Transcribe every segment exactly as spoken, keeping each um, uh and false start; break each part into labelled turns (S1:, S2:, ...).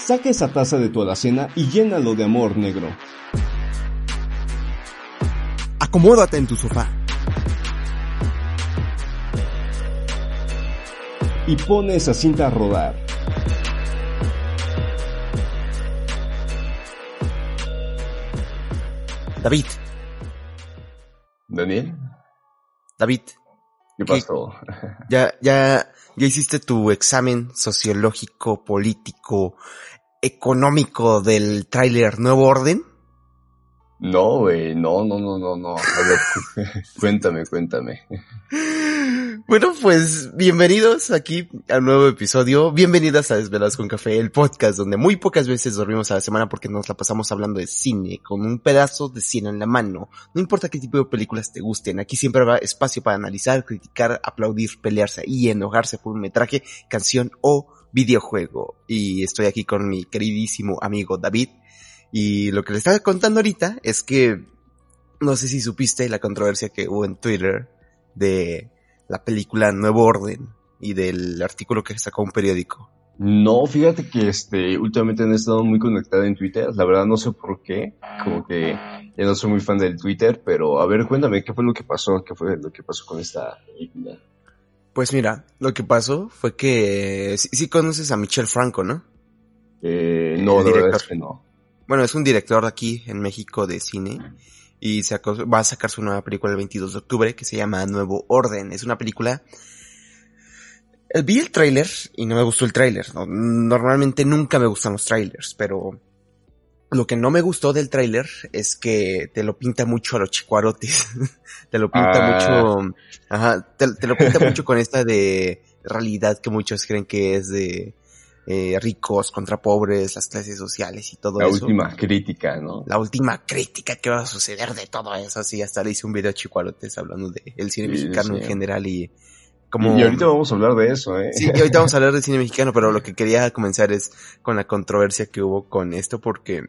S1: Saca esa taza de tu alacena y llénalo de amor, negro.
S2: Acomódate en tu sofá.
S1: Y pone esa cinta a rodar.
S2: David.
S3: ¿Daniel?
S2: David.
S3: ¿Qué pasó?
S2: ¿Ya, ya, ya hiciste tu examen sociológico, político, económico del tráiler Nuevo Orden?
S3: No, güey, no, no, no, no, no. A ver, cuéntame, cuéntame.
S2: Bueno, pues, bienvenidos aquí a un nuevo episodio. Bienvenidas a Desveladas con Café, el podcast donde muy pocas veces dormimos a la semana porque nos la pasamos hablando de cine, con un pedazo de cine en la mano. No importa qué tipo de películas te gusten, aquí siempre habrá espacio para analizar, criticar, aplaudir, pelearse y enojarse por un metraje, canción o videojuego. Y estoy aquí con mi queridísimo amigo David. Y lo que le estaba contando ahorita es que, no sé si supiste la controversia que hubo en Twitter de la película Nuevo Orden y del artículo que sacó un periódico.
S3: No, fíjate que este últimamente han estado muy conectada en Twitter, la verdad no sé por qué, como que ya no soy muy fan del Twitter, pero a ver, cuéntame, ¿qué fue lo que pasó? ¿Qué fue lo que pasó con esta película?
S2: Pues mira, lo que pasó fue que, sí, sí conoces a Michel Franco, ¿no?
S3: Eh, no,
S2: El
S3: la verdad
S2: director.
S3: es que no.
S2: Bueno, es un director de aquí en México de cine y sacó, va a sacar su nueva película el veintidós de octubre que se llama Nuevo Orden. Es una película... Vi el tráiler y no me gustó el tráiler. No, normalmente nunca me gustan los tráilers, pero lo que no me gustó del tráiler es que te lo pinta mucho a los chicuarotes. Te lo pinta
S3: Ah.
S2: mucho... Ajá, te, te lo pinta mucho con esta de realidad que muchos creen que es de... Eh, ricos contra pobres, las clases sociales y todo
S3: La
S2: eso.
S3: La última crítica, ¿no?
S2: La última crítica que va a suceder de todo eso. Así hasta le hice un video a Chicuarotes hablando de el cine
S3: Sí,
S2: mexicano
S3: sí.
S2: en general y como...
S3: Y, y ahorita vamos a hablar de eso, ¿eh?
S2: Sí, y ahorita vamos a hablar del cine mexicano, pero lo que quería comenzar es con la controversia que hubo con esto porque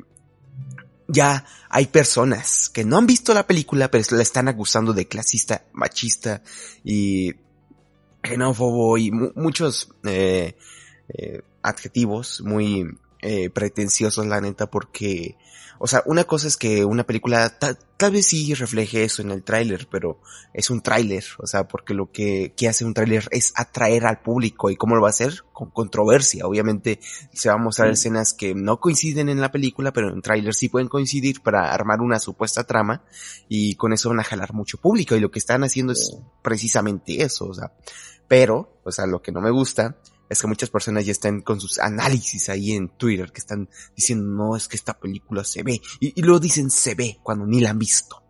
S2: ya hay personas que no han visto la película pero la están acusando de clasista, machista y xenófobo y mu- muchos... Eh, Eh, adjetivos muy eh, pretenciosos, la neta, porque, o sea, una cosa es que una película ta- tal vez sí refleje eso en el tráiler, pero es un tráiler, o sea, porque lo que, que hace un tráiler es atraer al público, ¿y cómo lo va a hacer? Con controversia, obviamente se van a mostrar
S3: Sí.
S2: escenas que no coinciden en la película, pero en tráiler sí pueden coincidir para armar una supuesta trama, y con eso van a jalar mucho público, y lo que están haciendo
S3: Sí.
S2: es precisamente eso, o sea, pero, o sea, lo que no me gusta es que muchas personas ya están con sus análisis ahí en Twitter, que están diciendo, no, es que esta película se ve, y, y luego dicen se ve, cuando ni la han visto.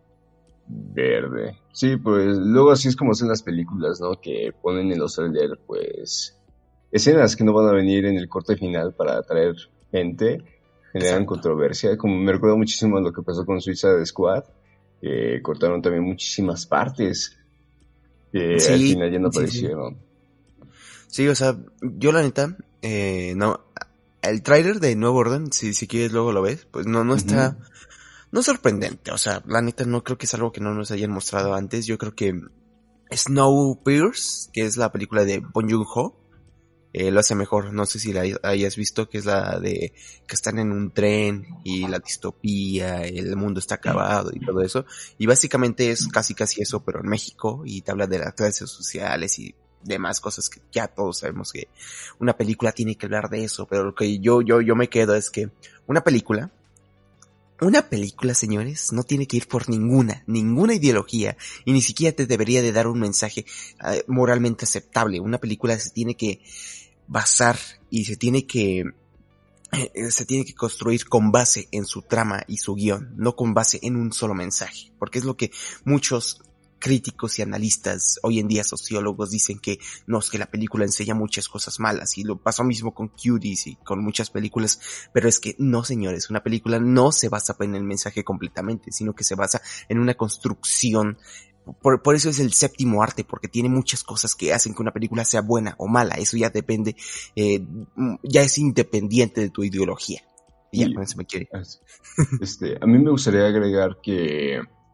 S3: Verde. Sí, pues luego así es como hacen las películas, ¿no? Que ponen en los trailers, pues, escenas que no van a venir en el corte final para atraer gente, generan
S2: Exacto.
S3: controversia, como me recuerda muchísimo a lo que pasó con Suicide Squad, que cortaron también muchísimas partes, que
S2: Sí,
S3: al final ya no
S2: sí, sí.
S3: aparecieron.
S2: Sí, o sea, yo la neta, eh, no, el tráiler de Nuevo Orden, si, si quieres luego lo ves, pues no, no está,
S3: Ujú.
S2: no es sorprendente, o sea, la neta no creo que es algo que no nos hayan mostrado antes, yo creo que Snowpiercer, que es la película de Bong Joon-ho, eh, lo hace mejor, no sé si la hayas visto, que es la de que están en un tren y la distopía, el mundo está acabado y todo eso, y básicamente es casi casi eso, pero en México, y te habla de las clases sociales y demás cosas que ya todos sabemos que una película tiene que hablar de eso, pero lo que yo, yo, yo me quedo es que una película, una película, señores, no tiene que ir por ninguna, ninguna ideología, y ni siquiera te debería de dar un mensaje uh, moralmente aceptable. Una película se tiene que basar y se tiene que eh, se tiene que construir con base en su trama y su guión, no con base en un solo mensaje, porque es lo que muchos críticos y analistas, hoy en día sociólogos, dicen que no, es que la película enseña muchas cosas malas, y lo pasó mismo con Cuties y con muchas películas, pero es que no, señores, una película no se basa en el mensaje completamente, sino que se basa en una construcción. Por, por eso es el séptimo arte, porque tiene muchas cosas que hacen que una película sea buena o mala, eso ya depende, eh, ya es independiente de tu ideología. Y ya,
S3: Y,
S2: con eso me quiere.
S3: este, a mí me gustaría agregar que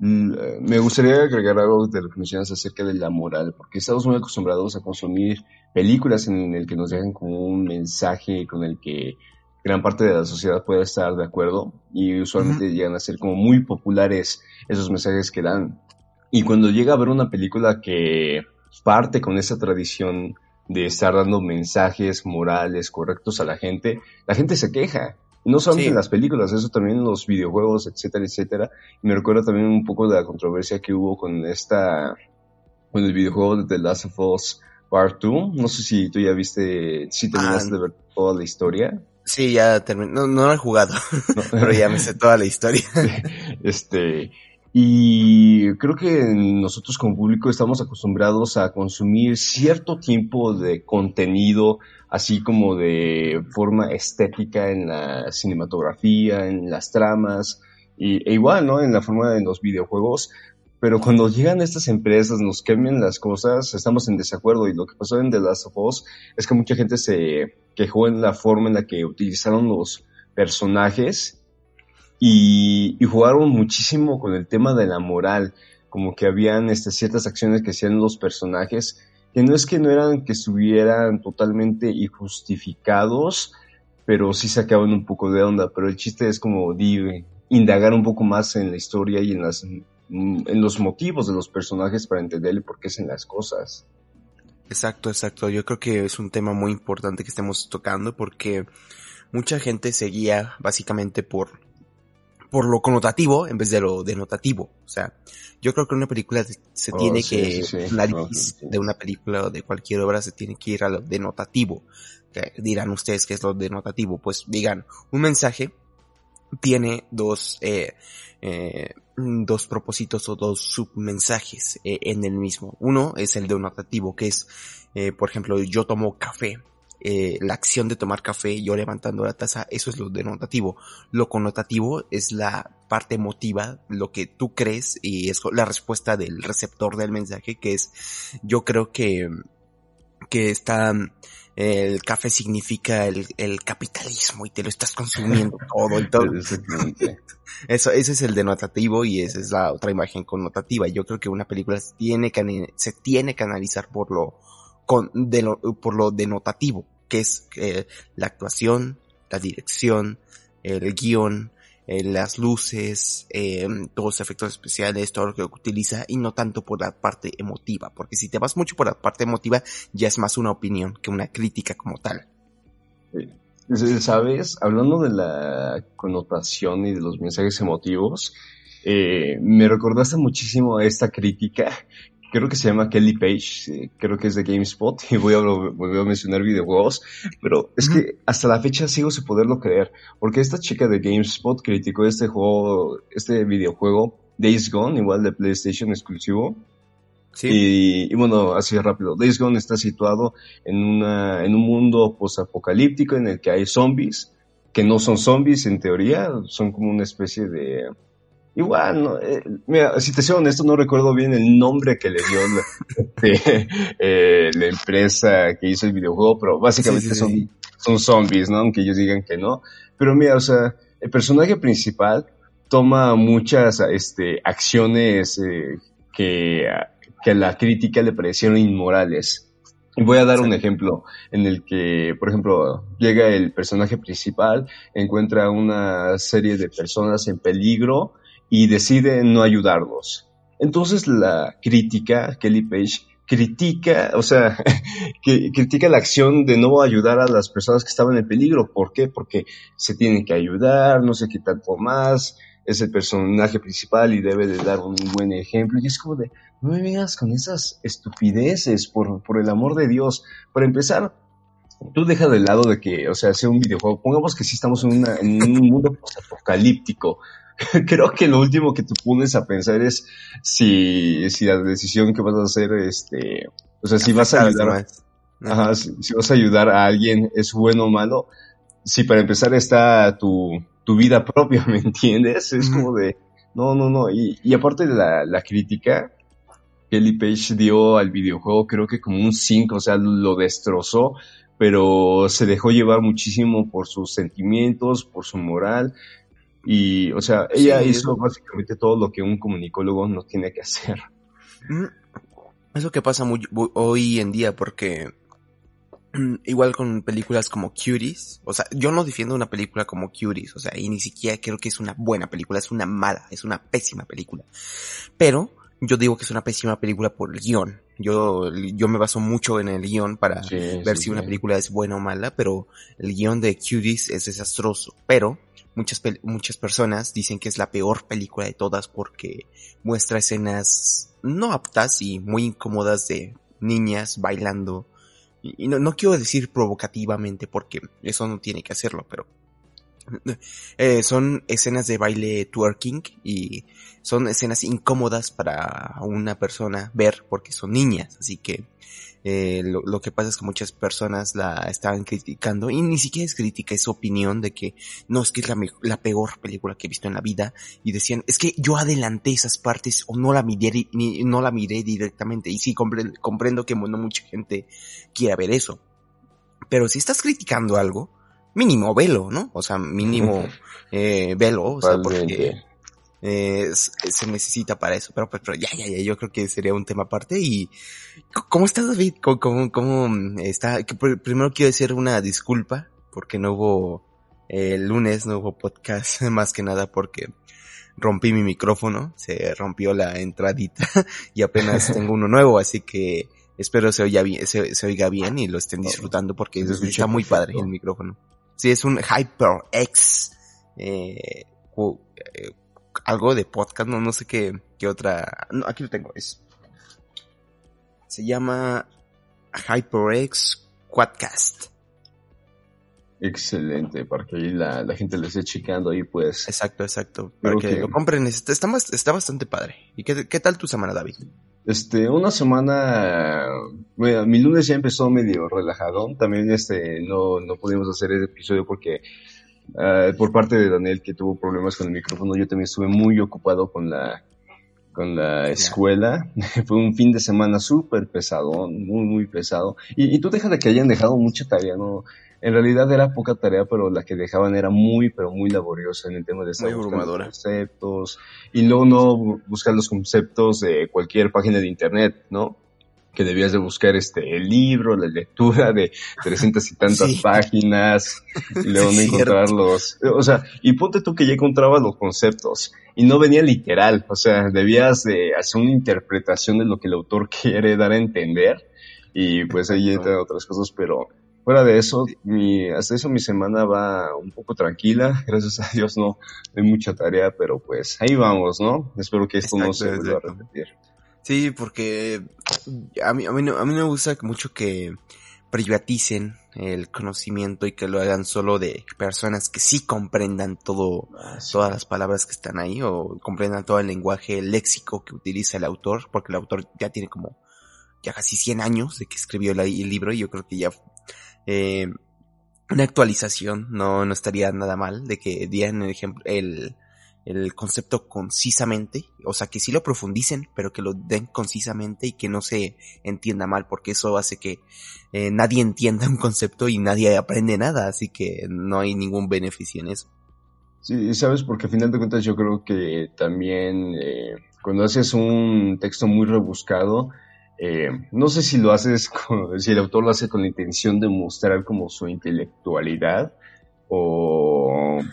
S3: Me gustaría agregar algo de lo que mencionas acerca de la moral, porque estamos muy acostumbrados a consumir películas en el que nos dejan como un mensaje con el que gran parte de la sociedad puede estar de acuerdo, y usualmente uh-huh. llegan a ser como muy populares esos mensajes que dan. Y cuando llega a ver una película que parte con esa tradición de estar dando mensajes morales correctos a la gente, la gente se queja. Y no solamente sí. en las películas, eso también en los videojuegos, etcétera, etcétera. Y me recuerda también un poco de la controversia que hubo con esta, con el videojuego de The Last of Us Part dos. No sé si tú ya viste, si terminaste ah, de ver toda la historia.
S2: Sí, ya terminé, no, no lo he jugado, no. pero ya me sé toda la historia.
S3: Este, y creo que nosotros como público estamos acostumbrados a consumir cierto tipo de contenido, así como de forma estética en la cinematografía, en las tramas, y, e igual, ¿no? En la forma de los videojuegos. Pero cuando llegan estas empresas, nos cambian las cosas, estamos en desacuerdo. Y lo que pasó en The Last of Us es que mucha gente se quejó en la forma en la que utilizaron los personajes y, y jugaron muchísimo con el tema de la moral. Como que habían este, ciertas acciones que hacían los personajes que no es que no eran que estuvieran totalmente injustificados, pero sí sacaban un poco de onda. Pero el chiste es como de indagar un poco más en la historia y en las... en los motivos de los personajes para entenderle por qué hacen las cosas.
S2: Exacto, exacto. Yo creo que es un tema muy importante que estemos tocando porque mucha gente se guía básicamente por, por lo connotativo en vez de lo denotativo. O sea, yo creo que una película se oh, tiene sí, que, sí, sí. nariz oh, sí, sí. de una película o de cualquier obra se tiene que ir a lo denotativo. Que dirán ustedes qué es lo denotativo. Pues digan, un mensaje tiene dos, eh, eh, dos propósitos o dos submensajes eh, en el mismo. Uno es el denotativo, que es, eh, por ejemplo, yo tomo café. Eh, la acción de tomar café, yo levantando la taza, eso es lo denotativo. Lo connotativo es la parte emotiva, lo que tú crees, y es la respuesta del receptor del mensaje, que es, yo creo que, que está... el café significa el, el capitalismo y te lo estás consumiendo todo y todo. Eso, ese es el denotativo y esa es la otra imagen connotativa. Yo creo que una película se tiene que, se tiene que analizar por lo, con, de lo, por lo denotativo, que es eh, la actuación, la dirección, el guión, eh, las luces, eh, todos los efectos especiales, todo lo que utiliza, y no tanto por la parte emotiva, porque si te vas mucho por la parte emotiva ya es más una opinión que una crítica como tal.
S3: ¿Sabes? Hablando de la connotación y de los mensajes emotivos, eh, me recordaste muchísimo a esta crítica. Creo que se llama Kelly Page, creo que es de GameSpot, y voy a volver a mencionar videojuegos, pero es uh-huh. que hasta la fecha sigo sin poderlo creer, porque esta chica de GameSpot criticó este juego, este videojuego, Days Gone, igual de PlayStation exclusivo, sí. y, y bueno, así rápido, Days Gone está situado en una, en un mundo posapocalíptico en el que hay zombies, que no son zombies en teoría, son como una especie de... Igual, no, eh, mira, si te soy honesto, no recuerdo bien el nombre que le dio la, eh, eh, la empresa que hizo el videojuego, pero básicamente sí, sí, son, sí. son zombies, ¿no? Aunque ellos digan que no. Pero mira, o sea, el personaje principal toma muchas este, acciones eh, que, que a la crítica le parecieron inmorales. Y voy a dar sí. un ejemplo en el que, por ejemplo, llega el personaje principal, encuentra una serie de personas en peligro y decide no ayudarlos. Entonces la crítica, Kelly Page, critica, o sea, que critica la acción de no ayudar a las personas que estaban en peligro. ¿Por qué? Porque se tienen que ayudar, no sé qué tanto más, es el personaje principal y debe de dar un buen ejemplo. Y es como de, no me vengas con esas estupideces, por, por el amor de Dios. Para empezar, tú deja de lado de que, o sea, sea un videojuego. Pongamos que sí estamos en, una, en un mundo postapocalíptico. Creo que lo último que te pones a pensar es si, si la decisión que vas a hacer, este, o sea, si vas a ayudar, ajá, si, si vas a ayudar a alguien es bueno o malo. Si para empezar está tu, tu vida propia, ¿me entiendes? Es como de, no, no, no. Y, y aparte de la, la crítica, Kelly Page dio al videojuego creo que como un cinco, o sea, lo destrozó, pero se dejó llevar muchísimo por sus sentimientos, por su moral. Y, o sea, ella
S2: Sí,
S3: hizo
S2: eso,
S3: básicamente todo lo que un comunicólogo no tiene que hacer.
S2: mm, es lo que pasa muy, muy- hoy en día porque igual con películas como Cuties, o sea, yo no defiendo una película como Cuties, o sea, y ni siquiera creo que es una buena película, es una mala, es una pésima película. Pero yo digo que es una pésima película por el guión. Yo, yo me baso mucho en el guión para
S3: Sí,
S2: ver
S3: sí,
S2: si
S3: sí.
S2: una película es buena o mala, pero el guión de Cuties es desastroso. Pero muchas, pel- muchas personas dicen que es la peor película de todas porque muestra escenas no aptas y muy incómodas de niñas bailando. Y, y no, no quiero decir provocativamente porque eso no tiene que hacerlo, pero eh, son escenas de baile twerking y son escenas incómodas para una persona ver porque son niñas, así que eh, lo, lo que pasa es que muchas personas la estaban criticando y ni siquiera es crítica, es opinión de que no, es que es la, me- la peor película que he visto en la vida y decían, es que yo adelanté esas partes o no la miré, di- ni, no la miré directamente y sí, compre- comprendo que no mucha gente quiera ver eso, pero si estás criticando algo, mínimo velo, ¿no? O sea, mínimo eh, velo, o sea, porque
S3: Totalmente.
S2: eh, s- se necesita para eso. Pero, pero, pero ya, ya, ya, yo creo que sería un tema aparte. Y c- ¿cómo estás, David? ¿Cómo, cómo, cómo mm, está? Que pr- primero quiero decir una disculpa porque no hubo eh, el lunes, no hubo podcast, más que nada porque rompí mi micrófono, se rompió la entradita y apenas tengo uno nuevo, así que espero se oiga bien, se, se oiga bien y lo estén
S3: Oh,
S2: disfrutando porque
S3: se te escucha
S2: está muy padre el
S3: perfecto.
S2: micrófono. Sí, es un HyperX, eh, cu- eh, algo de podcast, no, no sé qué, qué otra, no, aquí lo tengo, es, se llama HyperX Quadcast.
S3: Excelente, para que ahí la, la gente le esté checando ahí, pues.
S2: Exacto, exacto, para
S3: Creo
S2: que
S3: que,
S2: lo compren, está, está, bast- está bastante padre. ¿Y qué, qué tal tu semana, David?
S3: este, una semana, bueno, mi lunes ya empezó medio relajado. También, este, no, no pudimos hacer el episodio porque, uh, por parte de Daniel, que tuvo problemas con el micrófono, yo también estuve muy ocupado con la, con la
S2: Claro.
S3: escuela. Fue un fin de semana súper pesado, muy, muy pesado. Y, y tú deja de que hayan dejado mucha tarea, ¿no? En realidad era poca tarea, pero la que dejaban era muy, pero muy laboriosa en el tema de estar
S2: Muy
S3: buscando
S2: abrumadora.
S3: conceptos y luego no bu- buscar los conceptos de cualquier página de internet, ¿no? Que debías de buscar este el libro, la lectura de trescientas y tantas
S2: Sí,
S3: páginas y
S2: sí
S3: luego
S2: es
S3: no
S2: cierto.
S3: encontrarlos. O sea, y ponte tú que ya encontrabas los conceptos y no venía literal, o sea, debías de hacer una interpretación de lo que el autor quiere dar a entender y pues ahí
S2: Exacto.
S3: entran otras cosas, pero fuera de eso, mi, hasta eso mi semana va un poco tranquila, gracias a Dios no hay mucha tarea, pero pues ahí vamos, ¿no? Espero que esto no
S2: Exacto,
S3: se vuelva a
S2: exacto.
S3: repetir.
S2: Sí, porque a mí, a mí no, a mí no me gusta mucho que privaticen el conocimiento y que lo hagan solo de personas que sí comprendan todo,
S3: Ah, sí.
S2: todas las palabras que están ahí o comprendan todo el lenguaje el léxico que utiliza el autor, porque el autor ya tiene como ya casi cien años de que escribió la- el libro y yo creo que ya eh, una actualización no, no estaría nada mal de que dieran el ejemplo, el, el concepto concisamente, o sea que sí lo profundicen, pero que lo den concisamente y que no se entienda mal, porque eso hace que eh, nadie entienda un concepto y nadie aprende nada, así que no hay ningún beneficio en eso.
S3: Sí, sabes, porque al final de cuentas yo creo que también eh, cuando haces un texto muy rebuscado, eh, no sé si lo haces, con, si el autor lo hace con la intención de mostrar como su intelectualidad o,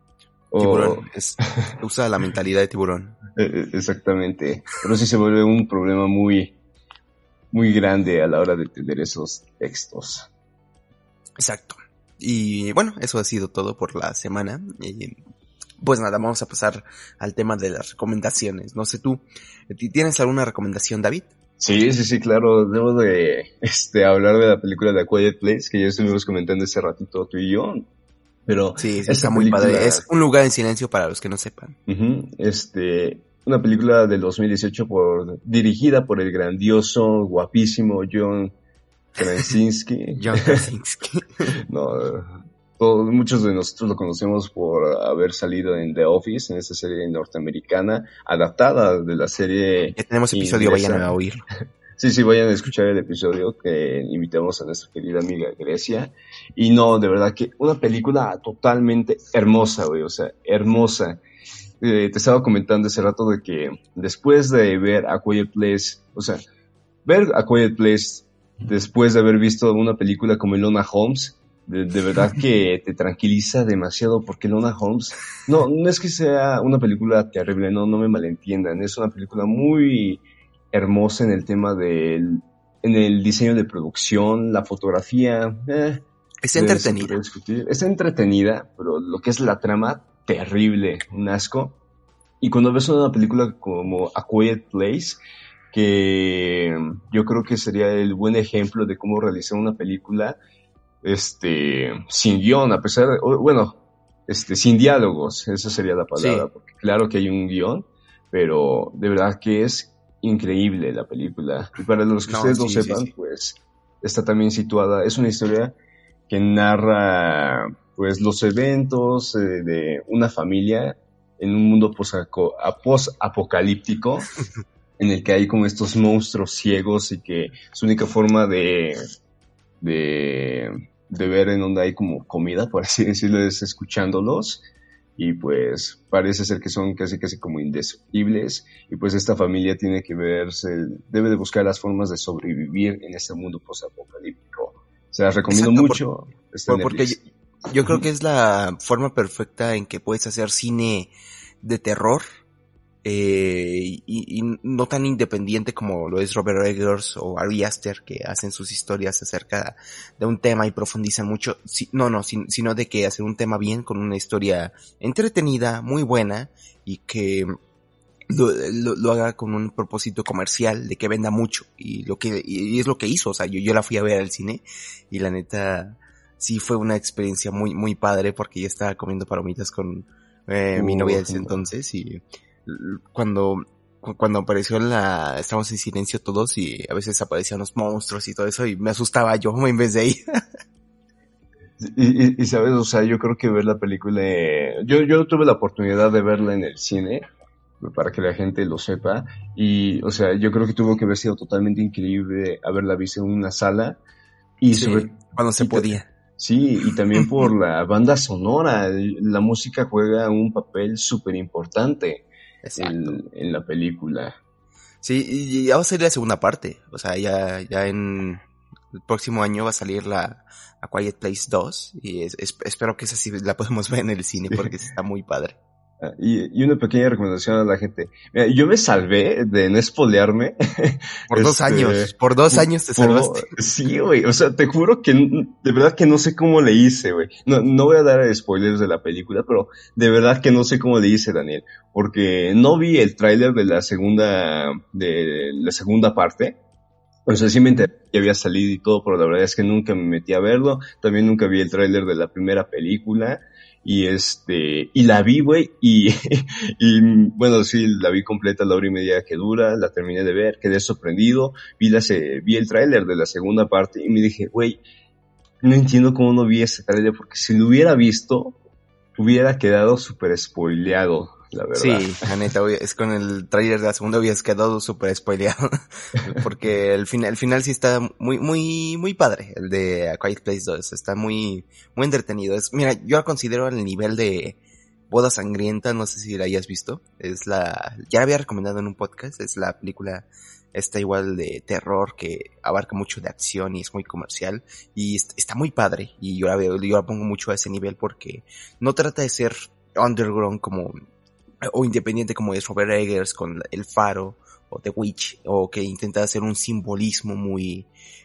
S3: o
S2: Tiburón, es, usa la mentalidad de tiburón.
S3: eh, exactamente, pero sí se vuelve un problema muy, muy grande a la hora de entender esos textos.
S2: Exacto. Y bueno, eso ha sido todo por la semana. Y pues nada, vamos a pasar al tema de las recomendaciones. No sé tú, ¿tienes alguna recomendación, David?
S3: Sí, sí, sí, claro, debo de este, hablar de la película de A Quiet Place, que ya estuvimos comentando ese ratito tú y yo, pero
S2: Sí, sí,
S3: esta
S2: está muy padre.
S3: película,
S2: Es Un lugar en silencio para los que no sepan.
S3: uh-huh, este, una película del dos mil dieciocho por, dirigida por el grandioso, guapísimo John Krasinski.
S2: John Krasinski.
S3: No, todos, muchos de nosotros lo conocemos por haber salido en The Office, en esta serie norteamericana, adaptada de la serie
S2: Ya tenemos episodio, vayan
S3: inglesa.
S2: a oírlo.
S3: Sí, sí, vayan a escuchar el episodio que invitamos a nuestra querida amiga Grecia. Y no, de verdad que una película totalmente hermosa, güey, o sea, hermosa. Eh, te estaba comentando hace rato de que después de ver A Quiet Place, o sea, ver A Quiet Place después de haber visto una película como Enola Holmes, de, de verdad que te tranquiliza demasiado, porque Enola Holmes, no, no es que sea una película terrible, no, no me malentiendan, es una película muy hermosa en el tema del, en el diseño de producción, la fotografía, eh,
S2: Está
S3: eh, se puede
S2: entretenida.
S3: discutir. Está entretenida, pero lo que es la trama, terrible, un asco. Y cuando ves una película como A Quiet Place, que yo creo que sería el buen ejemplo de cómo realizar una película, este, sin guión, a pesar de, o, bueno, este, sin diálogos, esa sería la palabra,
S2: Sí.
S3: porque claro que hay un guión, pero de verdad que es increíble la película. Y para los que
S2: No,
S3: ustedes no
S2: sí, sí,
S3: sepan,
S2: sí.
S3: pues, está también situada, es una historia que narra, pues, los eventos eh, de una familia en un mundo posaco- a- post-apocalíptico, en el que hay como estos monstruos ciegos y que su única forma de, de, de ver en donde hay como comida, por así decirlo, es escuchándolos. Y pues parece ser que son casi casi como indestructibles. Y pues esta familia tiene que verse, debe de buscar las formas de sobrevivir en este mundo post-apocalíptico. Se las recomiendo
S2: Exacto, por,
S3: mucho. Está en
S2: por- porque yo,
S3: Netflix.
S2: yo creo
S3: Ujú.
S2: que es la forma perfecta en que puedes hacer cine de terror, eh, y, y no tan independiente como lo es Robert Eggers o Ari Aster, que hacen sus historias acerca de un tema y profundizan mucho. Si, no, no, sin, sino de que hacen un tema bien, con una historia entretenida, muy buena, y que lo, lo, lo haga con un propósito comercial de que venda mucho, y lo que y es lo que hizo. O sea, yo, yo la fui a ver al cine y la neta sí fue una experiencia muy muy padre, porque yo estaba comiendo palomitas con eh, mi novia de
S3: Uh,
S2: ese
S3: no.
S2: entonces, y cuando cuando apareció la estábamos en silencio todos, y a veces aparecían los monstruos y todo eso, y me asustaba yo en vez de ir.
S3: Y, y, y, sabes, o sea, yo creo que ver la película, eh, yo, yo tuve la oportunidad de verla en el cine, para que la gente lo sepa, y, o sea, yo creo que tuvo que haber sido totalmente increíble haberla visto en una sala, y
S2: Sí,
S3: sobre,
S2: cuando se
S3: y ta-
S2: podía.
S3: sí, y también por la banda sonora, la música juega un papel súper importante
S2: Exacto.
S3: en, en la película.
S2: Sí, y ya va a salir la segunda parte. O sea, ya, ya en el próximo año va a salir la A Quiet Place dos. Y es, es, espero que esa sí la podemos ver en el cine, porque está muy padre.
S3: Ah, Y, y una pequeña recomendación a la gente. Mira, yo me salvé de no spoilearme.
S2: Por dos
S3: este,
S2: años, por dos
S3: por,
S2: años te
S3: por
S2: salvaste.
S3: do- sí, güey. O sea, te juro que n- de verdad que no sé cómo le hice, güey. No, no voy a dar spoilers de la película, pero de verdad que no sé cómo le hice, Daniel. Porque no vi el tráiler de la segunda, de la segunda parte. O sea, sí me enteré que había salido y todo, pero la verdad es que nunca me metí a verlo. También nunca vi el tráiler de la primera película. Y este, y la vi, güey, y, y bueno, sí, la vi completa, la hora y media que dura, la terminé de ver, quedé sorprendido, vi la, se- vi el tráiler de la segunda parte y me dije, güey, no entiendo cómo no vi ese tráiler, porque si lo hubiera visto, hubiera quedado súper spoileado, la verdad.
S2: Sí, la neta, obvio, es con el tráiler de la segunda habías quedado súper spoileado. Porque el final, el final sí está muy, muy, muy padre, el de A Quiet Place dos. Está muy, muy entretenido. Es, mira, yo la considero al nivel de Boda Sangrienta, no sé si la hayas visto. Es la, ya la había recomendado en un podcast, es la película esta igual de terror que abarca mucho de acción y es muy comercial. Y est- está muy padre. Y yo la veo, yo la pongo mucho a ese nivel porque no trata de ser underground como o independiente como es Robert Eggers con El Faro o The Witch, o que intenta hacer un simbolismo muy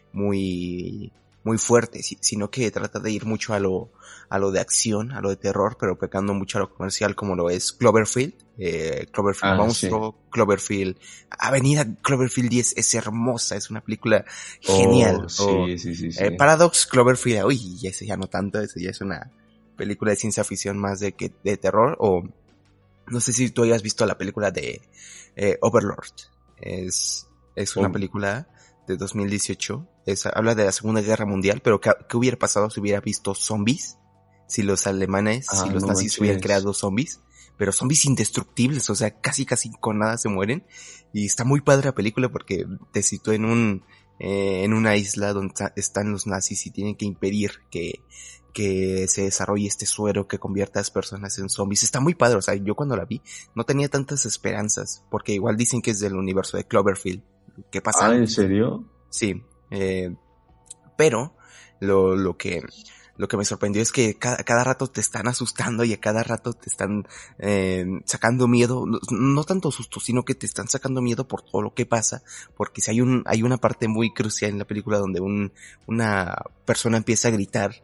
S2: muy muy fuerte, si- sino que trata de ir mucho a lo a lo de acción, a lo de terror, pero pecando mucho a lo comercial, como lo es Cloverfield, eh, Cloverfield
S3: Ah, sí.
S2: Monstruo, Cloverfield Avenida Cloverfield diez es hermosa, es una película
S3: Oh,
S2: genial. O
S3: sí, sí, sí, sí.
S2: eh, Paradox Cloverfield, uy, ese ya no tanto, ese ya es una película de ciencia ficción más de que de terror. O no sé si tú hayas visto la película de eh, Overlord. Es, es una
S3: Oh,
S2: película de dos mil dieciocho. Es, habla de la Segunda Guerra Mundial, pero ¿qué, qué hubiera pasado si hubiera visto zombies? Si los alemanes, si
S3: ah,
S2: los
S3: no
S2: nazis hubieran
S3: manches.
S2: creado zombies. pero zombies indestructibles, o sea, casi casi con nada se mueren. Y está muy padre la película porque te sitúa en un, eh, en una isla donde están los nazis y tienen que impedir que, que se desarrolle este suero que convierta a las personas en zombies. Está muy padre, o sea, yo cuando la vi no tenía tantas esperanzas, porque igual dicen que es del universo de Cloverfield. ¿Qué pasa?
S3: Ah, ¿en serio?
S2: Sí, eh, pero lo, lo que... Lo que me sorprendió es que cada, cada rato te están asustando y a cada rato te están eh, sacando miedo, no, no tanto susto, sino que te están sacando miedo por todo lo que pasa, porque si hay un hay una parte muy crucial en la película donde un una persona empieza a gritar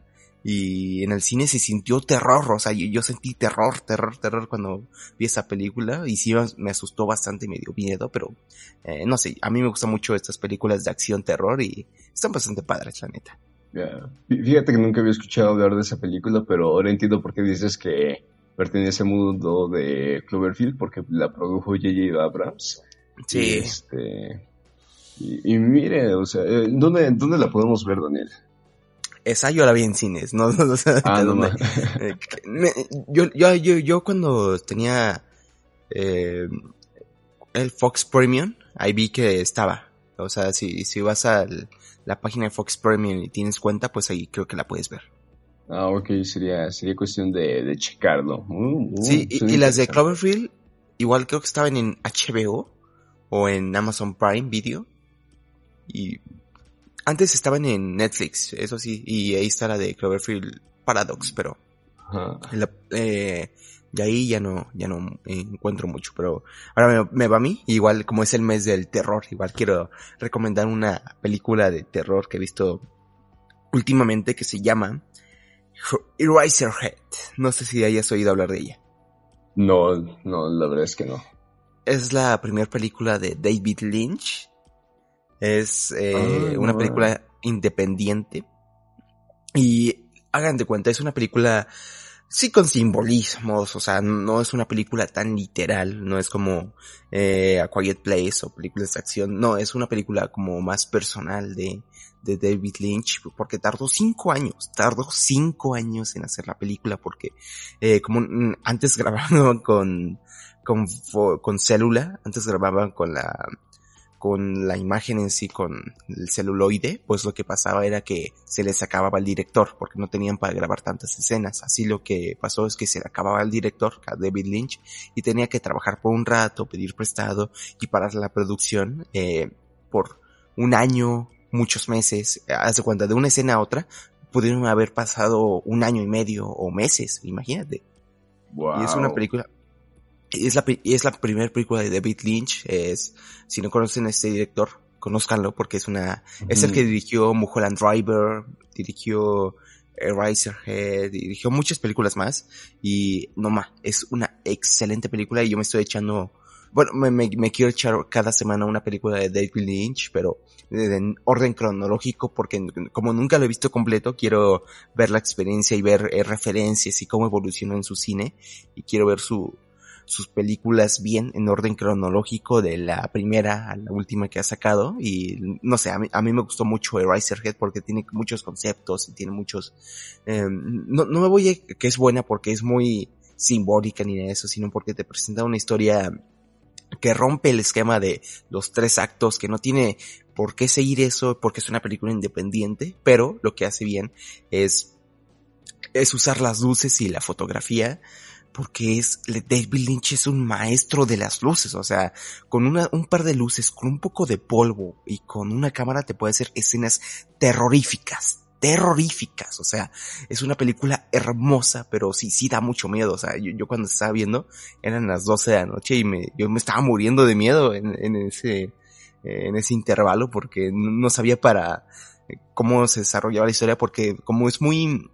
S2: y en el cine se sintió terror, o sea, yo, yo sentí terror, terror, terror cuando vi esa película y sí me asustó bastante y me dio miedo, pero eh, no sé, a mí me gustan mucho estas películas de acción, terror y están bastante padres, la neta.
S3: Yeah. Fíjate que nunca había escuchado hablar de esa película, pero ahora entiendo por qué dices que pertenece al mundo de Cloverfield, porque la produjo J J Abrams.
S2: Sí.
S3: Y, este, y, y mire, o sea, ¿dónde, ¿dónde la podemos ver, Daniel?
S2: Esa yo la vi en cines, ¿no? O sea,
S3: ah, no,
S2: donde, eh, me, yo, yo, yo, yo cuando tenía eh, el Fox Premium, ahí vi que estaba. O sea, si, si vas al la página de Fox Premium y tienes cuenta, pues ahí creo que la puedes ver.
S3: Ah, ok, sería, sería cuestión de, de checarlo. Uh, uh,
S2: sí, y, y las de Cloverfield, igual creo que estaban en H B O o en Amazon Prime Video. Y antes estaban en Netflix, eso sí, y ahí está la de Cloverfield Paradox, pero
S3: Ajá.
S2: La, eh, de ahí ya no, ya no encuentro mucho, pero ahora me, me va a mí, igual como es el mes del terror, igual quiero recomendar una película de terror que he visto últimamente que se llama Eraserhead. No sé si hayas oído hablar de ella.
S3: No, no, la verdad es que no.
S2: Es la primera película de David Lynch. Es eh,
S3: ah,
S2: una
S3: no.
S2: película independiente. Y hagan de cuenta, es una película sí con simbolismos, o sea, no es una película tan literal, no es como eh, A Quiet Place o películas de acción, no, es una película como más personal de, de David Lynch, porque tardó cinco años, tardó cinco años en hacer la película, porque eh, como mm, antes grababan con, con, con célula, antes grababan con la... con la imagen en sí, con el celuloide, pues lo que pasaba era que se les acababa el director, porque no tenían para grabar tantas escenas. Así lo que pasó es que se le acababa el director, a David Lynch, y tenía que trabajar por un rato, pedir prestado, y parar la producción, eh, por un año, muchos meses. Haz de cuenta, de una escena a otra, pudieron haber pasado un año y medio, o meses, imagínate.
S3: Wow.
S2: Y es una película... Es la, es la primera película de David Lynch. Es, si no conocen a este director, conózcanlo porque es una, uh-huh. es el que dirigió Mulholland Driver, dirigió Eraserhead, dirigió muchas películas más y no más, es una excelente película y yo me estoy echando, bueno, me, me, me quiero echar cada semana una película de David Lynch, pero en orden cronológico porque como nunca lo he visto completo, quiero ver la experiencia y ver eh, referencias y cómo evolucionó en su cine y quiero ver su sus películas bien en orden cronológico de la primera a la última que ha sacado y no sé, a mí, a mí me gustó mucho Eraserhead porque tiene muchos conceptos y tiene muchos eh, no, no me voy a que es buena porque es muy simbólica ni de eso, sino porque te presenta una historia que rompe el esquema de los tres actos, que no tiene por qué seguir eso porque es una película independiente, pero lo que hace bien es es usar las luces y la fotografía porque es, David Lynch es un maestro de las luces, o sea, con una, un par de luces, con un poco de polvo y con una cámara te puede hacer escenas terroríficas, terroríficas, o sea, es una película hermosa, pero sí, sí da mucho miedo, o sea, yo, yo cuando estaba viendo, eran las doce de la noche y me, yo me estaba muriendo de miedo en, en ese, en ese intervalo porque no sabía para cómo se desarrollaba la historia porque como es muy,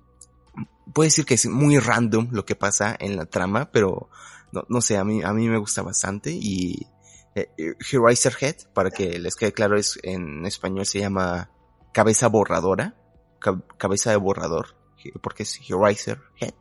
S2: puede decir que es muy random lo que pasa en la trama, pero no, no sé, a mí, a mí me gusta bastante y eh, Eraserhead, para que les quede claro, es en español se llama Cabeza Borradora, cab- Cabeza de Borrador, porque es Eraserhead.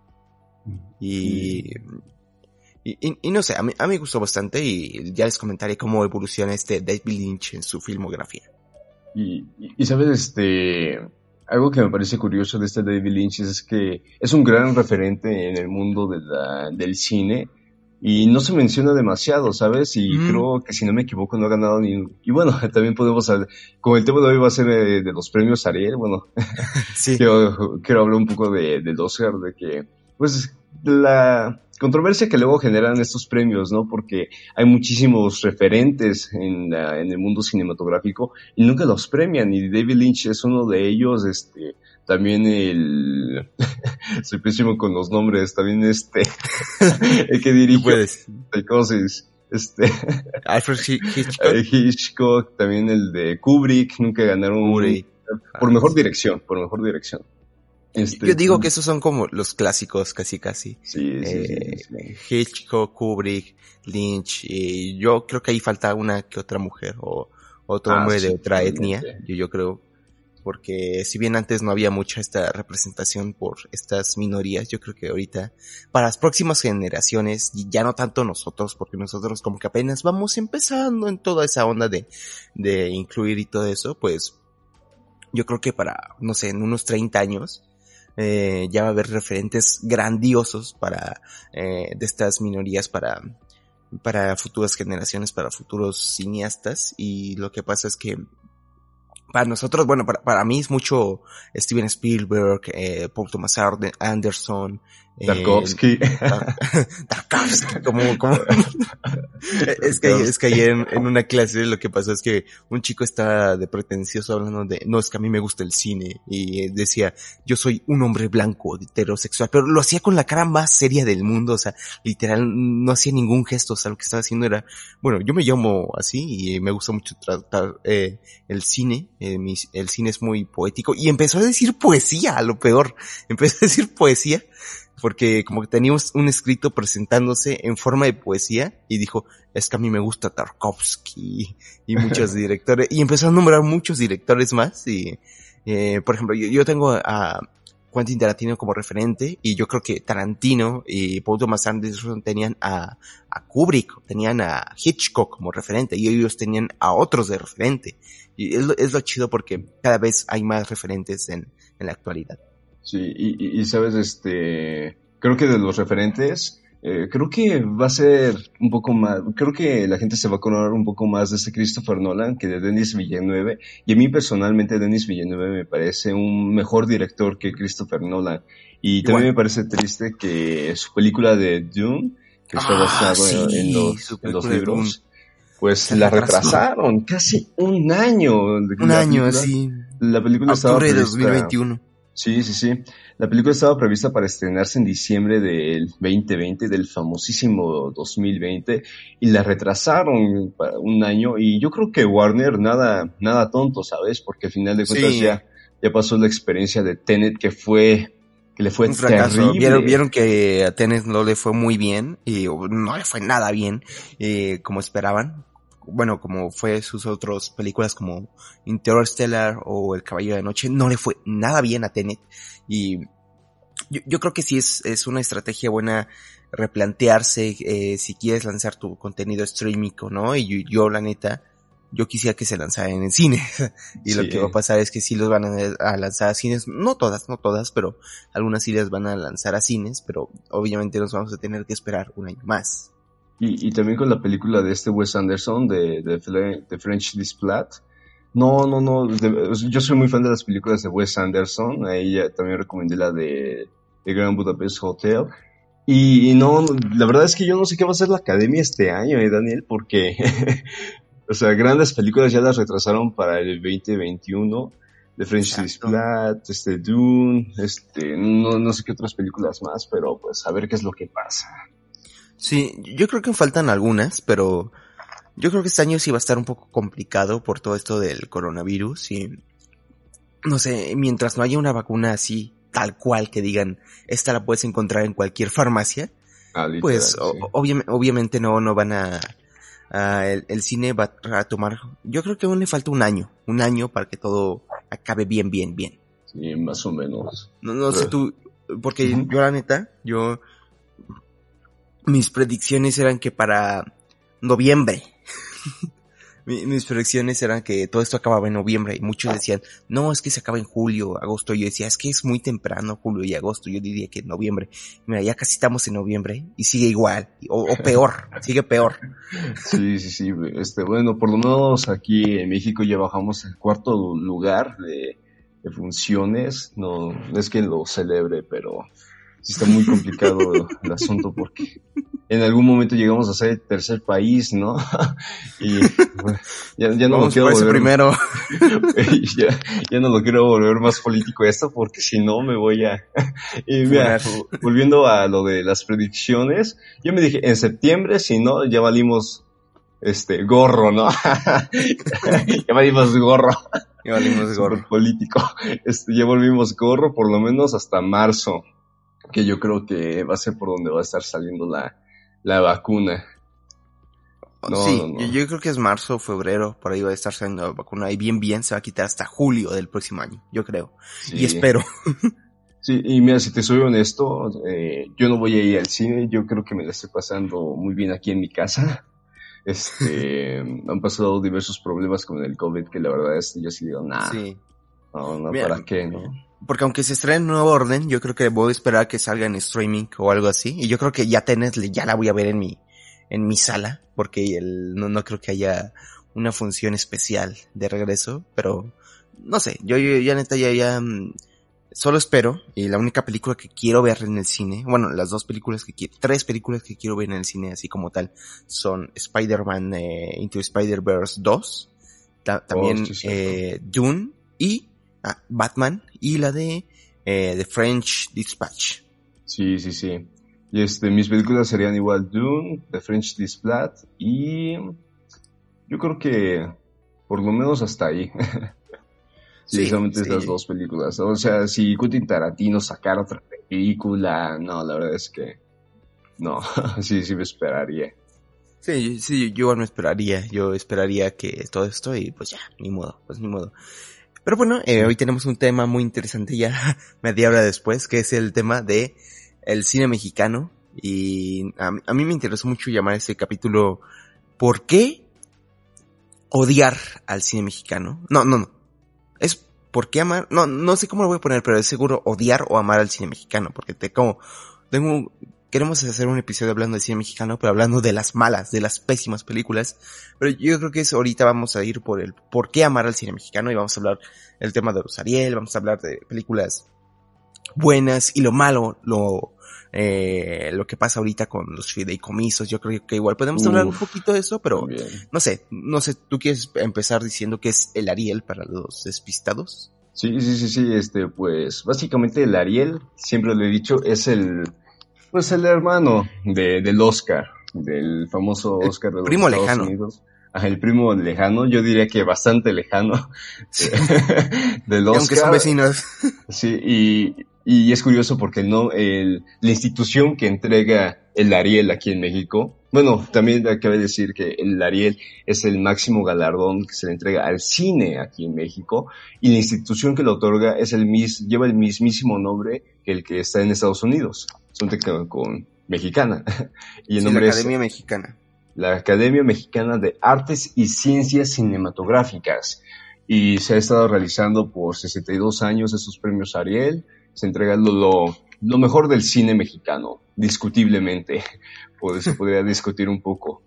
S2: Y, y, y, y no sé, a mí, a mí me gustó bastante y ya les comentaré cómo evoluciona este David Lynch en su filmografía.
S3: Y, y, y sabes, este... Algo que me parece curioso de este David Lynch es que es un gran referente en el mundo de la, del cine y no se menciona demasiado, ¿sabes? Y
S2: Mm.
S3: creo que si no me equivoco no ha ganado ni... Y bueno, también podemos hablar, como el tema de hoy va a ser eh, de los premios Ariel, bueno,
S2: Sí.
S3: quiero, quiero hablar un poco de, del Oscar, de que, pues, la controversia que luego generan estos premios, ¿no? Porque hay muchísimos referentes en, la, en el mundo cinematográfico y nunca los premian, y David Lynch es uno de ellos, este, también el, soy pésimo con los nombres, también este, el que dirigió
S2: Puedes.
S3: Psicosis, este,
S2: Alfred Hitchcock.
S3: Hitchcock, también el de Kubrick, nunca ganaron
S2: Kubrick.
S3: por
S2: Ah,
S3: mejor
S2: sí.
S3: dirección, por mejor dirección. Este,
S2: Yo digo que esos son como los clásicos, casi casi.
S3: Sí, sí,
S2: eh,
S3: sí, sí.
S2: Hitchcock, Kubrick, Lynch, y yo creo que ahí falta una que otra mujer o otro
S3: Ah,
S2: hombre
S3: sí,
S2: de otra
S3: totalmente.
S2: etnia, yo, yo creo, porque si bien antes no había mucha esta representación por estas minorías, yo creo que ahorita para las próximas generaciones, y ya no tanto nosotros, porque nosotros como que apenas vamos empezando en toda esa onda de, de incluir y todo eso, pues yo creo que para, no sé, en unos treinta años, Eh, ya va a haber referentes grandiosos para eh, de estas minorías para para futuras generaciones, para futuros cineastas, y lo que pasa es que para nosotros, bueno, para, para mí es mucho Steven Spielberg, eh, Paul Thomas Anderson,
S3: Tarkovsky.
S2: Eh, Tarkovsky, como, como, es que, es que ayer en, en una clase lo que pasó es que un chico estaba de pretencioso hablando de, no, es que a mí me gusta el cine, y decía, yo soy un hombre blanco, heterosexual, pero lo hacía con la cara más seria del mundo, o sea, literal, no hacía ningún gesto, o sea, lo que estaba haciendo era, bueno, yo me llamo así, y me gusta mucho tratar, eh, el cine, eh, mi, el cine es muy poético, y empezó a decir poesía, a lo peor, empezó a decir poesía, porque como que teníamos un escrito presentándose en forma de poesía, y dijo, es que a mí me gusta Tarkovsky, y muchos directores, y empezó a nombrar muchos directores más, y, eh, por ejemplo, yo, yo tengo a Quentin Tarantino como referente, y yo creo que Tarantino y Paul Thomas Anderson tenían a, a Kubrick, tenían a Hitchcock como referente, y ellos tenían a otros de referente, y es lo, es lo chido porque cada vez hay más referentes en, en la actualidad.
S3: Sí, y, y, y sabes, este, creo que de los referentes, eh, creo que va a ser un poco más, creo que la gente se va a acordar un poco más de este Christopher Nolan que de Denis Villeneuve, y a mí personalmente Denis Villeneuve me parece un mejor director que Christopher Nolan, y
S2: Igual.
S3: también me parece triste que su película de Dune, que está
S2: Ah,
S3: basado
S2: sí,
S3: en los, en los libros, pues
S2: se
S3: la
S2: retrasó.
S3: retrasaron casi un año.
S2: Un
S3: la
S2: año,
S3: película,
S2: así.
S3: La película estaba
S2: Octubre de
S3: prevista,
S2: dos mil veintiuno.
S3: Sí, sí, sí. La película estaba prevista para estrenarse en diciembre del veinte veinte, del famosísimo dos mil veinte, y la retrasaron para un año, y yo creo que Warner nada, nada tonto, ¿sabes? Porque al final de cuentas
S2: Sí.
S3: ya, ya pasó la experiencia de Tenet, que fue, que le fue
S2: Un fracaso.
S3: terrible.
S2: Vieron, vieron que a Tenet no le fue muy bien, y no le fue nada bien, eh, como esperaban. Bueno, como fue sus otras películas como Interstellar o El Caballero de Noche, no le fue nada bien a Tenet, y yo, yo creo que sí es, es una estrategia buena replantearse, eh, si quieres lanzar tu contenido streaming o no, y yo, yo la neta, yo quisiera que se lanzara en el cine, y
S3: Sí.
S2: lo que va a pasar es que sí los van a, a lanzar a cines, no todas, no todas, pero algunas sí las van a lanzar a cines, pero obviamente nos vamos a tener que esperar un año más.
S3: Y, y también con la película de este Wes Anderson, de, de, de French Dispatch. No, no, no. De, yo soy muy fan de las películas de Wes Anderson. A ella también recomendé la de, de Grand Budapest Hotel. Y, y no, la verdad es que yo no sé qué va a hacer la academia este año, eh, Daniel, porque, o sea, grandes películas ya las retrasaron para el veinte veintiuno. De French Dispatch, este Dune, este, no, no sé qué otras películas más, pero pues a ver qué es lo que pasa.
S2: Sí, yo creo que faltan algunas, pero yo creo que este año sí va a estar un poco complicado por todo esto del coronavirus, y no sé, mientras no haya una vacuna así, tal cual, que digan, esta la puedes encontrar en cualquier farmacia,
S3: ah, literal,
S2: pues
S3: sí.
S2: o, obvia, obviamente no, no van a, a el, el cine va a tomar, yo creo que aún le falta un año, un año para que todo acabe bien, bien, bien.
S3: Sí, más o menos.
S2: No, no
S3: Pero...
S2: sé tú, porque
S3: uh-huh.
S2: yo la neta, yo... mis predicciones eran que para noviembre, Mi, mis predicciones eran que todo esto acababa en noviembre y muchos decían, no, es que se acaba en julio, agosto. Yo decía, es que es muy temprano, julio y agosto. Yo diría que en noviembre. Mira, ya casi estamos en noviembre y sigue igual, o, o peor, sigue peor.
S3: Sí, sí, sí. Este, bueno, por lo menos aquí en México ya bajamos el cuarto lugar de, de funciones. No, no es que lo celebre, pero sí está muy complicado el asunto porque en algún momento llegamos a ser el tercer país, ¿no? Y bueno, ya, ya no
S2: Vamos
S3: lo quiero
S2: por ese
S3: volver
S2: primero.
S3: ya, ya no lo quiero volver más político esto porque si no me voy a... Y mira, volviendo a lo de las predicciones, yo me dije, en septiembre, si no, ya valimos este gorro, ¿no? Ya valimos gorro.
S2: Ya valimos gorro.
S3: Super político. Este, ya volvimos gorro por lo menos hasta marzo, que yo creo que va a ser por donde va a estar saliendo la, la vacuna.
S2: No, sí, no, no. Yo, yo creo que es marzo o febrero, por ahí va a estar saliendo la vacuna y bien bien se va a quitar hasta julio del próximo año, yo creo. Sí. Y espero.
S3: Sí, y mira, si te soy honesto, eh, yo no voy a ir al cine, yo creo que me la estoy pasando muy bien aquí en mi casa. Este, han pasado diversos problemas con el COVID que la verdad es que yo sí digo, nah, sí. no, no, mira, ¿para qué, no?
S2: Porque aunque se estrene Nuevo Orden, yo creo que voy a esperar a que salga en streaming o algo así. Y yo creo que ya Tenet ya la voy a ver en mi, en mi sala, porque el, no, no creo que haya una función especial de regreso, pero no sé, yo, yo ya neta ya, ya, solo espero, y la única película que quiero ver en el cine, bueno, las dos películas que quiero, tres películas que quiero ver en el cine así como tal, son Spider-Man eh, Into Spider-Verse dos, ta, también oh, sí, eh, Dune y ah, Batman, y la de eh, The French Dispatch.
S3: Sí, sí, sí. Y este, mis películas serían igual Dune, The French Dispatch y yo creo que por lo menos hasta ahí. sí, sí, solamente sí. Estas dos películas. O sea, si Quentin Tarantino sacara otra película, no, la verdad es que no, sí, sí me esperaría.
S2: Sí, sí, yo igual me esperaría, yo esperaría que todo esto y pues ya, ni modo, pues ni modo. Pero bueno, eh, hoy tenemos un tema muy interesante ya media hora después, que es el tema de el cine mexicano, y a, a mí me interesó mucho llamar este capítulo ¿por qué odiar al cine mexicano? No, no, no. Es ¿por qué amar? No, no sé cómo lo voy a poner, pero es seguro odiar o amar al cine mexicano, porque te como tengo queremos hacer un episodio hablando de cine mexicano, pero hablando de las malas, de las pésimas películas. Pero yo creo que es ahorita vamos a ir por el por qué amar al cine mexicano y vamos a hablar el tema de los Ariel, vamos a hablar de películas buenas y lo malo, lo eh, lo que pasa ahorita con los fideicomisos. Yo creo que igual podemos Uf, hablar un poquito de eso, pero bien. no sé, no sé, ¿tú quieres empezar diciendo qué es el Ariel para los despistados?
S3: Sí, sí, sí, sí, este, pues básicamente el Ariel, siempre lo he dicho, es el Pues el hermano de, del Oscar, del famoso Oscar de los
S2: primo
S3: Estados
S2: lejano.
S3: Unidos. Ajá, el primo lejano, yo diría que bastante lejano
S2: sí.
S3: del Oscar.
S2: Y aunque son vecinos.
S3: Sí, y, y es curioso porque no, el, la institución que entrega el Ariel aquí en México, bueno, también cabe decir que el Ariel es el máximo galardón que se le entrega al cine aquí en México, y la institución que lo otorga es el mis, lleva el mismísimo nombre que el que está en Estados Unidos. Son con mexicana. Y el
S2: sí,
S3: nombre
S2: la Academia
S3: es
S2: Mexicana.
S3: La Academia Mexicana de Artes y Ciencias Cinematográficas. Y se ha estado realizando por sesenta y dos años estos premios Ariel. Se entrega lo, lo, lo mejor del cine mexicano, discutiblemente. Pues se podría discutir un poco.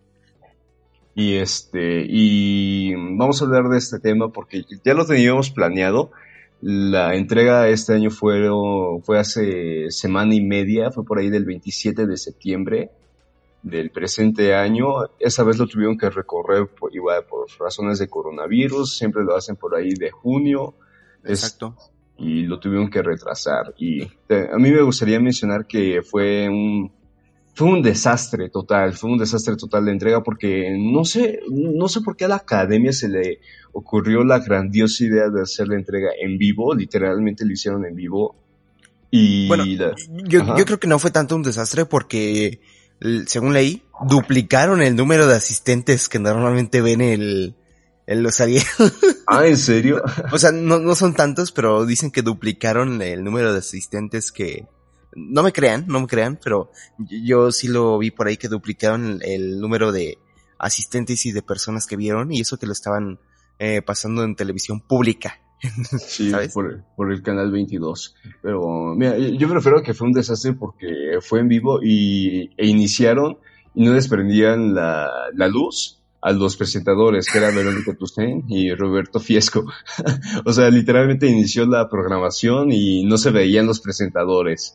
S3: Y este, y vamos a hablar de este tema porque ya lo teníamos planeado. La entrega este año fue, fue hace semana y media, fue por ahí del veintisiete de septiembre del presente año. Esa vez lo tuvieron que recorrer por, igual por razones de coronavirus, siempre lo hacen por ahí de junio.
S2: Exacto.
S3: Es, y lo tuvieron que retrasar. Y te, a mí me gustaría mencionar que fue un, fue un desastre total, fue un desastre total de entrega porque no sé, no sé por qué a la academia se le ocurrió la grandiosa idea de hacer la entrega en vivo, literalmente lo hicieron en vivo. Y
S2: bueno,
S3: la,
S2: yo, yo creo que no fue tanto un desastre porque, según leí, duplicaron el número de asistentes que normalmente ven el, el los Ariel.
S3: Ah, ¿en serio?
S2: O sea, no, no son tantos, pero dicen que duplicaron el número de asistentes que... No me crean, no me crean, pero yo sí lo vi por ahí que duplicaron el, el número de asistentes y de personas que vieron, y eso que lo estaban eh, pasando en televisión pública.
S3: Sí,
S2: ¿sabes?
S3: por, por el canal veintidós. Pero, mira, yo prefiero que fue un desastre porque fue en vivo y, e iniciaron y no desprendían la, la luz a los presentadores, que era Verónica Toussaint y Roberto Fiesco. O sea, literalmente inició la programación y no se veían los presentadores.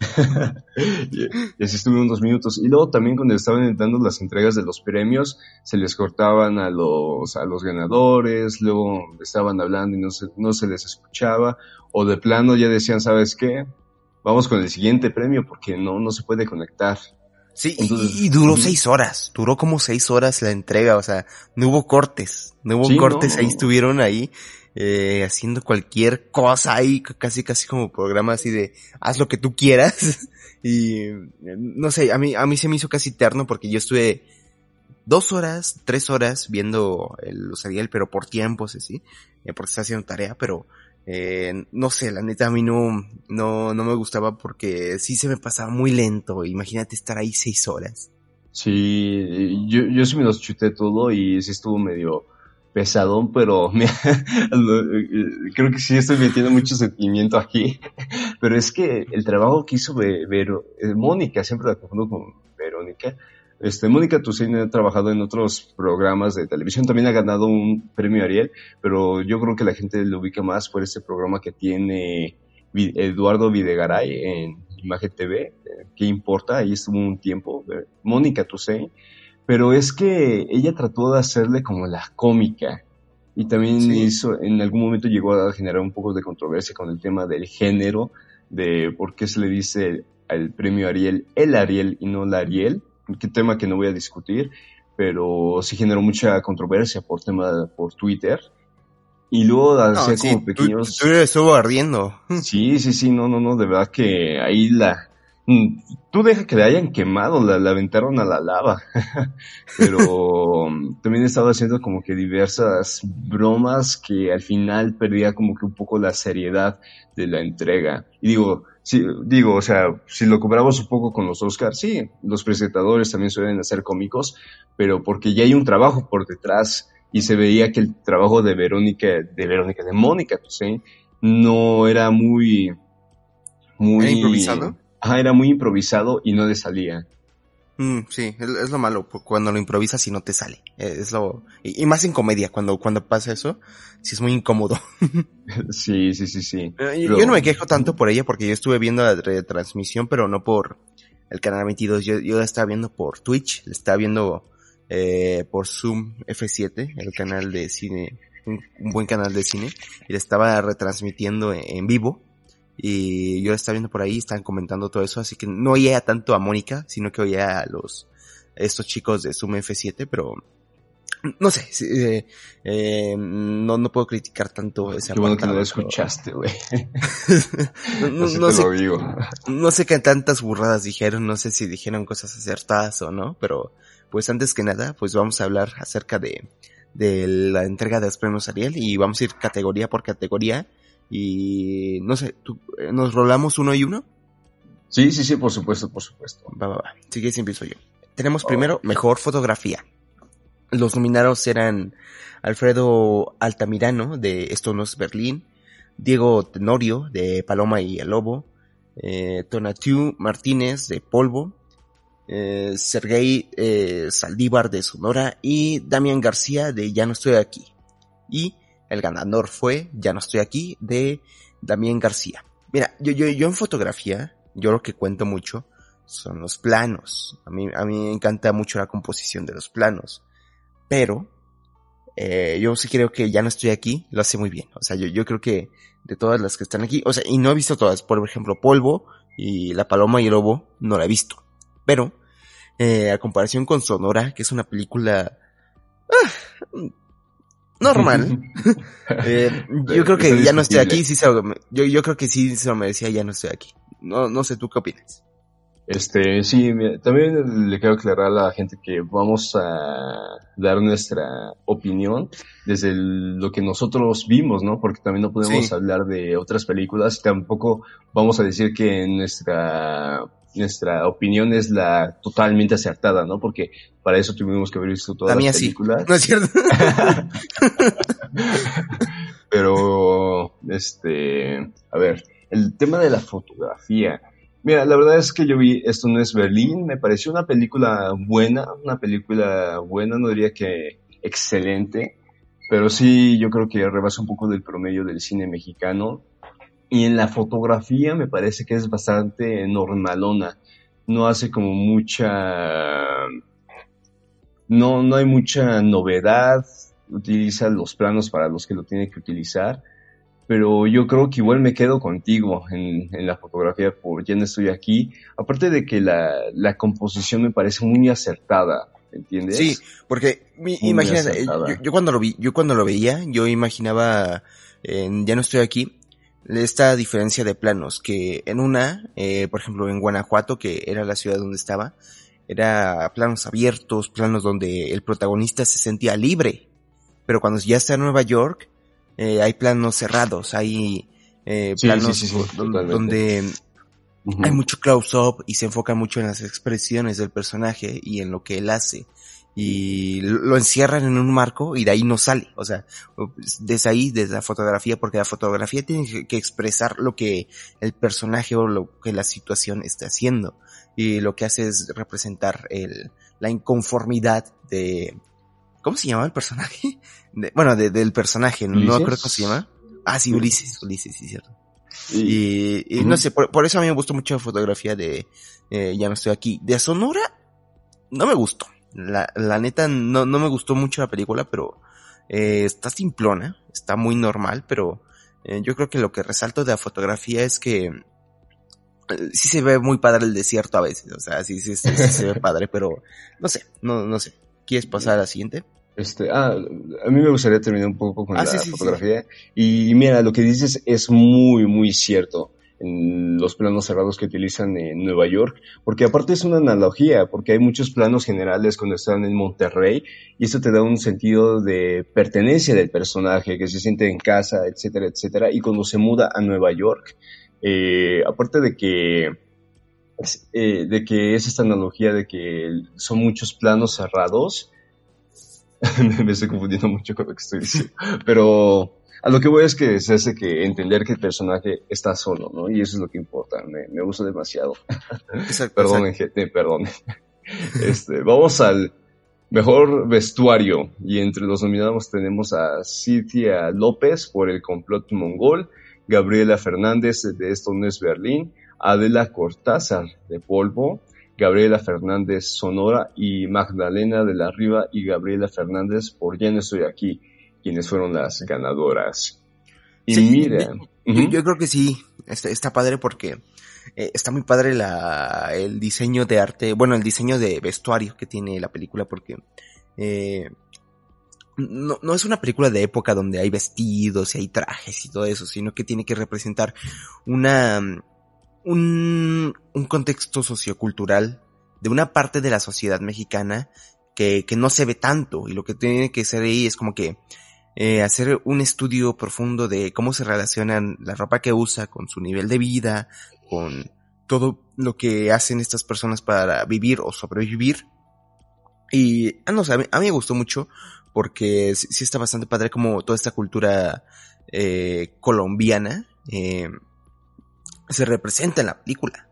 S3: Y así estuvieron unos minutos. Y luego también cuando estaban dando las entregas de los premios, se les cortaban a los, a los ganadores, luego estaban hablando y no se, no se les escuchaba, o de plano ya decían, ¿sabes qué? Vamos con el siguiente premio porque no, no se puede conectar.
S2: Sí,
S3: Entonces,
S2: y, y duró
S3: uh-huh.
S2: seis horas, duró como seis horas la entrega, o sea, no hubo cortes, no hubo
S3: Sí,
S2: cortes,
S3: no.
S2: ahí estuvieron ahí, eh, haciendo cualquier cosa ahí, casi casi como programa así de, haz lo que tú quieras, y, no sé, a mí, a mí se me hizo casi eterno porque yo estuve dos horas, tres horas viendo el Luz Ariel, pero por tiempos, así, eh, porque estaba haciendo tarea, pero, Eh, no sé, la neta a mí no, no, no me gustaba porque sí se me pasaba muy lento. Imagínate estar ahí seis horas.
S3: Sí, yo, yo sí me los chuté todo y sí estuvo medio pesadón, pero me, creo que sí estoy metiendo mucho sentimiento aquí. Pero es que el trabajo que hizo Ve- Vero, eh, Mónica, siempre la confundo con Verónica. Este, Mónica Toussaint ha trabajado en otros programas de televisión, también ha ganado un premio Ariel, pero yo creo que la gente lo ubica más por este programa que tiene Vi- Eduardo Videgaray en Imagen T V, eh, ¿qué importa? Ahí estuvo un tiempo, eh, Mónica Toussaint, pero es que ella trató de hacerle como la cómica, y también
S2: Sí.
S3: hizo, en algún momento llegó a generar un poco de controversia con el tema del género, de por qué se le dice al premio Ariel el Ariel y no la Ariel, qué tema que no voy a discutir, pero sí generó mucha controversia por tema, por Twitter, y luego
S2: No,
S3: hacía
S2: sí,
S3: como
S2: tú, tú
S3: pequeños...
S2: estuvo ardiendo.
S3: Sí, sí, sí, no, no, no, de verdad que ahí la... mm, Tú deja que le hayan quemado, la, la aventaron a la lava. Pero mm, también estaba haciendo como que diversas bromas que al final perdía como que un poco la seriedad de la entrega. Y digo, sí, digo, o sea, si lo comparamos un poco con los Oscars, sí, los presentadores también suelen hacer cómicos, pero porque ya hay un trabajo por detrás y se veía que el trabajo de Verónica, de Verónica, de Mónica, pues, ¿sí? No era muy,
S2: ¿Era
S3: muy,
S2: improvisado?
S3: ajá, era muy improvisado y no le salía.
S2: Mm, sí, es, es lo malo, pu- cuando lo improvisas y no te sale. Eh, Es lo, y, y más en comedia, cuando, cuando pasa eso, sí es muy incómodo.
S3: Sí, sí, sí, sí.
S2: Eh, Yo, yo no
S3: Pero,
S2: me quejo tanto por ella porque yo estuve viendo la retransmisión, pero no por el canal veintidós. Yo, yo la estaba viendo por Twitch, la estaba viendo eh, por Zoom F siete, el canal de cine, un, un buen canal de cine, y la estaba retransmitiendo en, en vivo. Y yo la estaba viendo por ahí, estaban comentando todo eso, así que no oía tanto a Mónica, sino que oía a los, estos chicos de Zoom F siete, pero no sé, sí, eh, eh, no, no puedo criticar tanto ese
S3: qué bueno que no
S2: apartado.
S3: lo
S2: pero-
S3: escuchaste, güey.
S2: no, no,
S3: Así
S2: no
S3: te
S2: sé,
S3: lo digo.
S2: no sé qué tantas burradas dijeron, no sé si dijeron cosas acertadas o no, pero pues antes que nada, pues vamos a hablar acerca de, de la entrega de los premios Ariel y vamos a ir categoría por categoría y no sé, ¿tú, eh, ¿nos rolamos uno y uno?
S3: Sí, sí, sí, por supuesto, por supuesto.
S2: Va, va, va, si quieres empiezo yo. Tenemos
S3: Oh.
S2: primero mejor fotografía. Los nominados eran Alfredo Altamirano de Esto no es Berlín, Diego Tenorio de Paloma y el Lobo, eh, Tonatiuh Martínez de Polvo, eh, Sergei eh, Saldívar de Sonora y Damián García de Ya no estoy aquí. Y el ganador fue Ya no estoy aquí de Damián García. Mira, yo, yo, yo en fotografía, yo lo que cuento mucho son los planos. A mí, a mí me encanta mucho la composición de los planos. Pero eh, yo sí creo que Ya no estoy aquí lo hace muy bien. O sea, yo, yo creo que de todas las que están aquí, o sea, y no he visto todas, por ejemplo, Polvo y La Paloma y el Lobo, no la he visto. Pero, eh, a comparación con Sonora, que es una película ah, normal, eh, yo creo que
S3: Está
S2: Ya no estoy
S3: discutible.
S2: aquí, sí se lo, yo, yo creo que sí se lo merecía Ya no estoy aquí. No, no sé, ¿tú qué opinas?
S3: Este, sí, mira, también le quiero aclarar a la gente que vamos a dar nuestra opinión desde el- lo que nosotros vimos, ¿no? Porque también no podemos
S2: Sí.
S3: hablar de otras películas, tampoco vamos a decir que nuestra nuestra opinión es la totalmente acertada, ¿no? Porque para eso tuvimos que haber visto todas
S2: La mía
S3: las películas.
S2: Sí. No es cierto.
S3: Pero, este, a ver, el tema de la fotografía. Mira, la verdad es que yo vi Esto no es Berlín, me pareció una película buena, una película buena, no diría que excelente, pero sí yo creo que rebasa un poco del promedio del cine mexicano. Y en la fotografía me parece que es bastante normalona, no hace como mucha, no, no hay mucha novedad, utiliza los planos para los que lo tiene que utilizar. Pero yo creo que igual me quedo contigo en, en la fotografía por Ya no estoy aquí. Aparte de que la, la composición me parece muy acertada, ¿entiendes?
S2: Sí, porque mi, imagínate, yo, yo cuando lo vi, yo cuando lo veía, yo imaginaba en Ya no estoy aquí, esta diferencia de planos, que en una, eh, por ejemplo en Guanajuato, que era la ciudad donde estaba, era planos abiertos, planos donde el protagonista se sentía libre. Pero cuando ya está en Nueva York, Eh, hay planos cerrados, hay eh,
S3: sí,
S2: planos
S3: sí, sí, sí,
S2: donde, donde uh-huh. hay mucho close-up y se enfoca mucho en las expresiones del personaje y en lo que él hace. Y lo encierran en un marco y de ahí no sale. O sea, desde ahí, desde la fotografía, porque la fotografía tiene que expresar lo que el personaje o lo que la situación está haciendo. Y lo que hace es representar el, la inconformidad de... ¿Cómo se llama el personaje? De, bueno, de, del personaje, no, no creo cómo se llama. Ah, sí, Ulises, Ulises, sí, cierto. Y, y uh-huh. no sé, por, por eso a mí me gustó mucho la fotografía de eh, Ya no estoy aquí. De Sonora, no me gustó. La, la neta, no, no me gustó mucho la película, pero eh, está simplona, está muy normal, pero eh, yo creo que lo que resalto de la fotografía es que eh, sí se ve muy padre el desierto a veces, o sea, sí, sí, sí, sí se ve padre, pero no sé, no, no sé. ¿Quieres pasar a la siguiente?
S3: Este, ah, a mí me gustaría terminar un poco con
S2: ah,
S3: la
S2: sí, sí,
S3: fotografía. Sí. Y mira, lo que dices es muy, muy cierto en los planos cerrados que utilizan en Nueva York, porque aparte es una analogía, porque hay muchos planos generales cuando están en Monterrey, y esto te da un sentido de pertenencia del personaje, que se siente en casa, etcétera, etcétera, y cuando se muda a Nueva York, eh, aparte de que Eh, de que es esta analogía de que son muchos planos cerrados. Me estoy confundiendo mucho con lo que estoy diciendo, pero a lo que voy es que se hace que entender que el personaje está solo, ¿no? Y eso es lo que importa, me, me gusta demasiado.
S2: Exacto,
S3: Perdonen, gente, perdonen. Este, vamos al mejor vestuario, y entre los nominados tenemos a Cintia López por El complot mongol, Gabriela Fernández de Esto no es Berlín, Adela Cortázar de Polvo, Gabriela Fernández Sonora y Magdalena de la Riva y Gabriela Fernández por Ya no estoy aquí, quienes fueron las ganadoras. Y
S2: sí,
S3: mira,
S2: yo, uh-huh. yo creo que sí, está, está padre porque eh, está muy padre la, el diseño de arte, bueno, el diseño de vestuario que tiene la película, porque eh, no, no es una película de época donde hay vestidos y hay trajes y todo eso, sino que tiene que representar una... Un, un contexto sociocultural de una parte de la sociedad mexicana que, que no se ve tanto, y lo que tiene que ser ahí es como que eh, hacer un estudio profundo de cómo se relacionan la ropa que usa con su nivel de vida, con todo lo que hacen estas personas para vivir o sobrevivir. Y ah, no sé, a mí, a mí me gustó mucho porque sí, sí está bastante padre como toda esta cultura eh, colombiana eh, se representa en la película.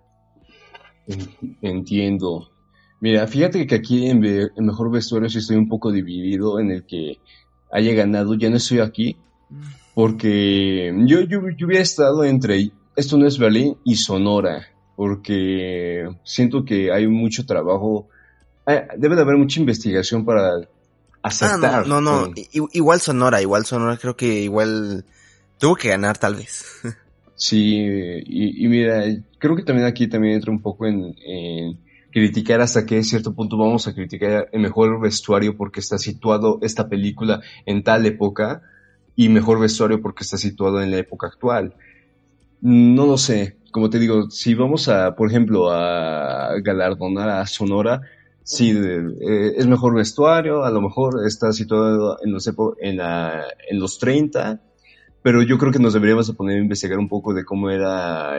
S3: Entiendo. Mira, fíjate que aquí en, en Mejor Vestuario sí estoy un poco dividido en el que haya ganado Ya no estoy aquí, porque yo, yo, yo hubiera estado entre Esto no es Berlín y Sonora, porque siento que hay mucho trabajo, debe de haber mucha investigación para acertar.
S2: Ah, no, no, no,
S3: con...
S2: igual Sonora, igual Sonora creo que igual tuvo que ganar tal vez.
S3: Sí, y, y mira, creo que también aquí también entra un poco en, en criticar hasta qué cierto punto vamos a criticar el mejor vestuario porque está situado esta película en tal época, y mejor vestuario porque está situado en la época actual. No lo sé, como te digo, si vamos a, por ejemplo, a galardonar a Sonora, sí, eh, es mejor vestuario, a lo mejor está situado en los, epo- en la, en los treinta, pero yo creo que nos deberíamos de poner a investigar un poco de cómo era el,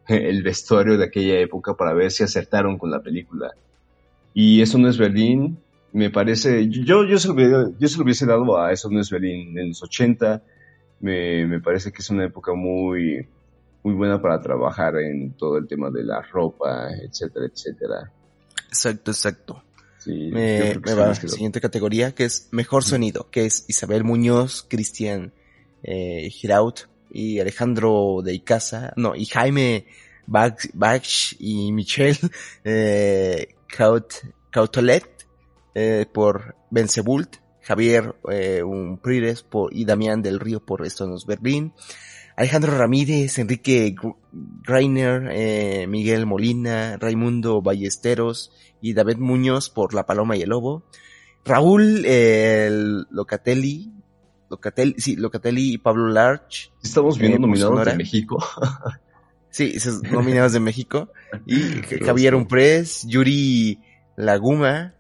S3: el vestuario de aquella época para ver si acertaron con la película. Y Eso no es Berlín, me parece, yo, yo, se, lo hubiera, yo se lo hubiese dado a Eso no es Berlín en los ochenta, me, me parece que es una época muy, muy buena para trabajar en todo el tema de la ropa, etcétera, etcétera.
S2: Exacto, exacto.
S3: Sí,
S2: me me va a la siguiente categoría, que es Mejor Sonido, que es Isabel Muñoz, Cristian eh, Giraud y Alejandro de Icaza, no, y Jaime Bach, Bach y Michelle eh, Caut, Cautolet eh, por Belzebult, Javier eh, Umprires por, y Damián del Río por Esto no es Berlín, Alejandro Ramírez, Enrique Greiner, eh, Miguel Molina, Raimundo Ballesteros y David Muñoz por La Paloma y el Lobo, Raúl eh, Locatelli, Locatelli, sí, Locatelli y Pablo Larch.
S3: Estamos viendo eh, nominados de México.
S2: Sí, nominados de México. Y Javier Umprés, Yuri Laguma,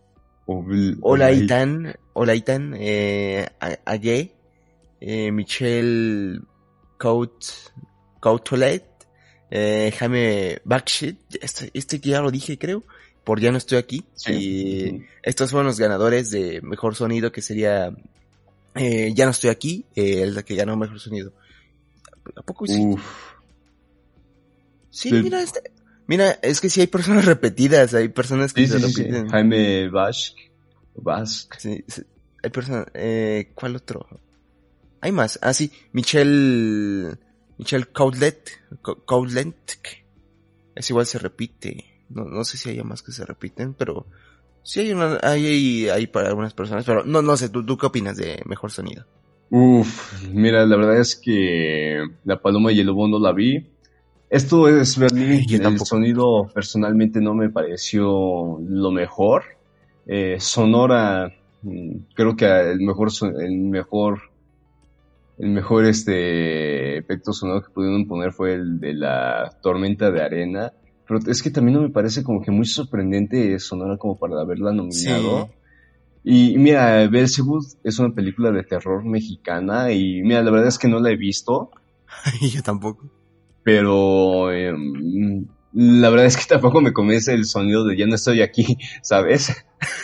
S2: Olaitan, Olaitan, eh, Agué, eh, Michelle Caut, Cautolet, eh, Jaime Bakshit, este, este que ya lo dije creo, por Ya no estoy aquí. Sí. Y uh-huh. Estos fueron los ganadores de Mejor Sonido, que sería eh, Ya no estoy aquí, eh, el que ganó Mejor Sonido. ¿A poco sí? Uf. Sí, sí, mira, este, mira, es que sí hay personas repetidas, hay personas que
S3: sí,
S2: se
S3: sí,
S2: repiten.
S3: Sí. Jaime Bask, Bask.
S2: Sí, sí, hay personas, eh, ¿cuál otro? Hay más, ah sí, Michelle, Michelle Cautlet, Cautlet, es igual se repite, no, no sé si hay más que se repiten, pero sí hay una, hay, hay, hay para algunas personas, pero no, no sé, ¿tú, tú qué opinas de Mejor Sonido?
S3: Uf, mira, la verdad es que La Paloma y el Lobo no la vi. Esto es Berlín, el tampoco. Sonido personalmente no me pareció lo mejor. Eh, Sonora, creo que el mejor, el mejor, el mejor este efecto sonoro que pudieron poner fue el de la tormenta de arena. Pero es que también no me parece como que muy sorprendente Sonora como para haberla nominado. Sí. Y mira, Belzebub es una película de terror mexicana y mira, la verdad es que no la he visto.
S2: Yo tampoco.
S3: Pero eh, la verdad es que tampoco me convence el sonido de Ya no estoy aquí, ¿sabes?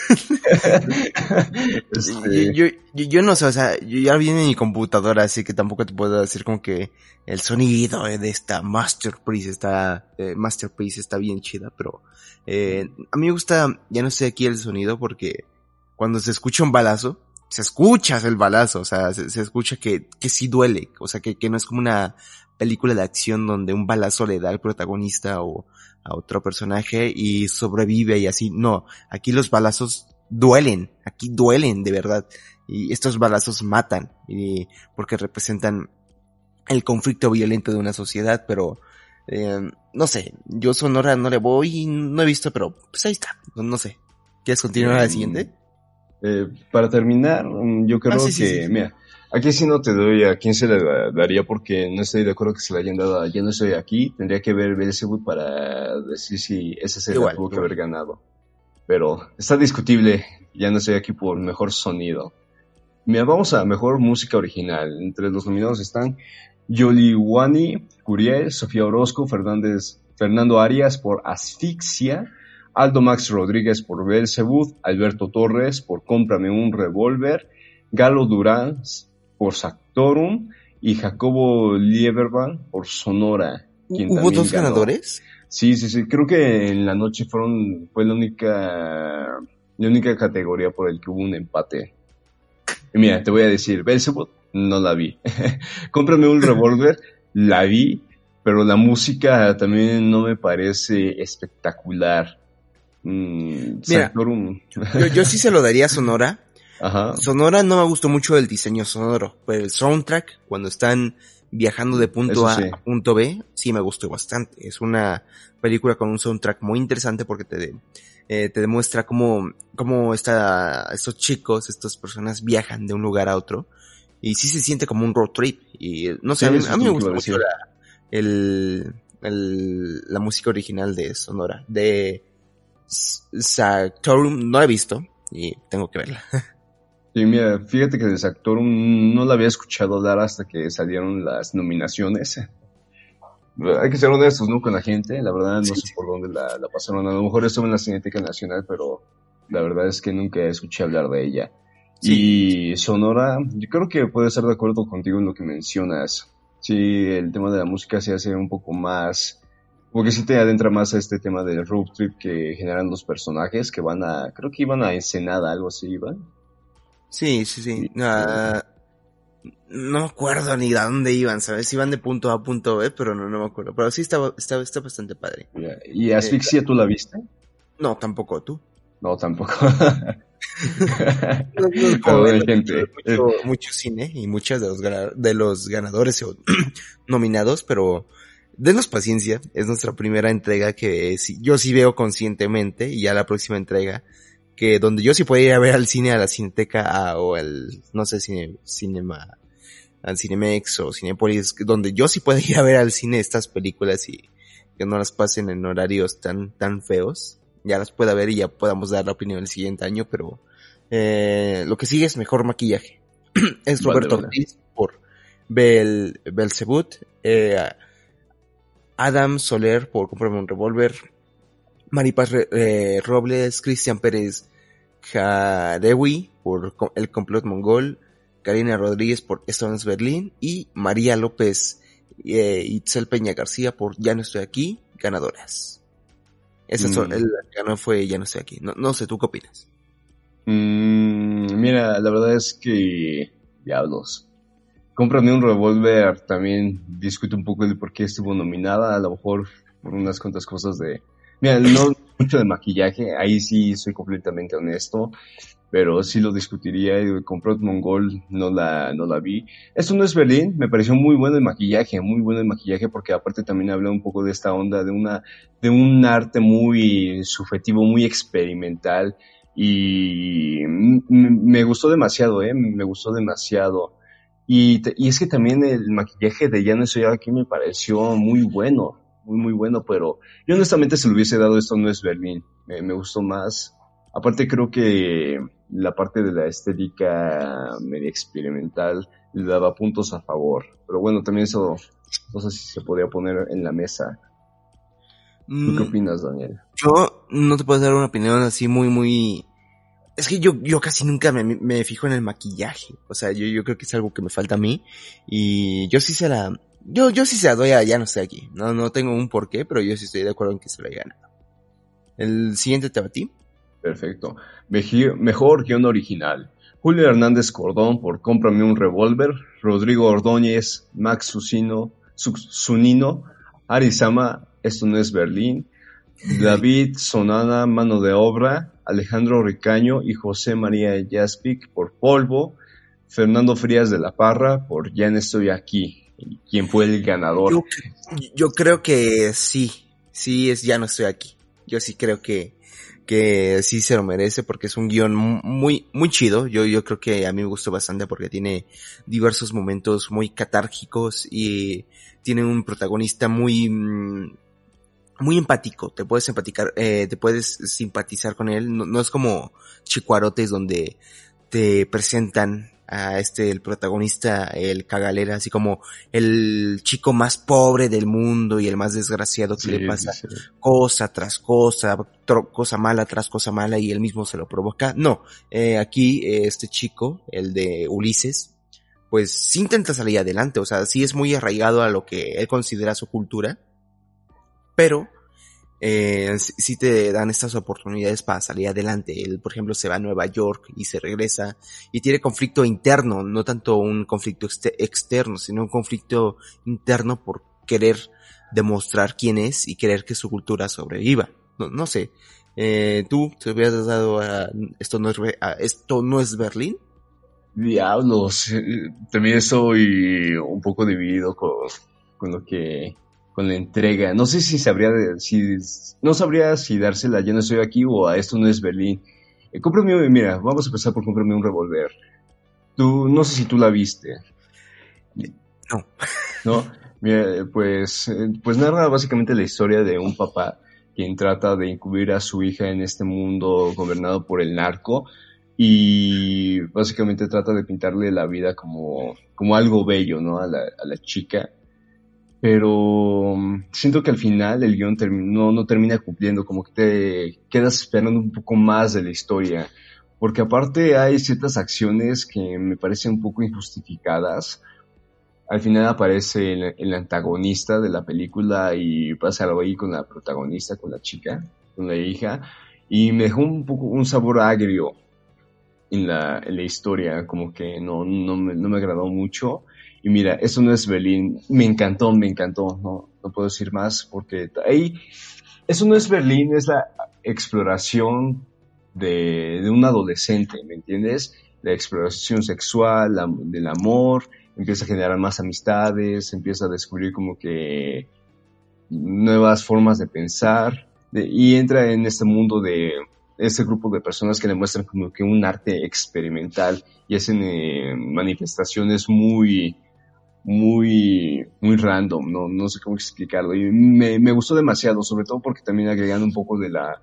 S2: este... yo, yo, yo no sé, o sea, yo ya viene en mi computadora, así que tampoco te puedo decir como que el sonido de esta Masterpiece está, eh, Masterpiece está bien chida, pero eh, a mí me gusta Ya no estoy aquí el sonido porque cuando se escucha un balazo, se escucha el balazo, o sea, se, se escucha que, que sí duele, o sea, que, que no es como una película de acción donde un balazo le da al protagonista o a otro personaje y sobrevive y así. No, aquí los balazos duelen, aquí duelen de verdad. Y estos balazos matan, y porque representan el conflicto violento de una sociedad, pero eh, no sé, yo Sonora no le voy, no he visto, pero pues ahí está, no, no sé. ¿Quieres continuar a la siguiente?
S3: Eh, para terminar, yo creo ah, sí, que, sí, sí. mira, aquí sí no te doy a quién se le daría porque no estoy de acuerdo que se le hayan dado a Ya no estoy aquí. Tendría que ver Belzebub para decir si ese se igual, tuvo igual. que haber ganado. Pero está discutible, Ya no estoy aquí por mejor sonido. Mira, vamos a mejor música original. Entre los nominados están Yoliwani Curiel, Sofía Orozco, Fernández, Fernando Arias por Asfixia, Aldo Max Rodríguez por Belzebub, Alberto Torres por Cómprame un Revólver, Galo Durán por Sactorum y Jacobo Lieberman por Sonora.
S2: ¿Hubo dos ganó. ganadores?
S3: Sí, sí, sí. Creo que en la noche fueron fue la única la única categoría por el que hubo un empate. Y mira, te voy a decir, Belzebub no la vi. Cómprame un Revólver, la vi, pero la música también no me parece espectacular. Mm,
S2: Mira, yo, yo sí se lo daría a Sonora.
S3: Ajá.
S2: Sonora no me gustó mucho el diseño sonoro, pero el soundtrack, cuando están viajando de punto Eso A sí. a punto B, sí me gustó bastante. Es una película con un soundtrack muy interesante porque te, eh, te demuestra cómo, cómo está, estos chicos, estas personas viajan de un lugar a otro. Y sí se siente como un road trip. Y no sé, sí, a mí, a mí me gusta mucho la, el, el, la música original de Sonora. De Sactorum, no la he visto y tengo que verla.
S3: Sí, mira, fíjate que de Sactorum no la había escuchado hablar hasta que salieron las nominaciones. hay que ser honestos, ¿no? Con la gente, la verdad no
S2: Sí,
S3: sé
S2: sí.
S3: por dónde la, la pasaron. A lo mejor estuvo en la Cineteca Nacional, pero la verdad es que nunca escuché hablar de ella.
S2: Sí,
S3: Y Sonora, yo creo que puedo estar de acuerdo contigo en lo que mencionas. Sí, el tema de la música se hace un poco más, como que sí te adentra más a este tema del road trip que generan los personajes que van a, creo que iban a Ensenada, algo así iban.
S2: sí, sí,
S3: Y,
S2: sí. Ah, no me acuerdo ni a dónde iban, ¿sabes? Iban de punto A a punto B, pero no, no me acuerdo. Pero sí estaba, estaba, está bastante padre.
S3: y
S2: Eh,
S3: Asfixia, ¿tú la viste?
S2: no, tampoco tú.
S3: No, tampoco.
S2: No, no es como
S3: Perdón,
S2: menos
S3: gente. Eh,
S2: mucho, mucho cine y muchos de los, gana- de los ganadores o nominados, pero denos paciencia. Es nuestra primera entrega que sí, yo sí veo conscientemente y ya la próxima entrega que donde yo sí puedo ir a ver al cine, a la Cineteca a, o al, no sé, cine, cinema, al Cinemex o Cinépolis, donde yo sí puedo ir a ver al cine estas películas y que no las pasen en horarios tan, tan feos. Ya las pueda ver y ya podamos dar la opinión el siguiente año, pero eh, lo que sigue es mejor maquillaje. Es
S3: vale,
S2: Roberto
S3: vale.
S2: Ortiz por Bel, Belzebut, eh, Adam Soler por Cómprame un revólver, Maripaz eh, Robles, Cristian Pérez Jadewi por El complot mongol, Karina Rodríguez por Esto no es Berlín y María López eh, Itzel Peña García por Ya no estoy aquí, ganadoras. Esa
S3: Mm.
S2: son, el que ganó fue Ya no estoy aquí. No, no sé, ¿tú qué opinas?
S3: Mm, mira, la verdad es que, diablos, Cómprame un revólver también discute un poco de por qué estuvo nominada, a lo mejor por unas cuantas cosas de... Mira, no mucho de maquillaje, ahí sí soy completamente honesto, pero sí lo discutiría. Y Complot Mongol no la, no la vi. Esto no es Berlín, me pareció muy bueno el maquillaje, muy bueno el maquillaje, porque aparte también habla un poco de esta onda, de una, de un arte muy subjetivo, muy experimental, y m- m- me gustó demasiado, eh, me gustó demasiado. Y, te- y es que también el maquillaje de Ya no estoy aquí me pareció muy bueno, muy muy bueno, pero yo honestamente se lo hubiese dado Esto no es Berlín, me, me gustó más. Aparte creo que la parte de la estética media experimental le daba puntos a favor, pero bueno, también eso no sé si se podía poner en la mesa. ¿Tú qué
S2: Mm,
S3: opinas, Daniel?
S2: yo no te puedo dar una opinión así muy, muy... Es que yo, yo casi nunca me, me fijo en el maquillaje. O sea, yo, yo creo que es algo que me falta a mí. Y yo sí se la... Yo, yo sí se la doy a Ya no estoy aquí. No, no tengo un porqué, pero yo sí estoy de acuerdo en que se lo haya ganado. El siguiente te va a ti.
S3: Perfecto. Meji- Mejor guión original. Julio Hernández Cordón por Cómprame un revólver. Rodrigo Ordóñez, Max Susino, Su- Zunino, Arizama, Esto no es Berlín. David Sonana, Mano de Obra. Alejandro Ricaño y José María Jaspic por Polvo. Fernando Frías de la Parra por Ya no estoy aquí. ¿Quién fue el ganador?
S2: Yo, yo creo que sí. Sí, es Ya no estoy aquí. Yo sí creo que, que sí se lo merece porque es un guión muy, muy chido. Yo, yo creo que a mí me gustó bastante porque tiene diversos momentos muy catárgicos y tiene un protagonista muy, muy empático. Te puedes empaticar, eh, te puedes simpatizar con él. No, no es como Chicuarotes donde te presentan a este, el protagonista, el cagalera, así como el chico más pobre del mundo y el más desgraciado que
S3: Sí,
S2: le pasa
S3: sí, sí.
S2: cosa tras cosa, tro- cosa mala tras cosa mala y él mismo se lo provoca. No, eh, aquí eh, este chico, el de Ulises, pues sí intenta salir adelante, o sea, sí es muy arraigado a lo que él considera su cultura, pero eh, sí, sí te dan estas oportunidades para salir adelante. Él, por ejemplo, se va a Nueva York y se regresa y tiene conflicto interno, no tanto un conflicto exter- externo, sino un conflicto interno por querer demostrar quién es y querer que su cultura sobreviva. No, no sé, eh, ¿tú te hubieras dado a esto no es, Be- a esto no es Berlín?
S3: Diablos, eh, también soy un poco dividido con, con lo que, con la entrega. No sé si sabría, de- si, no sabría si dársela Ya no estoy aquí o a Esto no es Berlín. Eh, cómprame, mira, vamos a empezar por Cómprame un revólver. Tú, no sé si tú la viste,
S2: No.
S3: ¿no? Mira, pues, eh, pues narra básicamente la historia de un papá quien trata de incluir a su hija en este mundo gobernado por el narco y básicamente trata de pintarle la vida como, como algo bello, ¿no? A la, a la chica. pero um, siento que al final el guión termi- no, no termina cumpliendo, como que te quedas esperando un poco más de la historia, porque aparte hay ciertas acciones que me parecen un poco injustificadas. Al final aparece el, el antagonista de la película y pasa algo ahí con la protagonista, con la chica, con la hija, y me dejó un poco un sabor agrio en la, en la historia, como que no, no, me, no me agradó mucho. Y mira, eso no es Berlín, me encantó, me encantó, no, no puedo decir más, porque ahí, eso no es Berlín, es la exploración de, de un adolescente, ¿me entiendes? La exploración sexual, la, del amor, empieza a generar más amistades, empieza a descubrir como que nuevas formas de pensar, de, y entra en este mundo de este grupo de personas que le muestran como que un arte experimental y hacen eh, manifestaciones muy, muy, muy random, no, no sé cómo explicarlo, y me, me gustó demasiado, sobre todo porque también agregan un poco de la,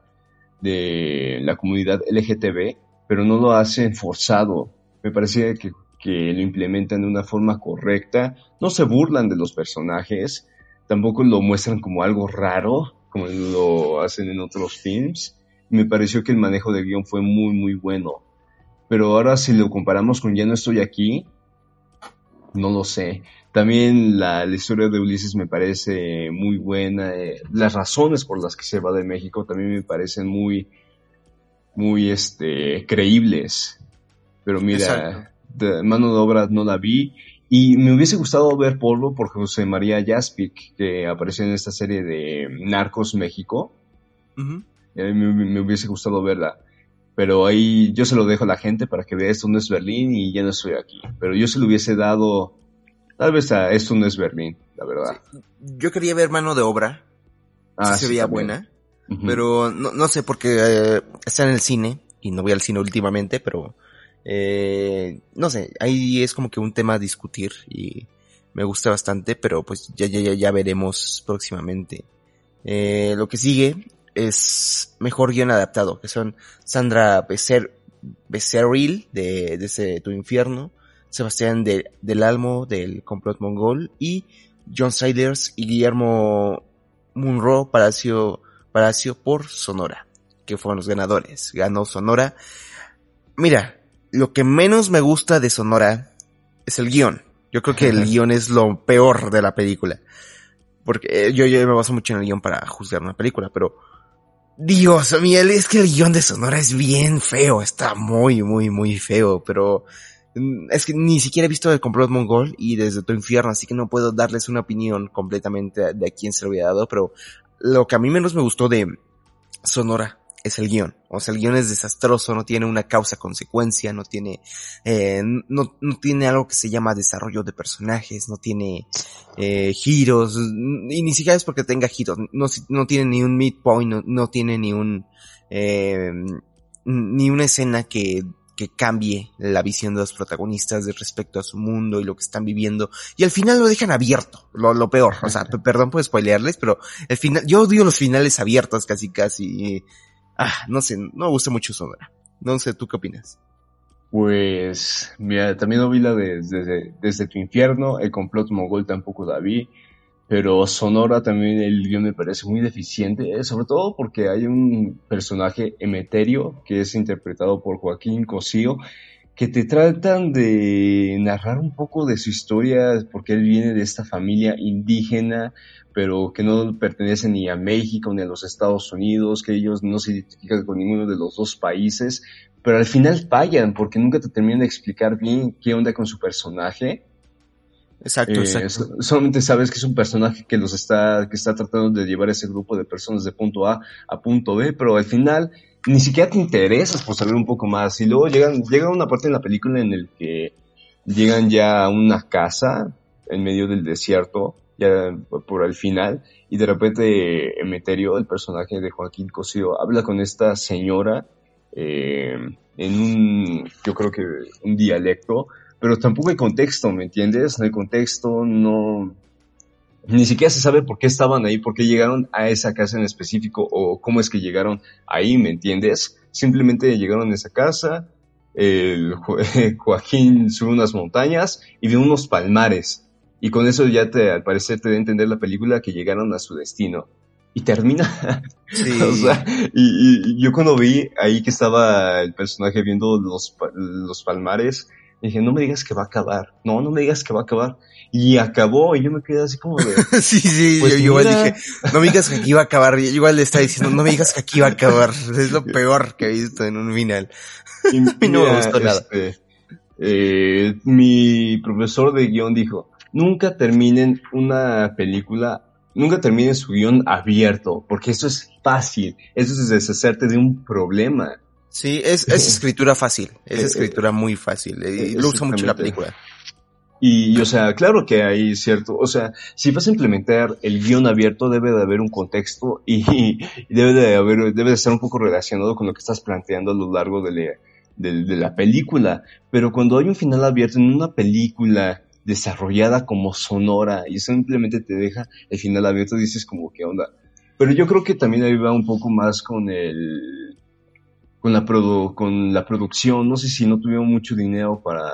S3: de la comunidad L G T B, pero no lo hacen forzado, me parecía que, que lo implementan de una forma correcta, no se burlan de los personajes, tampoco lo muestran como algo raro, como lo hacen en otros films. Me pareció que el manejo del guión fue muy, muy bueno. Pero ahora si lo comparamos con Ya no estoy aquí, no lo sé. También la, la historia de Ulises me parece muy buena. Eh, las razones por las que se va de México también me parecen muy, muy, este, creíbles. Pero mira, de mano de obra no la vi. Y me hubiese gustado ver Polvo por José María Jaspic, que apareció en esta serie de Narcos México. Uh-huh. Eh, me, me hubiese gustado verla. Pero ahí yo se lo dejo a la gente para que vea Esto no es Berlín y Ya no estoy aquí. Pero yo se lo hubiese dado, tal vez a Esto no es Berlín, la verdad.
S2: Sí. Yo quería ver Mano de Obra. Ah, sí, se sí, veía también. Buena. Uh-huh. Pero no, no sé, porque eh, está en el cine. Y no voy al cine últimamente, pero... Eh, no sé, ahí es como que un tema a discutir y me gusta bastante, pero pues ya ya ya, ya veremos próximamente. Eh, lo que sigue es Mejor Guión Adaptado, que son Sandra Becer, Becerril de Desde tu Infierno, Sebastián de, del Almo del Complot Mongol y John Siders y Guillermo Munro Palacio, Palacio por Sonora, que fueron los ganadores. Ganó Sonora. Mira, lo que menos me gusta de Sonora es el guión. Yo creo que el guión es lo peor de la película. Porque yo, yo me baso mucho en el guión para juzgar una película, pero... Dios mío, es que el guión de Sonora es bien feo. Está muy, muy, muy feo, pero... Es que ni siquiera he visto El Complot Mongol y Desde tu Infierno, así que no puedo darles una opinión completamente de a quién se lo había dado, pero... Lo que a mí menos me gustó de Sonora es el guión. O sea, el guión es desastroso, no tiene una causa-consecuencia, no tiene, eh, no, no tiene algo que se llama desarrollo de personajes, no tiene, eh, giros, y ni siquiera es porque tenga giros, no, no tiene ni un midpoint, no, no tiene ni un, eh, ni una escena que, que cambie la visión de los protagonistas de respecto a su mundo y lo que están viviendo, y al final lo dejan abierto, lo, lo peor, o sea, perdón por spoilearles, pero el final, yo odio los finales abiertos casi casi, ah, no sé, no me gusta mucho Sonora, no sé, ¿tú qué opinas?
S3: Pues, mira, también no vi la de Desde, desde tu Infierno, El Complot Mongol tampoco la vi, pero Sonora también el guión me parece muy deficiente, eh, sobre todo porque hay un personaje Emeterio que es interpretado por Joaquín Cosío, que te tratan de narrar un poco de su historia, porque él viene de esta familia indígena, pero que no pertenece ni a México ni a los Estados Unidos, que ellos no se identifican con ninguno de los dos países, pero al final fallan, porque nunca te terminan de explicar bien qué onda con su personaje.
S2: Exacto,
S3: eh,
S2: exacto.
S3: Solamente sabes que es un personaje que los está, que está tratando de llevar a ese grupo de personas de punto A a punto B, pero al final ni siquiera te interesas por saber un poco más. Y luego llegan, llega una parte en la película en el que llegan ya a una casa en medio del desierto, ya por el final, y de repente Emeterio, el personaje de Joaquín Cosío, habla con esta señora eh, en un, yo creo que un dialecto, pero tampoco hay contexto, ¿me entiendes? No hay contexto, no... Ni siquiera se sabe por qué estaban ahí, por qué llegaron a esa casa en específico, o cómo es que llegaron ahí, ¿me entiendes? Simplemente llegaron a esa casa, el Jo- Joaquín sube unas montañas y ve unos palmares. Y con eso ya te, al parecer te da a entender la película que llegaron a su destino. Y termina.
S2: Sí.
S3: O sea, y, y yo cuando vi ahí que estaba el personaje viendo los, los palmares, dije, no me digas que va a acabar. No, no me digas que va a acabar. Y acabó, y yo me quedé así como de...
S2: sí, sí,
S3: pues
S2: yo, yo igual
S3: mira.
S2: dije, no me digas que aquí va a acabar. Yo igual le estaba diciendo, no me digas que aquí va a acabar. Es lo peor que he visto en un final.
S3: Y,
S2: Y no
S3: mira,
S2: me gustó nada.
S3: este, eh, mi profesor de guión dijo, nunca terminen una película, nunca terminen su guión abierto, porque eso es fácil, eso es deshacerte de un problema.
S2: Sí, es, es escritura fácil, es
S3: Eh,
S2: escritura muy fácil, y lo usa mucho la película.
S3: Y, o sea, claro que hay cierto, o sea, si vas a implementar el guión abierto, debe de haber un contexto y, y debe de haber, debe de estar un poco relacionado con lo que estás planteando a lo largo de la, de, de la película. Pero cuando hay un final abierto en una película desarrollada como sonora y simplemente te deja el final abierto, dices como, ¿qué onda? Pero yo creo que también ahí va un poco más con el, con la produ, con la producción. No sé si no tuvieron mucho dinero para,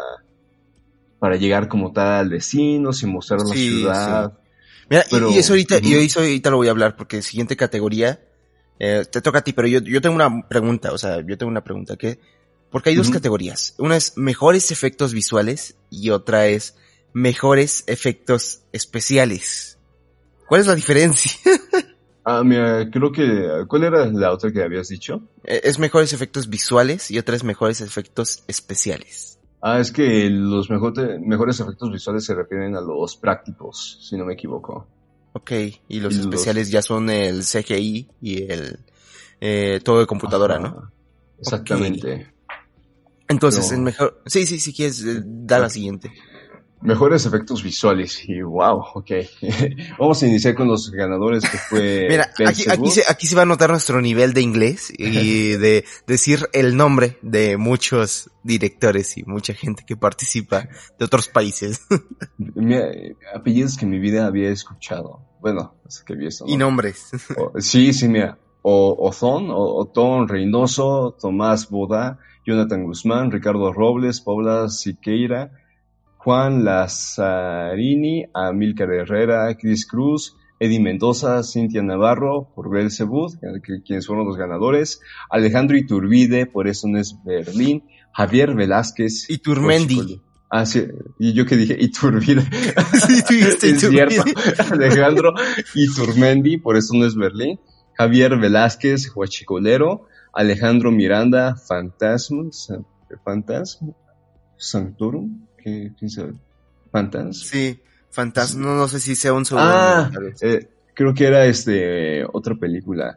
S3: para llegar como tal al destino, sin mostrar sí, la ciudad.
S2: Sí. Mira, pero, y, y eso ahorita, uh-huh. y eso ahorita lo voy a hablar, porque siguiente categoría, eh, te toca a ti, pero yo, yo tengo una pregunta, o sea, yo tengo una pregunta que, porque hay dos uh-huh. categorías, una es mejores efectos visuales y otra es mejores efectos especiales. ¿Cuál es la diferencia?
S3: Ah, mira, creo que, ¿cuál era la otra que habías dicho?
S2: Es mejores efectos visuales y otra es mejores efectos especiales.
S3: Ah, es que los mejor, mejores efectos visuales se refieren a los prácticos, si no me equivoco.
S2: Ok, y los y especiales los... ya son el C G I y el eh, todo de computadora, ajá, ¿no?
S3: Exactamente.
S2: Okay. Entonces, Pero... el mejor... Sí, sí, si quieres, eh, da la siguiente.
S3: Mejores efectos visuales, y wow, ok. Vamos a iniciar con los ganadores, que fue...
S2: Mira, aquí, aquí, se, aquí se va a notar nuestro nivel de inglés y de decir el nombre de muchos directores y mucha gente que participa de otros países.
S3: Mira, apellidos que en mi vida había escuchado. Bueno, es que vi eso, ¿no?
S2: Y nombres.
S3: O, sí, sí, mira. O Ozón, o Otón Reynoso, Tomás Boda, Jonathan Guzmán, Ricardo Robles, Paula Siqueira, Juan Lazzarini, Amílcar Herrera, Cris Cruz, Eddie Mendoza, Cintia Navarro, por Belzebud, quienes fueron los ganadores, Alejandro Iturbide, por eso no es Berlín, Javier Velázquez.
S2: Iturmendi.
S3: Ah, sí, y yo que dije Iturbide.
S2: Sí, tú dijiste
S3: es cierto, Alejandro Iturmendi, por eso no es Berlín, Javier Velázquez, Huachicolero, Alejandro Miranda, Fantasma, Fantasma, Sanctorum. ¿Qué, ¿Quién sabe? ¿Fantas?
S2: Sí, Fantas, no, no sé si sea un segundo.
S3: Ah, eh, creo que era este, otra película.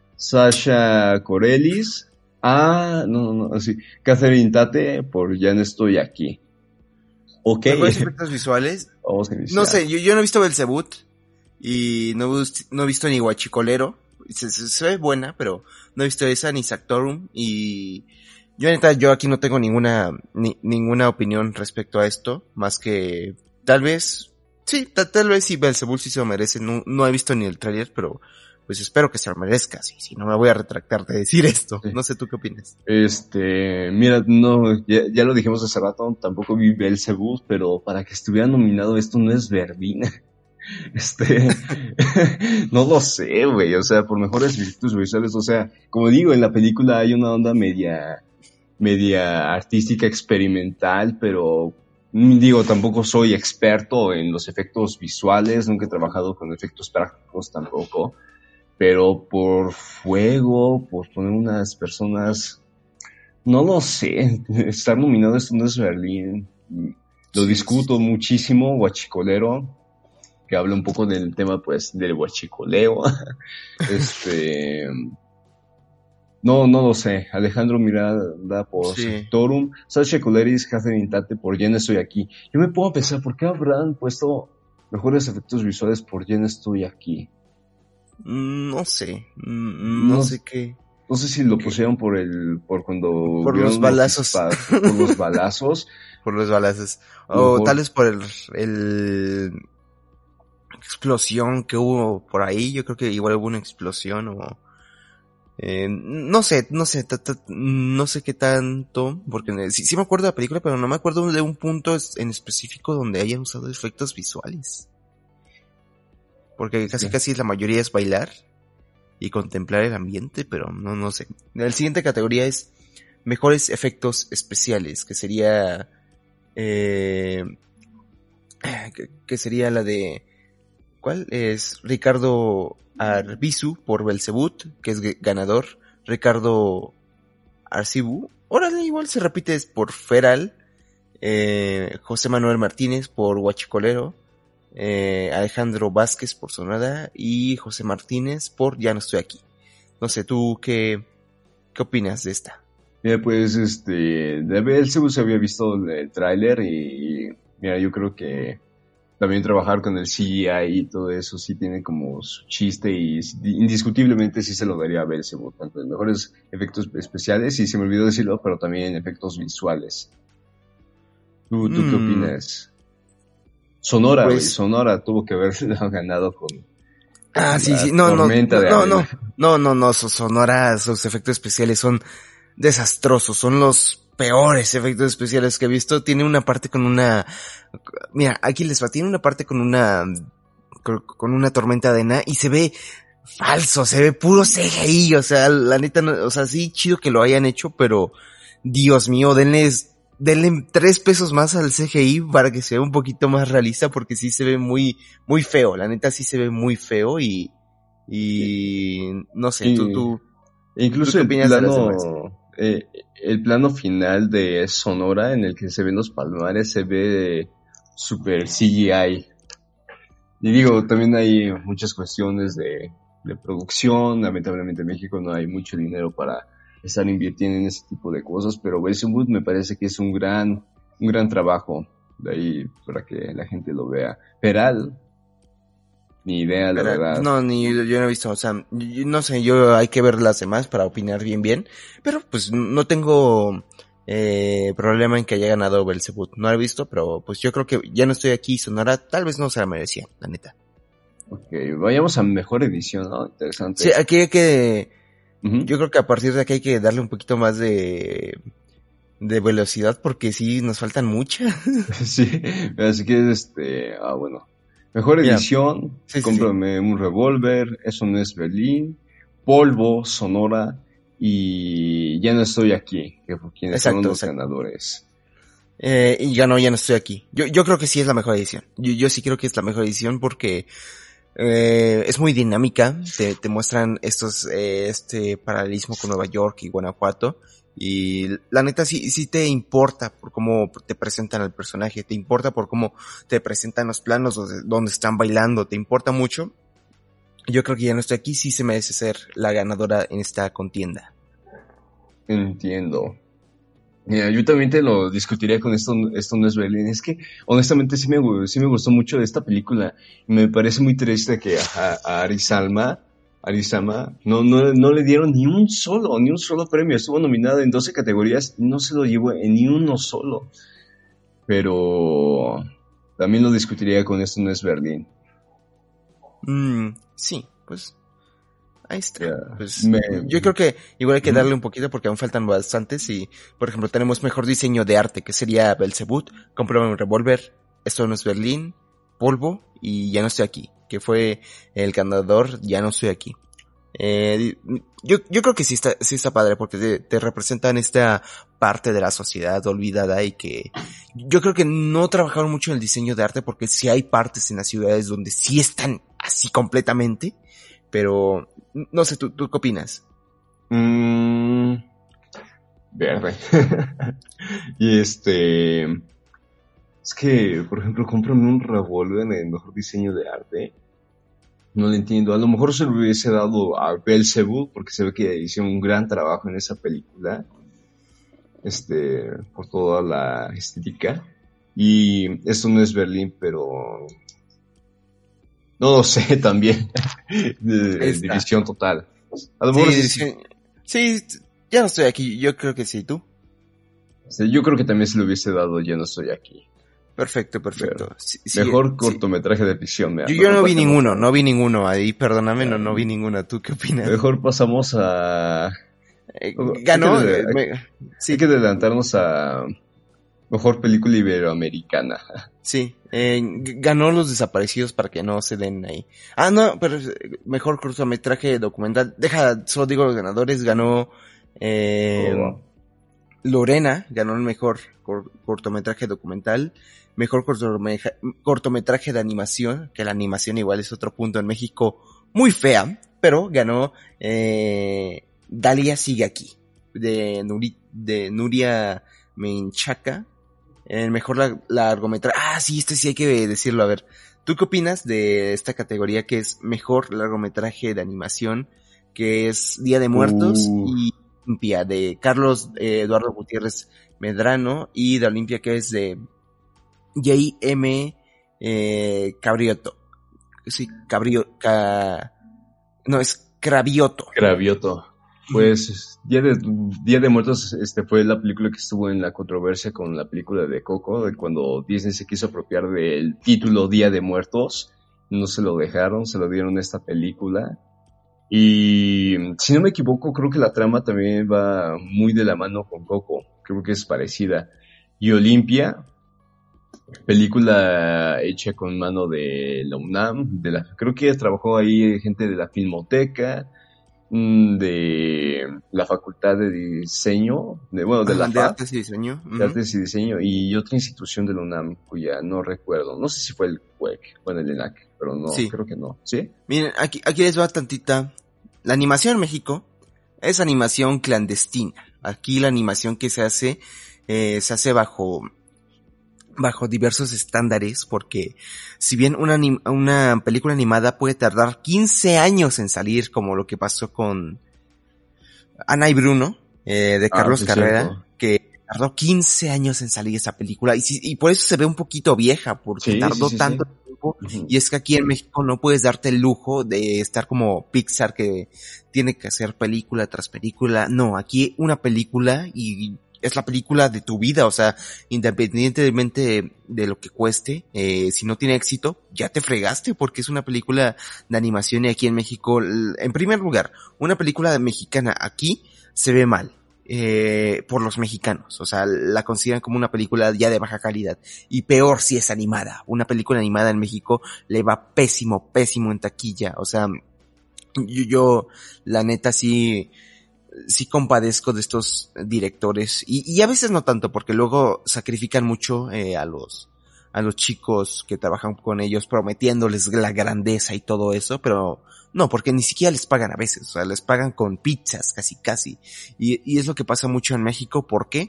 S3: Sasha Corelis. Ah, no, no, no, sí. Catherine Tate por Ya no estoy aquí. Ok.
S2: ¿Mejores efectos visuales?
S3: Vamos a iniciar.
S2: No sé, yo, yo no he visto Belzebut y no, no he visto ni Huachicolero. Se, se, se ve buena, pero no he visto esa ni Sanctorum y... Yo neta, yo aquí no tengo ninguna ni, ninguna opinión respecto a esto, más que tal vez, sí, tal, tal vez si Belzebul sí se lo merece, no, no he visto ni el tráiler, pero pues espero que se lo merezca, sí, sí, no me voy a retractar de decir esto, sí. No sé tú qué opinas.
S3: Este, mira, no, ya, ya lo dijimos hace rato, tampoco vi Belzebul, pero para que estuviera nominado esto no es Berlín. Este, no lo sé, güey, o sea, por mejores efectos visuales, o sea, como digo, en la película hay una onda media... media artística experimental, pero digo, tampoco soy experto en los efectos visuales, nunca he trabajado con efectos prácticos tampoco, pero por fuego, por poner unas personas, no lo sé, estar nominado esto no es Berlín, lo discuto muchísimo, Huachicolero, que habla un poco del tema pues del huachicoleo, este... No, no lo sé. Alejandro Miranda por sí. Sectorum, Sasha Coleris, Catherine Tate por Ya no estoy aquí. Yo me pongo a pensar, ¿por qué habrán puesto mejores efectos visuales por Ya no estoy aquí?
S2: No sé, no, no sé qué.
S3: No sé si lo pusieron por el, por cuando...
S2: Por los balazos.
S3: Por los balazos.
S2: Por los balazos. O mejor... tal vez por el, el... explosión que hubo por ahí. Yo creo que igual hubo una explosión o... Eh, no sé, no sé, ta, ta, no sé qué tanto, porque sí, sí me acuerdo de la película, pero no me acuerdo de un punto en específico donde hayan usado efectos visuales. Porque casi
S3: Sí.
S2: casi la mayoría es bailar y contemplar el ambiente, pero no, no sé. La siguiente categoría es mejores efectos especiales, que sería, eh, que, que sería la de, ¿cuál? Es Ricardo Arbizu por Belzebut, que es ganador. Ricardo Arcibu, órale, igual se repite, es por Feral. Eh, José Manuel Martínez por Huachicolero. Eh, Alejandro Vázquez por Sonora. Y José Martínez por Ya no estoy aquí. No sé, ¿tú qué, qué opinas de esta?
S3: Mira, pues, este, de Beelzebub se había visto el tráiler y, mira, yo creo que también trabajar con el C G I y todo eso sí tiene como su chiste y indiscutiblemente sí se lo daría a Beelzebub, tanto en mejores efectos especiales, y se me olvidó decirlo, pero también en efectos visuales. ¿Tú, tú mm. qué opinas? Sonora, güey, pues, Sonora tuvo que haber ganado con...
S2: Ah, sí, sí, no, no, no, no, no, no, no, no, Sonora, sus efectos especiales son desastrosos, son los peores efectos especiales que he visto. Tiene una parte con una, mira, aquí les va, tiene una parte con una, con una tormenta de arena y se ve falso, se ve puro C G I, o sea, la neta, no, o sea, sí, chido que lo hayan hecho, pero, Dios mío, denle, denle tres pesos más al C G I para que se vea un poquito más realista, porque sí se ve muy, muy feo, la neta sí se ve muy feo y, y, no sé,
S3: y,
S2: tú, tú,
S3: incluso
S2: ¿tú qué
S3: el
S2: opinas
S3: plano,
S2: de las demás?
S3: Eh, el plano final de Sonora en el que se ven los palmares se ve super C G I. Y digo, también hay muchas cuestiones de, de producción. Lamentablemente en México no hay mucho dinero para estar invirtiendo en ese tipo de cosas, pero Beelzebub me parece que es un gran, un gran trabajo de ahí para que la gente lo vea. Peral, ni idea, la
S2: Pero,
S3: verdad.
S2: No, ni yo, yo no he visto, o sea, yo, no sé, yo hay que ver las demás para opinar bien bien, pero pues no tengo eh, problema en que haya ganado Belzebut, no lo he visto, pero pues yo creo que Ya no estoy aquí, Sonora, tal vez no se la merecía, la neta.
S3: Ok, vayamos a mejor edición, ¿no? Interesante.
S2: Sí, aquí hay que, uh-huh. Yo creo que a partir de aquí hay que darle un poquito más de, de velocidad, porque sí, nos faltan muchas.
S3: Sí, así que este, ah, bueno. Mejor edición, yeah. sí, cómprame sí, sí. un revólver, Eso no es Berlín, Polvo, Sonora y Ya no estoy aquí, que fue quienes exacto, fueron los exacto. ganadores.
S2: Eh, y ganó Ya no estoy aquí. Yo, yo creo que sí es la mejor edición. Yo, yo sí creo que es la mejor edición porque eh, es muy dinámica. Te, te muestran estos, eh, este paralelismo con Nueva York y Guanajuato. Y la neta sí, sí te importa por cómo te presentan al personaje, te importa por cómo te presentan los planos donde, donde están bailando, te importa mucho. Yo creo que Ya no estoy aquí, sí se merece ser la ganadora en esta contienda.
S3: Entiendo. Mira, yo también te lo discutiría con esto, esto no es Berlín. Es que, honestamente, sí me, sí me gustó mucho de esta película. Me parece muy triste que a, a Arizalma, Arizama, no, no, no le dieron ni un solo, ni un solo premio. Estuvo nominada en doce categorías y no se lo llevó en ni uno solo. Pero también lo discutiría con esto no es Berlín.
S2: Mm, sí, pues ahí está. Yeah. Pues, me... Yo creo que igual hay que darle un poquito porque aún faltan bastantes y, por ejemplo, tenemos mejor diseño de arte, que sería Belzebut, Cómprame un revólver, Esto no es Berlín, Polvo y Ya no estoy aquí, que fue el ganador Ya no estoy aquí. Eh, yo, yo creo que sí está, sí está padre porque te, te representan esta parte de la sociedad olvidada y que yo creo que no trabajaron mucho en el diseño de arte porque sí hay partes en las ciudades donde sí están así completamente, pero no sé, ¿tú, tú qué opinas?
S3: Mm, verde. Y este, es que, por ejemplo, cómprame un revólver en el mejor diseño de arte. No lo entiendo. A lo mejor se lo hubiese dado a Belzebub porque se ve que hicieron un gran trabajo en esa película. Este, por toda la estética. Y Esto no es Berlín, pero no lo sé también. de, división total. A lo
S2: sí,
S3: mejor
S2: división... sí, Ya no estoy aquí. Yo creo que sí, ¿tú?
S3: Sí, yo creo que también se lo hubiese dado Ya no estoy aquí.
S2: Perfecto, perfecto. Sí, sí,
S3: mejor
S2: sí.
S3: cortometraje de ficción. Mira,
S2: Yo, yo no vi
S3: pasamos
S2: ninguno,
S3: a...
S2: no vi ninguno ahí, perdóname, no, no vi ninguno. ¿Tú qué opinas?
S3: Mejor pasamos a...
S2: Eh,
S3: Hay que,
S2: ganó,
S3: de-
S2: eh,
S3: hay-
S2: me- sí,
S3: hay que adelantarnos a mejor película iberoamericana.
S2: sí, eh, g- ganó Los Desaparecidos para que no se den ahí. Ah, no, pero eh, mejor cortometraje documental. Deja, solo digo los ganadores, ganó eh,
S3: Oh, wow.
S2: Lorena, ganó el mejor cor- cortometraje documental, mejor cortometraje, cortometraje de animación, que la animación igual es otro punto en México muy fea, pero ganó eh, Dalia sigue aquí, de, Nuri, de Nuria Menchaca, el mejor lar- largometraje. Ah, sí, este sí hay que decirlo. A ver, ¿tú qué opinas de esta categoría que es mejor largometraje de animación, que es Día de Muertos
S3: Uh,
S2: y Olimpia, de Carlos eh, Eduardo Gutiérrez Medrano, y de Olimpia, que es de J M eh, Cabrioto? Sí, Cabrio, ca, no, es Cravioto.
S3: Cravioto. Pues Día de, Día de Muertos este fue la película que estuvo en la controversia con la película de Coco, de cuando Disney se quiso apropiar del título Día de Muertos. No se lo dejaron, se lo dieron a esta película. Y si no me equivoco, creo que la trama también va muy de la mano con Coco. Creo que es parecida. Y Olimpia, película hecha con mano de la UNAM, de la, creo que trabajó ahí gente de la Filmoteca, mm, de la Facultad de Diseño, de, bueno, de la
S2: Ajá, de
S3: F A D,
S2: Artes y Diseño.
S3: de
S2: Ujú.
S3: Artes y Diseño, y otra institución de la UNAM, cuya no recuerdo, no sé si fue el C U E C, bueno, el ENAC, pero no,
S2: Sí.
S3: creo que no, ¿sí?
S2: Miren, aquí, aquí les va tantita. La animación en México es animación clandestina. Aquí la animación que se hace, eh, se hace bajo, bajo diversos estándares, porque si bien una, anim- una película animada puede tardar quince años en salir, como lo que pasó con Ana y Bruno, eh, de
S3: Ah,
S2: Carlos
S3: sí, es
S2: Carrera,
S3: cierto.
S2: que tardó quince años en salir esa película, y, si- y por eso se ve un poquito vieja, porque
S3: Sí,
S2: tardó
S3: sí, sí,
S2: tanto
S3: sí.
S2: tiempo.
S3: Ujú.
S2: Y es que aquí en México no puedes darte el lujo de estar como Pixar, que tiene que hacer película tras película. No, aquí una película y es la película de tu vida, o sea, independientemente de, de lo que cueste, eh, si no tiene éxito, ya te fregaste, porque es una película de animación. Y aquí en México, l- en primer lugar, una película mexicana aquí se ve mal. Eh, por los mexicanos, o sea, la consideran como una película ya de baja calidad, y peor si es animada. Una película animada en México le va pésimo, pésimo en taquilla, o sea, yo, yo la neta sí, sí compadezco de estos directores, y, y a veces no tanto, porque luego sacrifican mucho eh, a los a los chicos que trabajan con ellos, prometiéndoles la grandeza y todo eso, pero no, porque ni siquiera les pagan a veces, o sea, les pagan con pizzas, casi casi, y, y es lo que pasa mucho en México. ¿Por qué?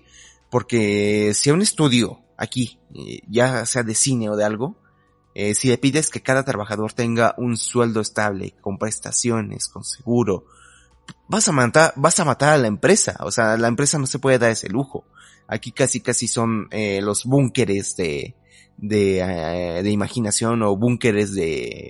S2: Porque si a un estudio aquí, eh, ya sea de cine o de algo, eh, si le pides que cada trabajador tenga un sueldo estable, con prestaciones, con seguro, vas a matar, vas a matar a la empresa. O sea, la empresa no se puede dar ese lujo. Aquí casi casi son eh, los búnkeres de, de, eh, de imaginación, o búnkeres de,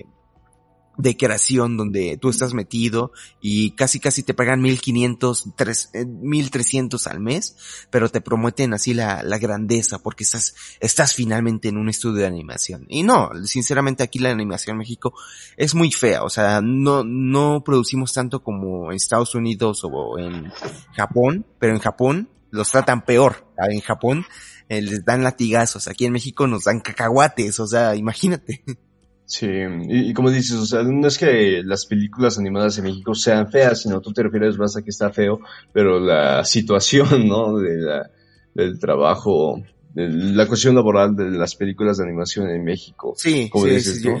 S2: de creación, donde tú estás metido y casi casi te pagan mil quinientos, tres, eh, mil trescientos al mes, pero te prometen así la, la grandeza, porque estás, estás finalmente en un estudio de animación. Y no, sinceramente aquí la animación en México es muy fea, o sea, no, no producimos tanto como en Estados Unidos o en Japón, pero en Japón los tratan peor. En Japón eh, les dan latigazos, aquí en México nos dan cacahuates, o sea, imagínate.
S3: Sí, y, y como dices, o sea, no es que las películas animadas en México sean feas, sino tú te refieres más a que está feo, pero la situación, ¿no? De la, del trabajo, de la cuestión laboral de las películas de animación en México,
S2: Sí,
S3: como
S2: sí,
S3: dices,
S2: sí, yo...
S3: ¿no?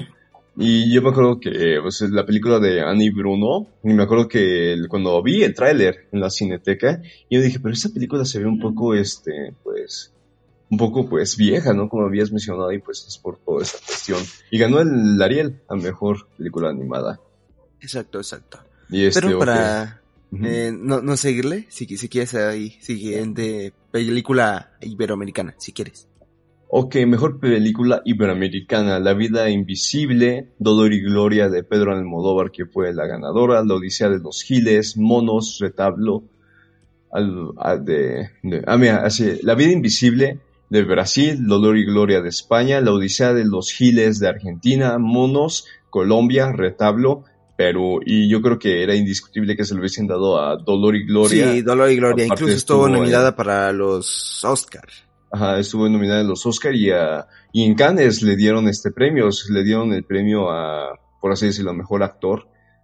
S3: Y yo me acuerdo que, pues, la película de Annie y Bruno, y me acuerdo que el- cuando vi el tráiler en la Cineteca, yo dije, pero esta película se ve un poco, este, pues, un poco pues vieja, ¿no? Como habías mencionado, y pues es por toda esa cuestión. Y ganó el Ariel a mejor película animada.
S2: Exacto, exacto.
S3: Y este,
S2: Pero
S3: ok.
S2: para
S3: Ujú.
S2: eh, no, no seguirle, si, si quieres ahí, siguiente película iberoamericana, si quieres.
S3: Ok, mejor película iberoamericana, La vida invisible, Dolor y Gloria de Pedro Almodóvar, que fue la ganadora, La Odisea de los Giles, Monos, Retablo, al, al de, de- ah, mira, así, La vida invisible de Brasil, Dolor y Gloria de España, La Odisea de los Giles de Argentina, Monos, Colombia, Retablo, Perú. Y yo creo que era indiscutible que se lo hubiesen dado a Dolor y Gloria.
S2: Sí, Dolor y Gloria.
S3: Aparte
S2: Incluso estuvo,
S3: estuvo
S2: nominada
S3: en,
S2: para los Oscar.
S3: Ajá, estuvo nominada en los Oscar y, a, y en Cannes le dieron este premio, le dieron el premio a, por así decirlo, mejor actor,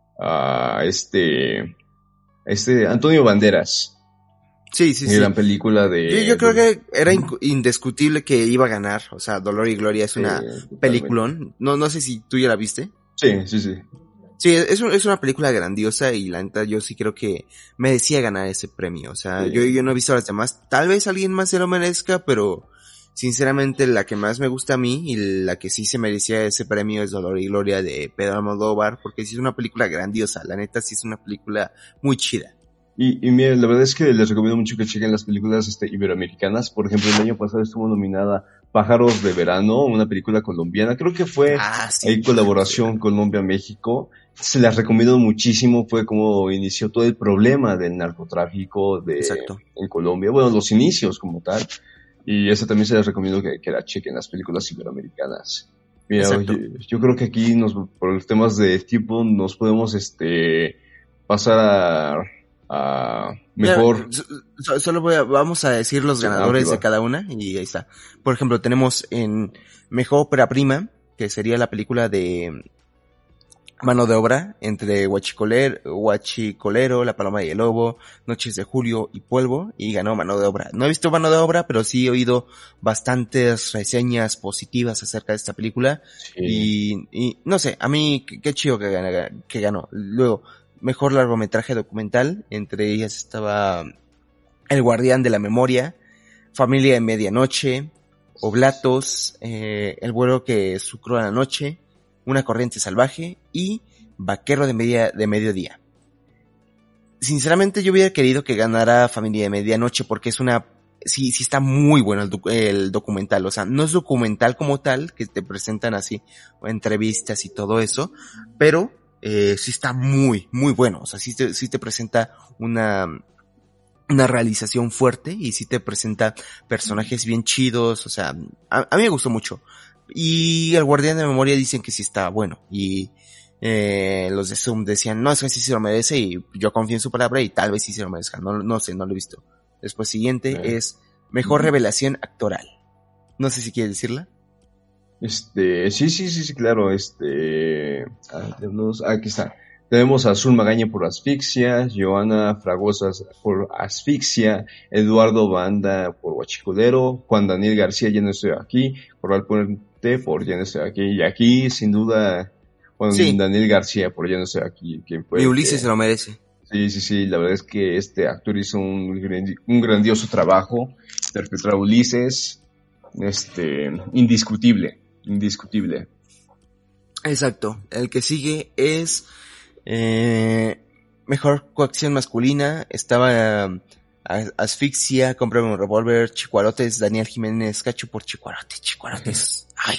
S3: a este, este Antonio Banderas.
S2: Sí, sí, sí.
S3: Gran película de...
S2: Yo, yo creo
S3: de...
S2: que era in- indiscutible que iba a ganar. O sea, Dolor y Gloria es
S3: Sí,
S2: una
S3: totalmente.
S2: peliculón. No, no sé si tú ya la viste.
S3: Sí, sí, sí.
S2: Sí, es, un- es una película grandiosa y la neta yo sí creo que merecía ganar ese premio. O sea,
S3: Sí.
S2: yo, yo no he visto a las demás. Tal vez alguien más se lo merezca, pero sinceramente la que más me gusta a mí y la que sí se merecía ese premio es Dolor y Gloria de Pedro Almodóvar, porque sí es una película grandiosa. La neta sí es una película muy chida.
S3: Y, y miren, la verdad es que les recomiendo mucho que chequen las películas este, iberoamericanas. Por ejemplo, el año pasado estuvo nominada Pájaros de Verano, una película colombiana. Creo que fue
S2: Ah, sí.
S3: ahí colaboración Colombia-México. Se las recomiendo muchísimo. Fue como inició todo el problema del narcotráfico de,
S2: Exacto.
S3: en Colombia. Bueno, los inicios como tal. Y esa también se les recomiendo que, que la chequen, las películas iberoamericanas. Mira,
S2: Exacto.
S3: yo, yo creo que aquí nos, por los temas de tiempo nos podemos este pasar a... Uh, mejor.
S2: Mira, so, solo voy a, vamos a decir los
S3: Sí,
S2: ganadores
S3: ah, okay,
S2: de cada una y ahí está. Por ejemplo, tenemos en Mejor Ópera Prima, que sería la película de Mano de Obra, entre Huachicolero, Huachicolero, La Paloma y el Lobo, Noches de Julio y Polvo, y ganó Mano de Obra. No he visto Mano de Obra, pero sí he oído bastantes reseñas positivas acerca de esta película.
S3: Sí.
S2: Y, y no sé, a mí qué, qué chido que, gana, que ganó. Luego, Mejor largometraje documental, entre ellas estaba El Guardián de la Memoria, Familia de Medianoche, Oblatos, eh, El vuelo que sucró a la noche, Una corriente salvaje y Vaquero de, media, de mediodía. Sinceramente yo hubiera querido que ganara Familia de Medianoche porque es una... Sí, sí está muy bueno el, doc- el documental, o sea, no es documental como tal, que te presentan así, entrevistas y todo eso, pero... Eh, sí está muy, muy bueno. O sea, sí te, sí te presenta una, una realización fuerte y sí te presenta personajes bien chidos. O sea, a, a mí me gustó mucho. Y El Guardián de Memoria dicen que sí está bueno. Y eh, los de Zoom decían, no, es que sí se lo merece y yo confío en su palabra y tal vez sí se lo merezca. No, no sé, no lo he visto. Después siguiente
S3: Eh.
S2: es Mejor Revelación Actoral. No sé si quieres decirla.
S3: Este, sí, sí, sí, sí, claro, este, ah, tenemos, aquí está. Tenemos a Azul Magaña por Asfixia, Joana Fragosa por Asfixia, Eduardo Banda por Huachicolero, Juan Daniel García, Ya no estoy aquí, Coral Puente por Ya no estoy aquí, y aquí, sin duda, Juan
S2: Sí.
S3: Daniel García por Ya no estoy aquí, quien fue
S2: Mi
S3: el
S2: Ulises
S3: que-
S2: se lo merece.
S3: Sí, sí, sí, la verdad es que este actor hizo un, grandi- un grandioso trabajo, interpretar a Ulises, este, indiscutible. Indiscutible.
S2: Exacto. El que sigue es eh, Mejor Coacción Masculina. Estaba eh, Asfixia, Cómprame un Revólver, Chicuarotes, Daniel Jiménez Cacho por Chicuarotes, Chicuarotes. Ay.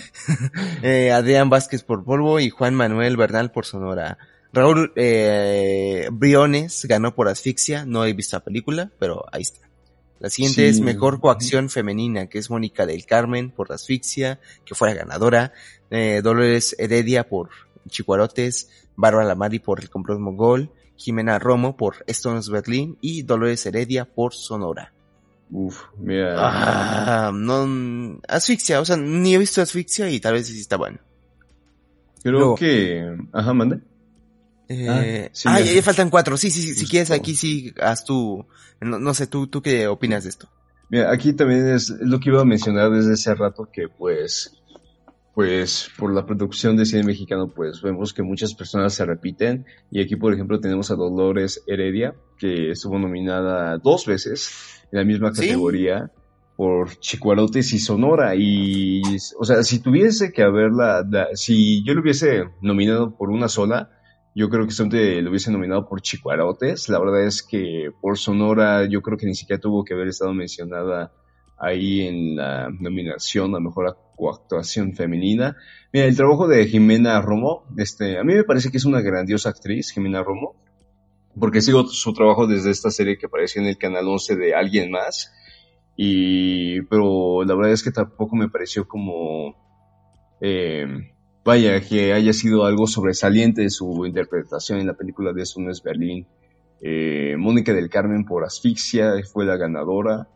S2: eh, Adrián Vázquez por Polvo y Juan Manuel Bernal por Sonora. Raúl eh, Briones ganó por Asfixia. No he visto la película, pero ahí está. La siguiente
S3: Sí.
S2: es Mejor Coacción Femenina, que es Mónica del Carmen por Asfixia, que fue la ganadora, eh, Dolores Heredia por Chicuarotes, Bárbara Lamari por El Complot Mongol, Jimena Romo por Stones Berlin y Dolores Heredia por Sonora.
S3: Uf, mira.
S2: Ah, no, Asfixia, o sea, ni he visto Asfixia y tal vez sí está bueno.
S3: Creo
S2: luego-
S3: que... Ajá, mande.
S2: Eh,
S3: Ah, sí,
S2: ah,
S3: ya.
S2: ya, ya faltan cuatro, sí, sí, sí, si
S3: Justo.
S2: quieres aquí sí, haz tu, no, no sé, tú, tú qué opinas de esto.
S3: Mira, aquí también es lo que iba a mencionar desde hace rato, que pues... Pues por la producción de cine mexicano, pues vemos que muchas personas se repiten. Y aquí, por ejemplo, tenemos a Dolores Heredia, que estuvo nominada dos veces en la misma
S2: ¿Sí?
S3: categoría por Chicuarotes y Sonora. Y, o sea, si tuviese que haberla, la- si yo lo hubiese nominado por una sola, yo creo que solamente lo hubiese nominado por Chicuarotes. La verdad es que por Sonora, yo creo que ni siquiera tuvo que haber estado mencionada ahí en la nominación a mejor actuación femenina. Mira, el trabajo de Jimena Romo, este, a mí me parece que es una grandiosa actriz, Jimena Romo, porque sigo su trabajo desde esta serie que apareció en el canal once de Alguien Más, Y, pero la verdad es que tampoco me pareció como, eh, vaya, que haya sido algo sobresaliente su interpretación en la película de Esto no es Berlín. Eh, Mónica del Carmen por Asfixia fue la ganadora.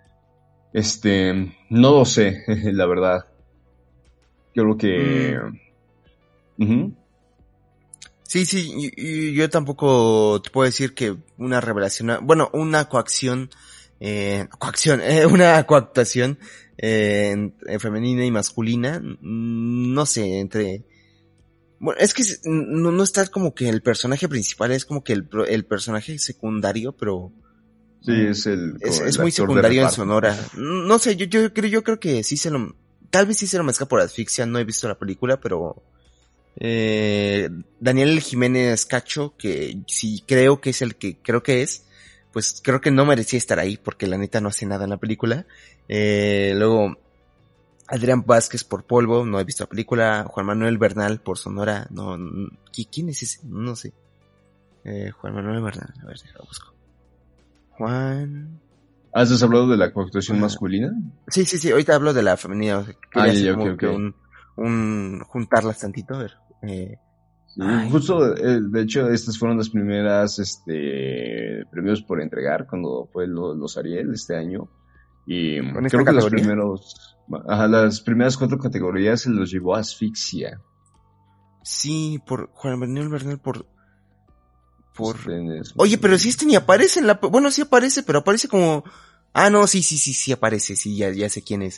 S3: Este, no lo sé, la verdad. Creo que... Mm. Uh-huh.
S2: Sí, sí, y, y yo tampoco te puedo decir que una revelación, bueno, una coacción, eh, coacción, eh, una coactuación eh, en, en femenina y masculina, no sé, entre... Bueno, es que no, no está como que el personaje principal, es como que el, el personaje secundario, pero...
S3: Sí, es el...
S2: Es,
S3: el
S2: es muy secundario en Sonora. No sé, yo, yo creo, yo creo que sí se lo... Tal vez sí se lo mezcla por Asfixia, no he visto la película, pero... Eh, Daniel Jiménez Cacho, que sí creo que es el que creo que es, pues creo que no merecía estar ahí, porque la neta no hace nada en la película. Eh, luego... Adrián Vázquez por Polvo, no he visto la película. Juan Manuel Bernal por Sonora, no, no ¿quién es ese? No sé. Eh, Juan Manuel Bernal, a ver, déjalo busco. Juan...
S3: ¿Has hablado de la coactuación ah, masculina?
S2: Sí, sí, sí, ahorita hablo de la femenina.
S3: Ah, ya, ya, ok, ok.
S2: Un, un, juntarlas tantito, a ver. Eh,
S3: sí, justo, eh, de hecho, estas fueron las primeras, este, premios por entregar cuando fue lo, los Ariel este año. Y creo que los primeros, ajá, las primeras cuatro categorías se los llevó Asfixia.
S2: Sí, por Juan Manuel Bernal por... por...
S3: Tienes,
S2: Oye, pero si este ni aparece en la... Bueno, sí aparece, pero aparece como... Ah, no, sí, sí, sí, sí aparece, sí, ya, ya sé quién es.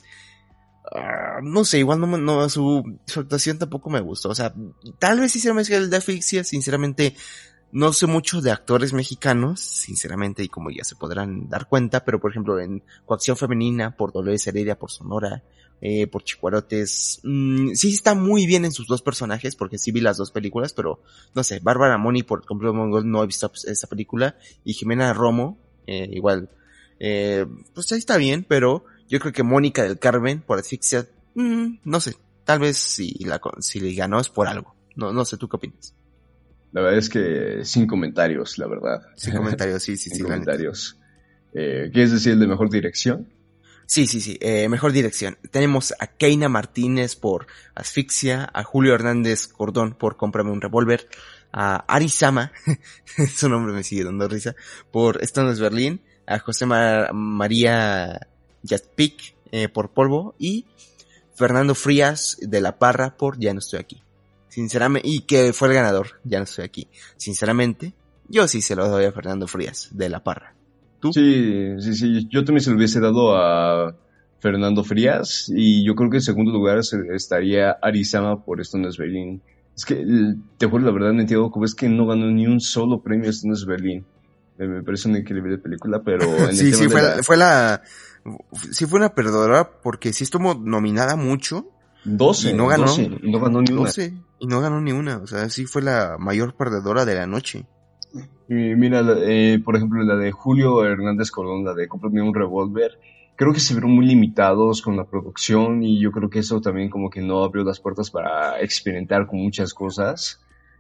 S2: Uh, no sé, igual no, no su, su actuación tampoco me gustó. O sea, tal vez sí se me mezcla el de Asfixia, sinceramente... No sé mucho de actores mexicanos, sinceramente, y como ya se podrán dar cuenta, pero por ejemplo en Coacción Femenina, por Dolores Heredia, por Sonora, eh, por Chicuarotes, mmm, sí está muy bien en sus dos personajes, porque sí vi las dos películas, pero no sé, Bárbara Moni por Complot Mongol no he visto esa película, y Jimena Romo, eh, igual, eh, pues ahí está bien, pero yo creo que Mónica del Carmen por Asfixia, mmm, no sé, tal vez si la si le ganó es por algo, no, no sé, ¿tú qué opinas?
S3: La verdad es que sin comentarios, la verdad.
S2: Sin comentarios, sí, sí,
S3: sin
S2: sí.
S3: Sin comentarios. Eh, ¿Quieres decir el de mejor dirección?
S2: Sí, sí, sí, eh, mejor dirección. Tenemos a Keina Martínez por Asfixia, a Julio Hernández Cordón por Cómprame un Revólver, a Ari Sama, su nombre me sigue dando risa, por Esto no es Berlín, a José Mar- María Yaspic eh, por Polvo y Fernando Frías de la Parra por Ya no estoy aquí. Sinceramente, y que fue el ganador, ya no estoy aquí. Sinceramente, yo sí se lo doy a Fernando Frías, de La Parra. ¿Tú?
S3: Sí, sí, sí, yo también se lo hubiese dado a Fernando Frías, y yo creo que en segundo lugar estaría Arizama por Esto no es Berlín. Es que, te juro la verdad, no entiendo cómo es que no ganó ni un solo premio Esto no es Berlín. Me parece una increíble película, pero en
S2: sí,
S3: el tema
S2: sí,
S3: de
S2: fue
S3: la...
S2: la, fue la, sí fue una perdedora, porque sí estuvo nominada mucho.
S3: doce,
S2: y no ganó,
S3: doce, y no ganó ni una.
S2: doce, y no ganó ni una, o sea, sí fue la mayor perdedora de la noche.
S3: Y mira, eh, por ejemplo, la de Julio Hernández Cordón, la de Cómprame un Revólver, creo que se vieron muy limitados con la producción, y yo creo que eso también como que no abrió las puertas para experimentar con muchas cosas,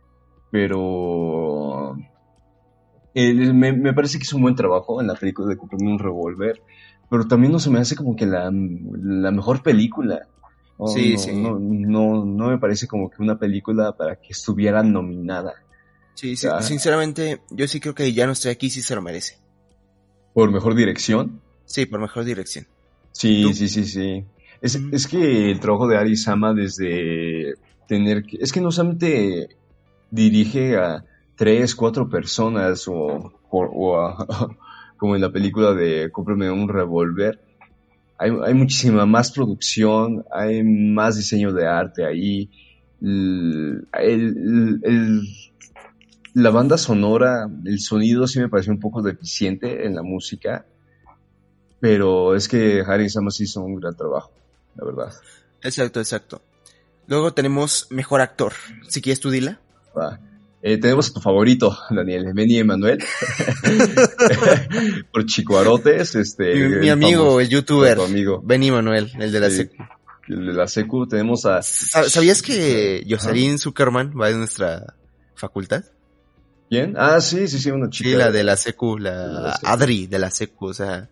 S3: pero eh, me, me parece que es un buen trabajo en la película de Cómprame un Revólver, pero también no se me hace como que la, la mejor película. Oh,
S2: sí,
S3: no,
S2: sí.
S3: No, no, no me parece como que una película para que estuviera nominada.
S2: Sí, sí,
S3: O sea,
S2: sinceramente, yo sí creo que Ya no estoy aquí, sí se lo merece.
S3: ¿por mejor dirección?
S2: Sí, por mejor dirección.
S3: Sí, sí, sí, sí. Es, mm. es que el trabajo de Ari Sama desde tener que... Es que no solamente dirige a tres, cuatro personas o, o, o a, como en la película de Cómprame un Revólver. Hay, hay muchísima más producción, hay más diseño de arte ahí. El, el, el, la banda sonora, el sonido sí me pareció un poco deficiente en la música, pero es que Harry Samas hizo un gran trabajo, la verdad.
S2: Exacto, exacto. Luego tenemos Mejor Actor. Si quieres tú dila.
S3: Ah. Eh, tenemos a tu favorito, Daniel, Benny Emanuel, por Chicuarotes, este...
S2: Mi, mi amigo, famoso, el youtuber,
S3: amigo.
S2: Benny Emanuel, el de la
S3: sí,
S2: secu.
S3: El de la secu, tenemos a...
S2: ¿Sabías que Jocelyn Zuckerman va de nuestra facultad?
S3: ¿Quién? Ah, sí, sí, sí, una chica.
S2: Sí, la de la secu, la, la secu. Adri de la secu, o sea...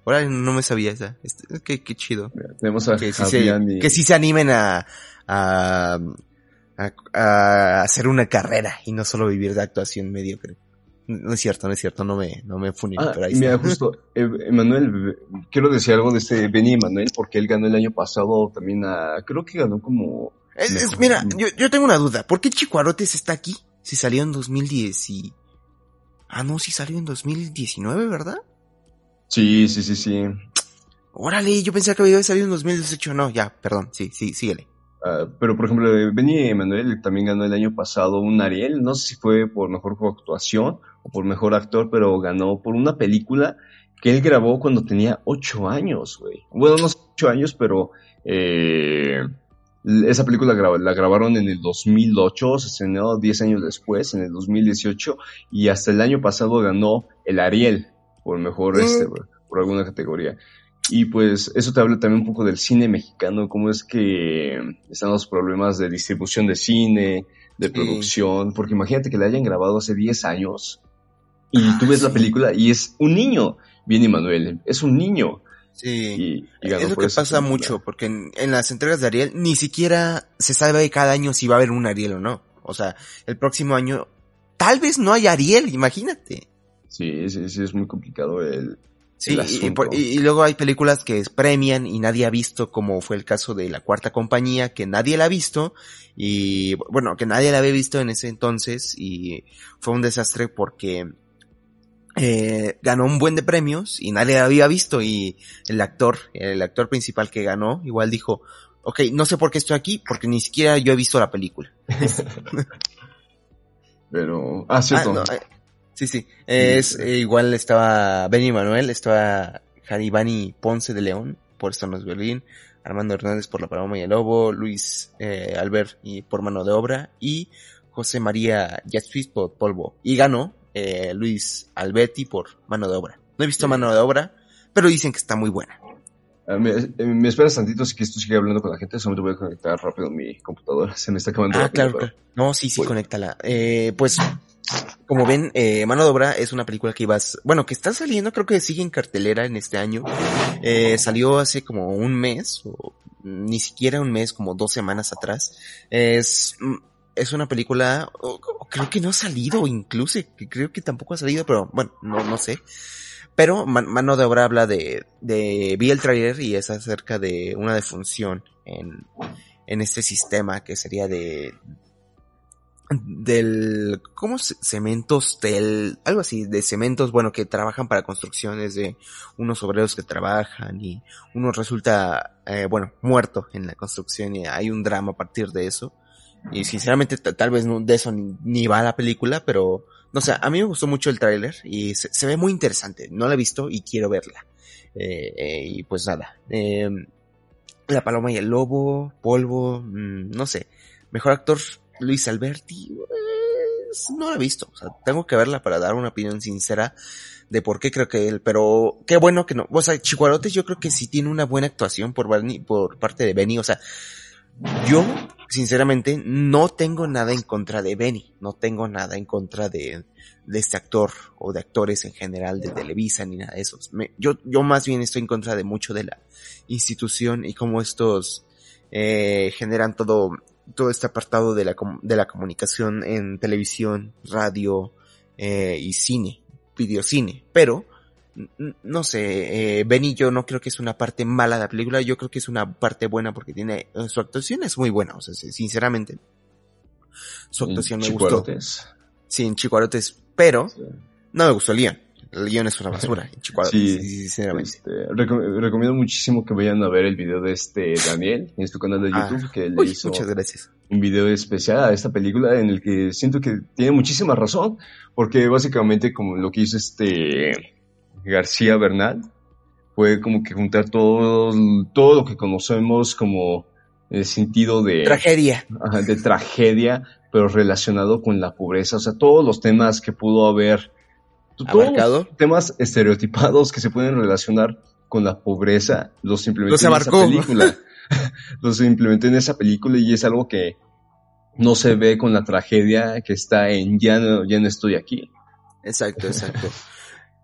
S2: Ahora no me sabía esa. Este, qué, qué chido.
S3: Tenemos a
S2: que sí, se, y... que sí se animen a, a, a, a hacer una carrera y no solo vivir de actuación mediocre. No es cierto, no es cierto, no me, no me funen,
S3: ah,
S2: pero ahí
S3: mira,
S2: está.
S3: justo, Emanuel, quiero decir algo de este Benny Emanuel, porque él ganó el año pasado también a, creo que ganó como...
S2: Es, es, mira, yo, yo tengo una duda, ¿por qué Chicuarotes está aquí? Si salió en dos mil diez y... Ah, no, sí salió en dos mil diecinueve, ¿verdad?
S3: Sí, sí, sí, sí.
S2: Órale, yo pensé que había salido en dos mil dieciocho, no, ya, perdón, sí, sí, síguele.
S3: Uh, pero, por ejemplo, Benny Emanuel también ganó el año pasado un Ariel, no sé si fue por mejor actuación o por mejor actor, pero ganó por una película que él grabó cuando tenía ocho años, güey. Bueno, no ocho años, pero eh, esa película gra- la grabaron en el dos mil ocho, se estrenó diez años después, en el dos mil dieciocho, y hasta el año pasado ganó el Ariel por mejor, mm. este, por alguna categoría. Y pues eso te habla también un poco del cine mexicano, cómo es que están los problemas de distribución de cine, de sí. producción, porque imagínate que la hayan grabado hace diez años y ah, tú ves sí. la película y es un niño, Benny Manuel, es un niño.
S2: Sí, y, y es lo que pasa película. mucho, porque en, en las entregas de Ariel ni siquiera se sabe cada año si va a haber un Ariel o no. O sea, el próximo año tal vez no haya Ariel, imagínate.
S3: Sí, sí, sí, es muy complicado el...
S2: Sí, y, y, y luego hay películas que premian y nadie ha visto, como fue el caso de La Cuarta Compañía, que nadie la ha visto, y bueno, que nadie la había visto en ese entonces, y fue un desastre porque eh, ganó un buen de premios y nadie la había visto, y el actor, el actor principal que ganó, igual dijo, ok, no sé por qué estoy aquí, porque ni siquiera yo he visto la película.
S3: Pero, ah, cierto.
S2: Ah, no, eh, Sí, sí, es eh, igual estaba Benny Manuel, estaba Jaribani Ponce de León por Estonos Violín, Armando Hernández por La Paloma y el Lobo, Luis eh, Albert y por Mano de Obra y José María Yatsuis por Polvo. Y ganó eh, Luis Alberti por Mano de Obra. No he visto sí. Mano de Obra, pero dicen que está muy buena.
S3: Uh, me, me esperas tantito, así que esto sigue hablando con la gente, solo te voy a conectar rápido mi computadora, se me está acabando.
S2: Ah, claro, claro. No, sí, sí, bueno. conéctala. Eh, pues... Como ven, eh, Mano de Obra es una película que ibas, bueno, que está saliendo, creo que sigue en cartelera en este año. Eh, salió hace como un mes, o ni siquiera un mes, como dos semanas atrás. Es, es una película, o, o creo que no ha salido, incluso, que creo que tampoco ha salido, pero bueno, no, no sé. Pero Man, Mano de Obra habla de, de, vi el trailer y es acerca de una defunción en, en este sistema que sería de, del, ¿cómo se? Cementos, del, algo así, de cementos, bueno, que trabajan para construcciones, de unos obreros que trabajan y uno resulta, eh, bueno, muerto en la construcción y hay un drama a partir de eso. Y sinceramente, t- tal vez no, de eso ni, ni va la película, pero, no sé, a mí me gustó mucho el tráiler y se, se ve muy interesante. No la he visto y quiero verla. Eh, eh, y pues nada, eh, La Paloma y el Lobo, Polvo, mmm, no sé, mejor actor, Luis Alberti, pues, no la he visto, o sea, tengo que verla para dar una opinión sincera de por qué creo que él, pero qué bueno que no, o sea, Chicuarotes yo creo que sí tiene una buena actuación por Barney, por parte de Benny, o sea, yo, sinceramente, no tengo nada en contra de Benny, no tengo nada en contra de, de este actor, o de actores en general, de Televisa, ni nada de eso, Me, yo, yo más bien estoy en contra de mucho de la institución y cómo estos, eh, generan todo, todo este apartado de la, de la comunicación en televisión, radio, eh, y cine, videocine, pero, no sé, eh, Benny yo no creo que es una parte mala de la película, yo creo que es una parte buena porque tiene, su actuación es muy buena, o sea, sinceramente, su actuación me gustó. Sí, en Chicuarotes, pero, sí. no me gustó el guión. El guión es una basura, en Chicuarotes,
S3: sí,
S2: sinceramente.
S3: Este, recom- recomiendo muchísimo que vayan a ver el video de este Daniel, en su canal de YouTube, ah, que le
S2: uy,
S3: hizo
S2: muchas gracias.
S3: un video especial a esta película en el que siento que tiene muchísima razón, porque básicamente como lo que hizo este García Bernal fue como que juntar todo, todo lo que conocemos como el sentido de
S2: tragedia,
S3: ajá, de tragedia, pero relacionado con la pobreza, o sea, todos los temas que pudo haber, todos los temas estereotipados que se pueden relacionar con la pobreza, los implementó en esa película, los implementó en esa película y es algo que no se ve con la tragedia que está en Ya no, ya no estoy aquí.
S2: Exacto, exacto.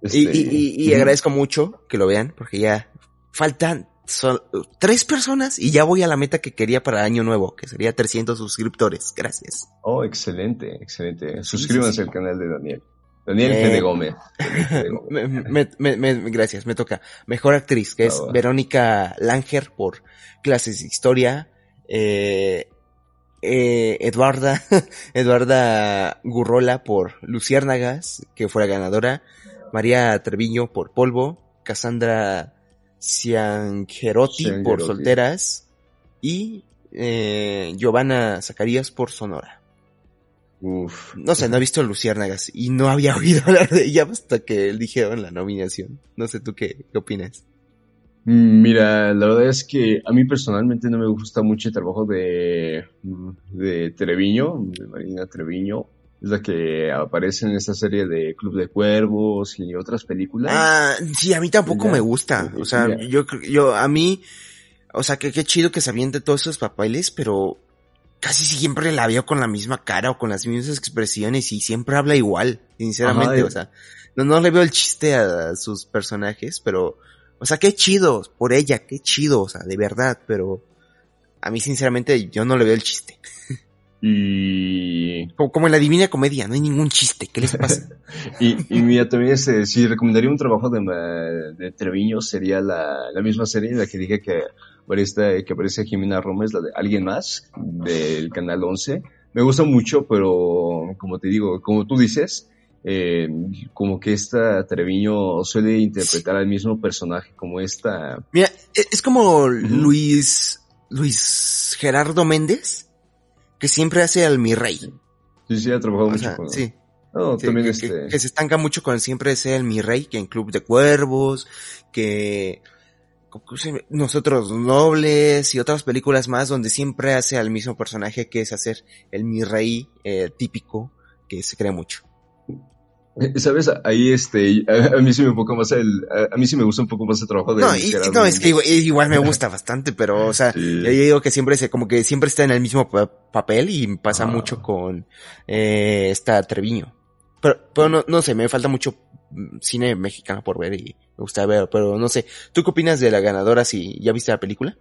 S3: Este...
S2: Y, y, y, y agradezco mucho que lo vean, porque ya faltan son, tres personas y ya voy a la meta que quería para Año Nuevo, que sería trescientos suscriptores. Gracias.
S3: Oh, excelente, excelente. Suscríbanse sí, sí, sí. al canal de Daniel. Daniel
S2: eh,
S3: G. de Gómez. G. de
S2: Gómez. me, me, me, gracias, me toca. Mejor actriz, que oh, es wow. Verónica Langer por Clases de Historia. Eh, eh, Eduarda, Eduarda Gurrola por Luciérnagas, que fue la ganadora. María Treviño por Polvo. Cassandra Ciangerotti por Solteras. Y eh, Giovanna Zacarías por Sonora.
S3: Uf.
S2: No sé, no he visto Luciérnagas y no había oído hablar de ella hasta que dijeron la nominación. No sé tú qué, qué opinas.
S3: Mira, la verdad es que a mí personalmente no me gusta mucho el trabajo de, de Treviño, de Marina Treviño. Es la que aparece en esta serie de Club de Cuervos y otras películas.
S2: Ah, sí, a mí tampoco ya, me gusta. O sea, ya. yo, yo, a mí, o sea, que qué chido que se aviente todos esos papeles, pero casi siempre la veo con la misma cara o con las mismas expresiones y siempre habla igual, sinceramente. Ajá, o sea, no, no le veo el chiste a sus personajes, pero, o sea, qué chido por ella, qué chido, o sea, de verdad, pero a mí sinceramente yo no le veo el chiste.
S3: Y...
S2: Como, como en la Divina Comedia, no hay ningún chiste, ¿qué les pasa?
S3: y, y mira, también este, si recomendaría un trabajo de, de Treviño sería la, la misma serie en la que dije que aparece, que aparece Jimena Romes, la de Alguien Más, del Canal once. Me gusta mucho, pero como te digo, como tú dices, eh, como que esta Treviño suele interpretar al mismo personaje, como esta...
S2: Mira, es como Luis, Luis Gerardo Méndez, que siempre hace al mi rey.
S3: Sí, sí, ha trabajado
S2: o
S3: mucho
S2: sea,
S3: con...
S2: Sí.
S3: No,
S2: sí,
S3: también
S2: que,
S3: este...
S2: que, que se estanca mucho con siempre ser el mi rey, que en Club de Cuervos, que Nosotros Nobles y otras películas más donde siempre hace al mismo personaje, que es hacer el mi rey eh, típico, que se cree mucho.
S3: ¿Sabes? Ahí este, a, a mí sí me un poco más el, a, a mí sí me gusta un poco más el trabajo de...
S2: No, y, no, es que igual, igual me gusta bastante, pero, o sea, sí. yo digo que siempre se, como que siempre está en el mismo pa- papel y pasa ah. mucho con, eh, esta Treviño. Pero, pero no, no sé, me falta mucho cine mexicano por ver y me gusta ver, pero no sé. ¿Tú qué opinas de la ganadora si ya viste la película?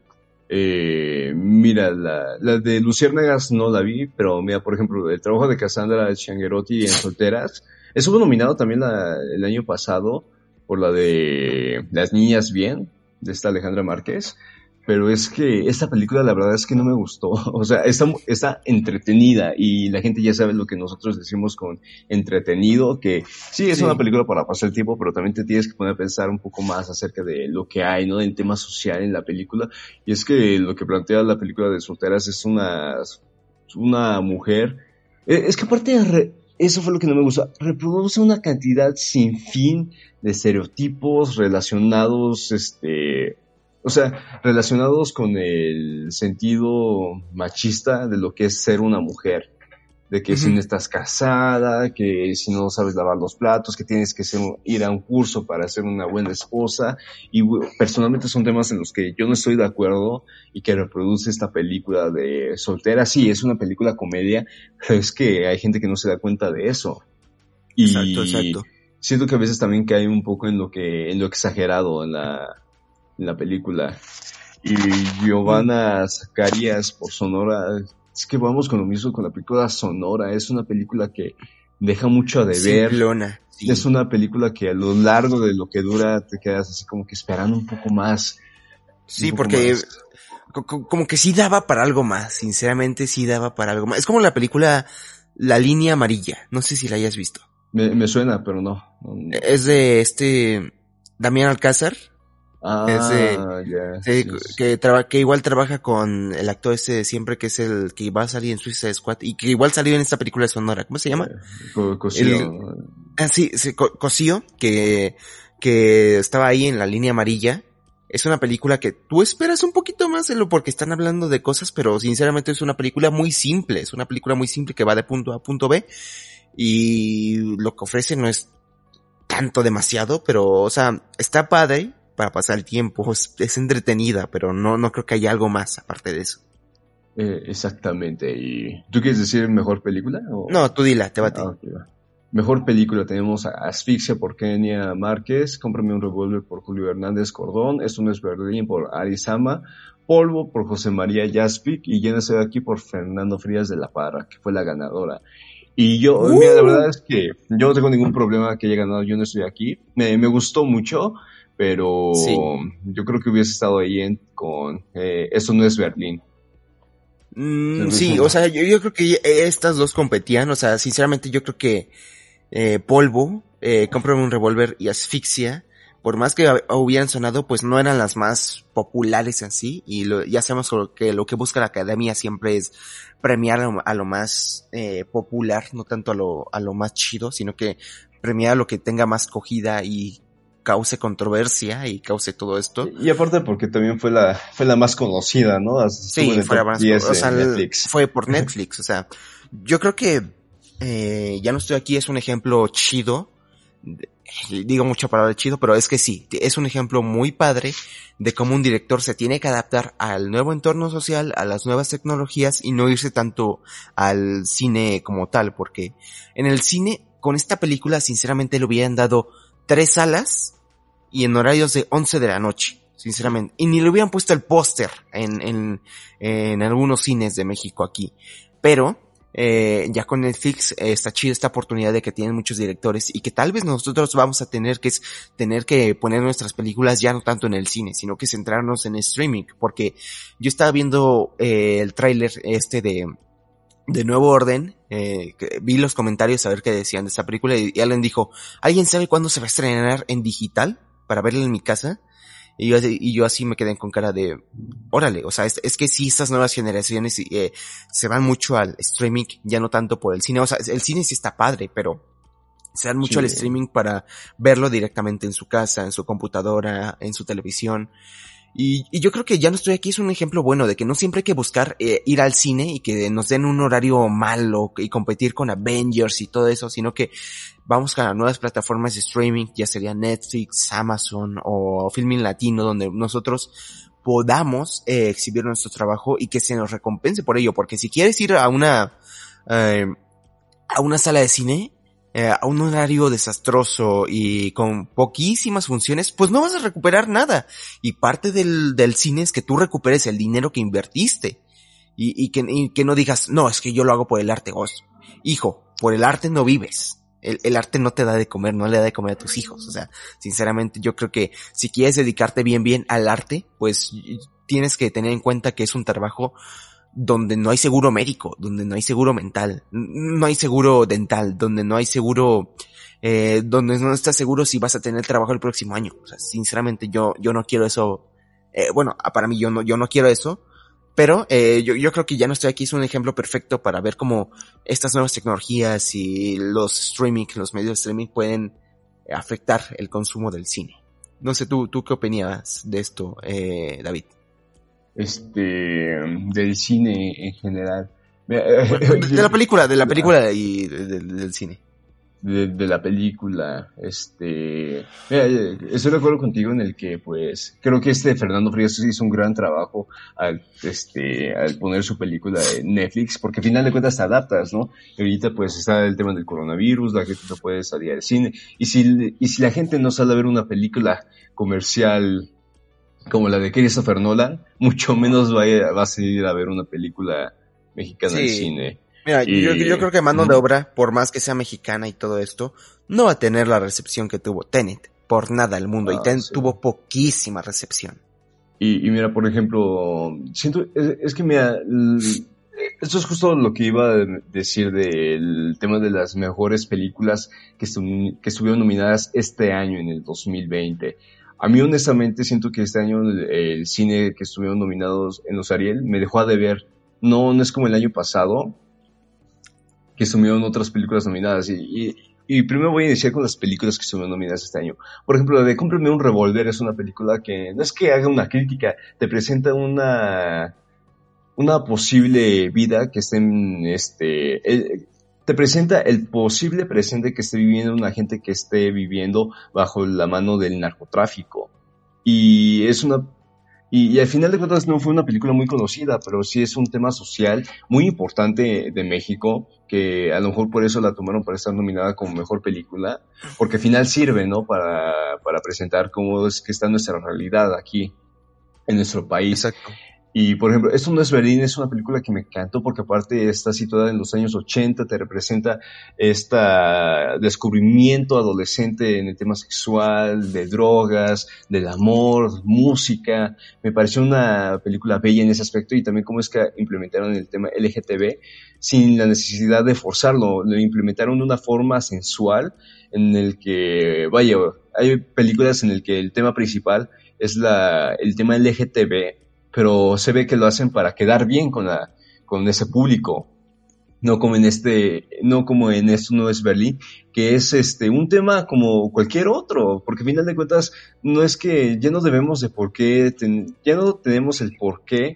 S3: Eh, mira, la, la de Luciérnagas no la vi, pero mira, por ejemplo, el trabajo de Cassandra Ciangerotti en Solteras, estuvo nominado también la, el año pasado por la de Las Niñas Bien, de esta Alejandra Márquez, pero es que esta película la verdad es que no me gustó, o sea, está, está entretenida y la gente ya sabe lo que nosotros decimos con entretenido, que sí, es sí. una película para pasar el tiempo, pero también te tienes que poner a pensar un poco más acerca de lo que hay, ¿no?, del tema social en la película, y es que lo que plantea la película de Solteras es una, una mujer, es que aparte de re, eso fue lo que no me gustó, reproduce una cantidad sin fin de estereotipos relacionados, este... O sea, relacionados con el sentido machista de lo que es ser una mujer. De que uh-huh. si no estás casada, que si no sabes lavar los platos, que tienes que ser, ir a un curso para ser una buena esposa. Y personalmente son temas en los que yo no estoy de acuerdo y que reproduce esta película de Soltera. Sí, es una película comedia, pero es que hay gente que no se da cuenta de eso. Y
S2: exacto, exacto.
S3: Siento que a veces también cae un poco en lo que, en lo exagerado en la... en la película. Y Giovanna Zacarías por Sonora, es que vamos con lo mismo con la película Sonora, es una película que deja mucho a deber.
S2: Simplona, sí.
S3: Es una película que a lo largo de lo que dura te quedas así como que esperando un poco más.
S2: Sí, porque más. como que sí daba para algo más, sinceramente sí daba para algo más. Es como la película La Línea Amarilla, no sé si la hayas visto.
S3: Me, me suena, pero no, no, no.
S2: Es de este Damián Alcázar.
S3: Ah,
S2: ese,
S3: yeah,
S2: sí,
S3: sí,
S2: que, traba, que igual trabaja con el actor este de siempre, que es el que va a salir en Suicide Squad y que igual salió en esta película de Sonora. ¿Cómo se llama?
S3: Yeah. Cosío.
S2: Ah, sí, sí, Cosío, que, que estaba ahí en La Línea Amarilla. Es una película que tú esperas un poquito más de lo porque están hablando de cosas, pero sinceramente es una película muy simple, es una película muy simple que va de punto A a punto B y lo que ofrece no es tanto demasiado, pero, o sea, está padre para pasar el tiempo, es, es entretenida, pero no, no creo que haya algo más aparte de eso.
S3: Eh, exactamente, y ¿tú quieres decir mejor película? O...
S2: No, tú dila, te bate.
S3: Ah, okay, va. Mejor película tenemos a Asfixia por Kenia Márquez, Cómprame un revólver por Julio Hernández Cordón, Esto no es Berlín por Ari Sama, Polvo por José María Jaspic y Llénase de aquí por Fernando Frías de la Parra, que fue la ganadora. Y yo, uh. mira, la verdad es que yo no tengo ningún problema que haya ganado Yo no estoy aquí. Me, me gustó mucho, pero sí. Yo creo que hubiese estado ahí en, con eh, Esto no es Berlín.
S2: Mm, sí, o sea, yo, yo creo que estas dos competían, o sea, sinceramente yo creo que eh, Polvo, eh, Cómprame un revólver y Asfixia, por más que hubieran sonado, pues no eran las más populares en sí, y lo, ya sabemos que lo que busca la academia siempre es premiar a lo, a lo más eh, popular, no tanto a lo, a lo más chido, sino que premiar a lo que tenga más cogida y cause controversia y cause todo esto.
S3: Y aparte porque también fue la, fue la más conocida, ¿no?
S2: Sí, fue la más, o sea, Netflix. Fue por Netflix, o sea, yo creo que eh, Ya no estoy aquí es un ejemplo chido. Digo mucha palabra chido, pero es que sí, es un ejemplo muy padre de cómo un director se tiene que adaptar al nuevo entorno social, a las nuevas tecnologías y no irse tanto al cine como tal, porque en el cine, con esta película, sinceramente le hubieran dado tres salas y en horarios de once de la noche, sinceramente, y ni le hubieran puesto el póster en, en, en algunos cines de México aquí, pero Eh, ya con Netflix eh, está chida esta oportunidad de que tienen muchos directores y que tal vez nosotros vamos a tener que es tener que poner nuestras películas ya no tanto en el cine, sino que centrarnos en streaming, porque yo estaba viendo eh, el tráiler este de de Nuevo Orden, eh, que vi los comentarios a ver qué decían de esta película y, y alguien dijo, ¿alguien sabe cuándo se va a estrenar en digital para verla en mi casa? Y yo, y yo así me quedé con cara de, órale, o sea, es, es que sí, estas nuevas generaciones eh, se van mucho al streaming, ya no tanto por el cine, o sea, el cine sí está padre, pero se dan mucho sí. al streaming para verlo directamente en su casa, en su computadora, en su televisión. Y, y yo creo que Ya no estoy aquí es un ejemplo bueno de que no siempre hay que buscar eh, ir al cine y que nos den un horario malo y competir con Avengers y todo eso, sino que vamos a nuevas plataformas de streaming, ya sería Netflix, Amazon o Filmin Latino, donde nosotros podamos eh, exhibir nuestro trabajo y que se nos recompense por ello, porque si quieres ir a una eh, a una sala de cine Eh, a un horario desastroso y con poquísimas funciones, pues no vas a recuperar nada. Y parte del, del cine es que tú recuperes el dinero que invertiste. Y, y, que, y que no digas, no, es que yo lo hago por el arte. Oh, hijo, por el arte no vives. El, el arte no te da de comer, no le da de comer a tus hijos. O sea, sinceramente yo creo que si quieres dedicarte bien bien al arte, pues tienes que tener en cuenta que es un trabajo donde no hay seguro médico, donde no hay seguro mental, no hay seguro dental, donde no hay seguro, eh, donde no estás seguro si vas a tener trabajo el próximo año. O sea, sinceramente yo, yo no quiero eso, eh, bueno, para mí yo no, yo no quiero eso, pero, eh, yo, yo creo que Ya no estoy aquí es un ejemplo perfecto para ver cómo estas nuevas tecnologías y los streaming, los medios de streaming pueden afectar el consumo del cine. No sé, tú, tú qué opinas de esto, eh, David.
S3: Este, del cine en general.
S2: Bueno, de, de la película, de la película y de, de, del cine.
S3: De, de la película, este, mira, estoy de acuerdo contigo en el que, pues, creo que este Fernando Frías hizo un gran trabajo al, este, al poner su película en Netflix, porque al final de cuentas te adaptas, ¿no? Y ahorita, pues, está el tema del coronavirus, la gente no puede salir al cine, y si, y si la gente no sale a ver una película comercial como la de Christopher Nolan, mucho menos va a, va a salir a ver una película mexicana sí. al cine.
S2: Mira, y... yo, yo creo que Mano de Obra, por más que sea mexicana y todo esto, no va a tener la recepción que tuvo Tenet, por nada al mundo, ah, y Tenet sí. tuvo poquísima recepción.
S3: Y, y mira, por ejemplo, siento, es, es que mira, esto es justo lo que iba a decir del tema de las mejores películas que, estu- que estuvieron nominadas este año, en el dos mil veinte. A mí honestamente siento que este año el, el cine que estuvieron nominados en los Ariel me dejó a deber. No, no es como el año pasado, que estuvieron otras películas nominadas. Y, y, y primero voy a iniciar con las películas que estuvieron nominadas este año. Por ejemplo, la de Cómprame un revólver es una película que no es que haga una crítica, te presenta una, una posible vida que esté en este... El, te presenta el posible presente que esté viviendo una gente que esté viviendo bajo la mano del narcotráfico. Y es una, Y, y al final de cuentas no fue una película muy conocida, pero sí es un tema social muy importante de México, que a lo mejor por eso la tomaron para estar nominada como mejor película, porque al final sirve, ¿no? Para, para presentar cómo es que está nuestra realidad aquí, en nuestro país.
S2: Exacto.
S3: Y, por ejemplo, Esto no es Berlín es una película que me encantó porque aparte está situada en los años ochenta, te representa este descubrimiento adolescente en el tema sexual, de drogas, del amor, música. Me pareció una película bella en ese aspecto y también cómo es que implementaron el tema L G T B sin la necesidad de forzarlo. Lo implementaron de una forma sensual en el que, vaya, hay películas en el que el tema principal es la, el tema L G T B, pero se ve que lo hacen para quedar bien con la, con ese público. No como en este, no como en Esto no es Berlín, que es este, un tema como cualquier otro, porque al final de cuentas, no es que ya no debemos de por qué, ten, ya no tenemos el por qué,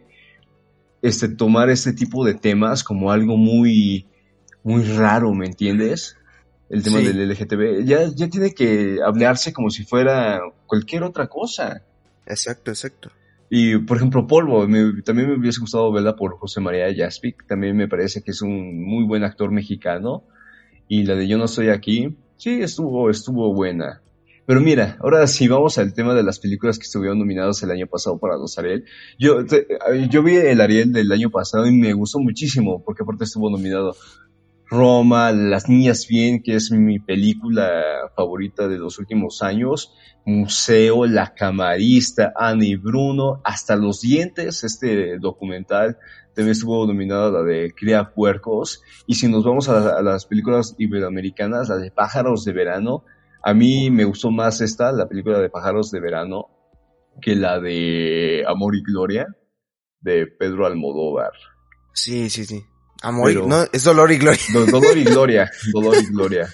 S3: este, tomar este tipo de temas como algo muy, muy raro, ¿me entiendes? El tema
S2: Sí.
S3: del L G T B, ya, ya tiene que hablarse como si fuera cualquier otra cosa.
S2: Exacto, exacto.
S3: Y, por ejemplo, Polvo, me, también me hubiese gustado verla por José María Jaspic, también me parece que es un muy buen actor mexicano, y la de Yo no estoy aquí, sí, estuvo, estuvo buena. Pero mira, ahora sí vamos al tema de las películas que estuvieron nominadas el año pasado para los Ariel. Yo, te, yo vi el Ariel del año pasado y me gustó muchísimo, porque aparte estuvo nominado Roma, Las Niñas Bien, que es mi película favorita de los últimos años, Museo, La Camarista, Ana y Bruno, Hasta los Dientes, este documental, también estuvo nominada la de Cría Puercos, y si nos vamos a, a las películas iberoamericanas, la de Pájaros de Verano, a mí me gustó más esta, la película de Pájaros de Verano, que la de Amor y Gloria, de Pedro Almodóvar.
S2: Sí, sí, sí. Amor
S3: Pero,
S2: y, no, es Dolor y Gloria.
S3: do, dolor y Gloria, Dolor y Gloria.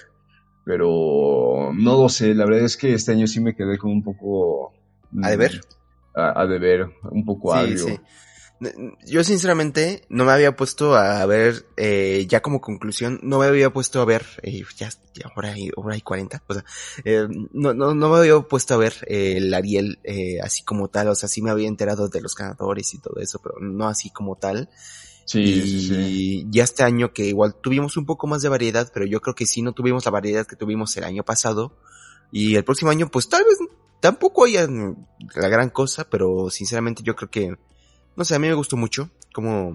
S3: Pero no lo sé, la verdad es que este año sí me quedé con un poco...
S2: ¿A de ver?
S3: A, a de ver, un poco
S2: Sí,
S3: agrio.
S2: sí. Yo sinceramente no me había puesto a ver, eh, ya como conclusión, no me había puesto a ver, eh, ya, ya hora y, hora y cuarenta, o sea, eh, no, no, no me había puesto a ver eh, el Ariel eh, así como tal, o sea, sí me había enterado de los ganadores y todo eso, pero no así como tal.
S3: Sí,
S2: y
S3: sí, sí.
S2: ya este año que igual tuvimos un poco más de variedad, pero yo creo que sí no tuvimos la variedad que tuvimos el año pasado, y el próximo año pues tal vez tampoco haya la gran cosa, pero sinceramente yo creo que no sé, a mí me gustó mucho cómo,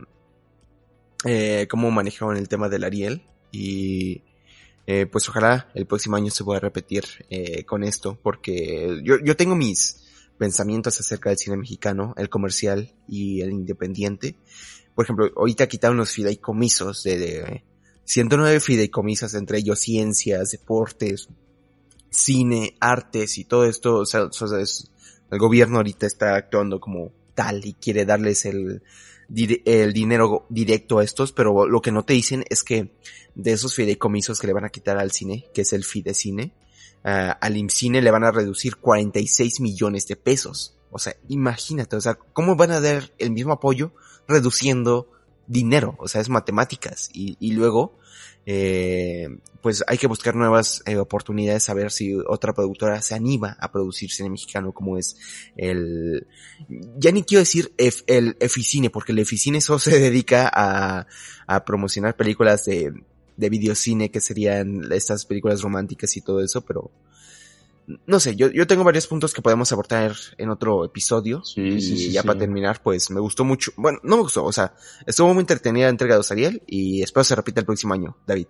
S2: eh, cómo manejaron el tema del Ariel y eh, pues ojalá el próximo año se pueda repetir eh, con esto porque yo, yo tengo mis pensamientos acerca del cine mexicano, el comercial y el independiente. Por ejemplo, ahorita quitaron los fideicomisos de, de ciento nueve fideicomisos, entre ellos ciencias, deportes, cine, artes y todo esto. O sea, o sea es, el gobierno ahorita está actuando como tal y quiere darles el, el dinero directo a estos, pero lo que no te dicen es que de esos fideicomisos que le van a quitar al cine, que es el Fidecine, uh, al IMCINE le van a reducir cuarenta y seis millones de pesos. O sea, imagínate, o sea, ¿cómo van a dar el mismo apoyo reduciendo dinero? O sea, es matemáticas. Y, y luego, eh, pues hay que buscar nuevas eh, oportunidades, a ver si otra productora se anima a producir cine mexicano, como es el, ya ni quiero decir F, el Eficine, porque el Eficine solo se dedica a, a promocionar películas de, de videocine, que serían estas películas románticas y todo eso, pero no sé, yo, yo tengo varios puntos que podemos abordar en otro episodio.
S3: Sí,
S2: y
S3: sí, sí,
S2: ya
S3: sí.
S2: para terminar, pues me gustó mucho. Bueno, no me gustó, o sea, estuvo muy entretenida la entrega de Osariel y espero se repita el próximo año, David.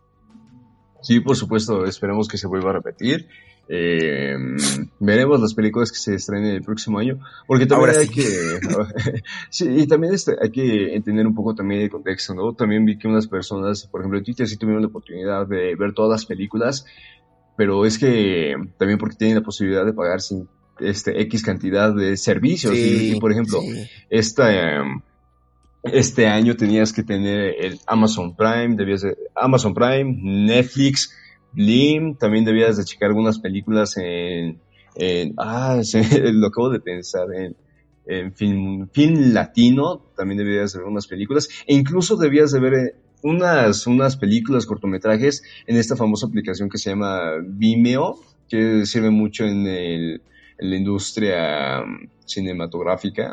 S3: Sí, por supuesto, esperemos que se vuelva a repetir. Eh, veremos las películas que se estrenen el próximo año, porque también
S2: Ahora
S3: hay
S2: sí.
S3: que, sí, y también este, hay que entender un poco también el contexto, ¿no? También vi que unas personas, por ejemplo, en Twitter sí tuvieron la oportunidad de ver todas las películas, pero es que también porque tienen la posibilidad de pagar sin este X cantidad de servicios,
S2: Sí,
S3: y, y por ejemplo,
S2: sí.
S3: esta eh, este año tenías que tener el Amazon Prime, debías de, Amazon Prime, Netflix, Blim, también debías de checar algunas películas en, en ah, se, lo acabo de pensar, en, en film, film latino, también debías de ver unas películas, e incluso debías de ver unas, unas películas, cortometrajes, en esta famosa aplicación que se llama Vimeo, que sirve mucho en el, en la industria um, cinematográfica,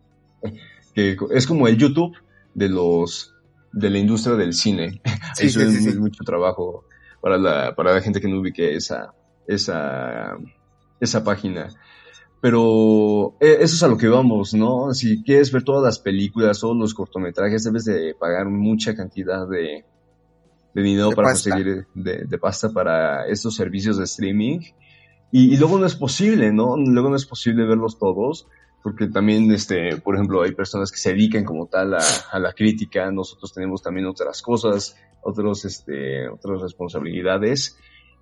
S3: que es como el YouTube de los de la industria del cine.
S2: Sí,
S3: Ahí
S2: sí,
S3: suben
S2: sí,
S3: muy,
S2: sí.
S3: mucho trabajo para la, para la gente que no ubique esa, esa, esa página. Pero eh, eso es a lo que vamos, ¿no? Si quieres ver todas las películas, todos los cortometrajes, debes de pagar mucha cantidad de, de dinero
S2: De
S3: para
S2: pasta.
S3: conseguir de, de pasta para estos servicios de streaming. Y, y luego no es posible, ¿no? Luego no es posible verlos todos, porque también, este, por ejemplo, hay personas que se dedican como tal a, a la crítica. Nosotros tenemos también otras cosas, otros, este, otras responsabilidades.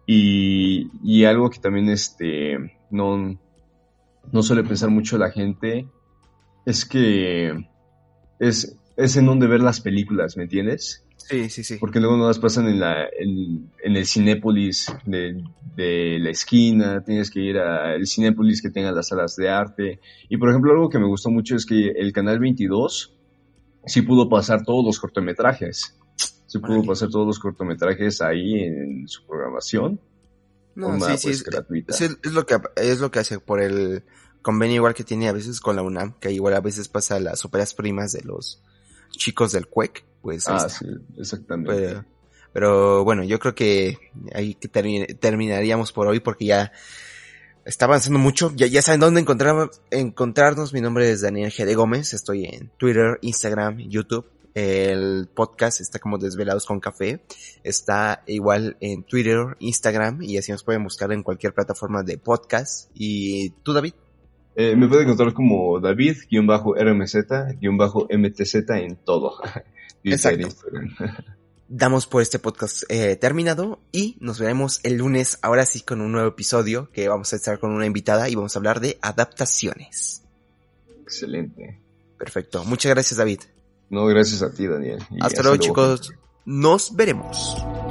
S3: Y, y algo que también, este, no, no suele pensar mucho la gente es que es, es en donde ver las películas, ¿me entiendes?
S2: Sí, sí, sí.
S3: Porque luego no las pasan en la en, en el Cinépolis de, de la esquina, tienes que ir al Cinépolis que tenga las salas de arte. Y por ejemplo, algo que me gustó mucho es que el Canal veintidós sí pudo pasar todos los cortometrajes. Sí pudo
S2: Órale.
S3: pasar todos los cortometrajes ahí en su programación, de
S2: No,
S3: forma
S2: sí, sí,
S3: pues
S2: es,
S3: gratuita.
S2: es, es lo que es lo que hace por el convenio igual que tiene a veces con la UNAM, que igual a veces pasa las óperas primas de los chicos del C U E C, pues ahí
S3: Ah,
S2: está.
S3: sí, exactamente.
S2: Pero, pero bueno, yo creo que ahí que termi- terminaríamos por hoy porque ya está avanzando mucho. Ya, ya saben dónde encontrar, encontrarnos. Mi nombre es Daniel G. de Gómez. Estoy en Twitter, Instagram, YouTube. El podcast está como Desvelados con Café. Está igual en Twitter, Instagram y así nos pueden buscar en cualquier plataforma de podcast. ¿Y tú, David?
S3: Eh, me puede encontrar como David-R M Z-M T Z en todo. Twitter,
S2: Exacto.
S3: Instagram.
S2: Damos por este podcast eh, terminado y nos veremos el lunes, ahora sí con un nuevo episodio que vamos a estar con una invitada y vamos a hablar de adaptaciones.
S3: Excelente.
S2: Perfecto. Muchas gracias, David.
S3: No, gracias a ti, Daniel. Y
S2: Hasta luego,
S3: gente.
S2: chicos. Nos veremos.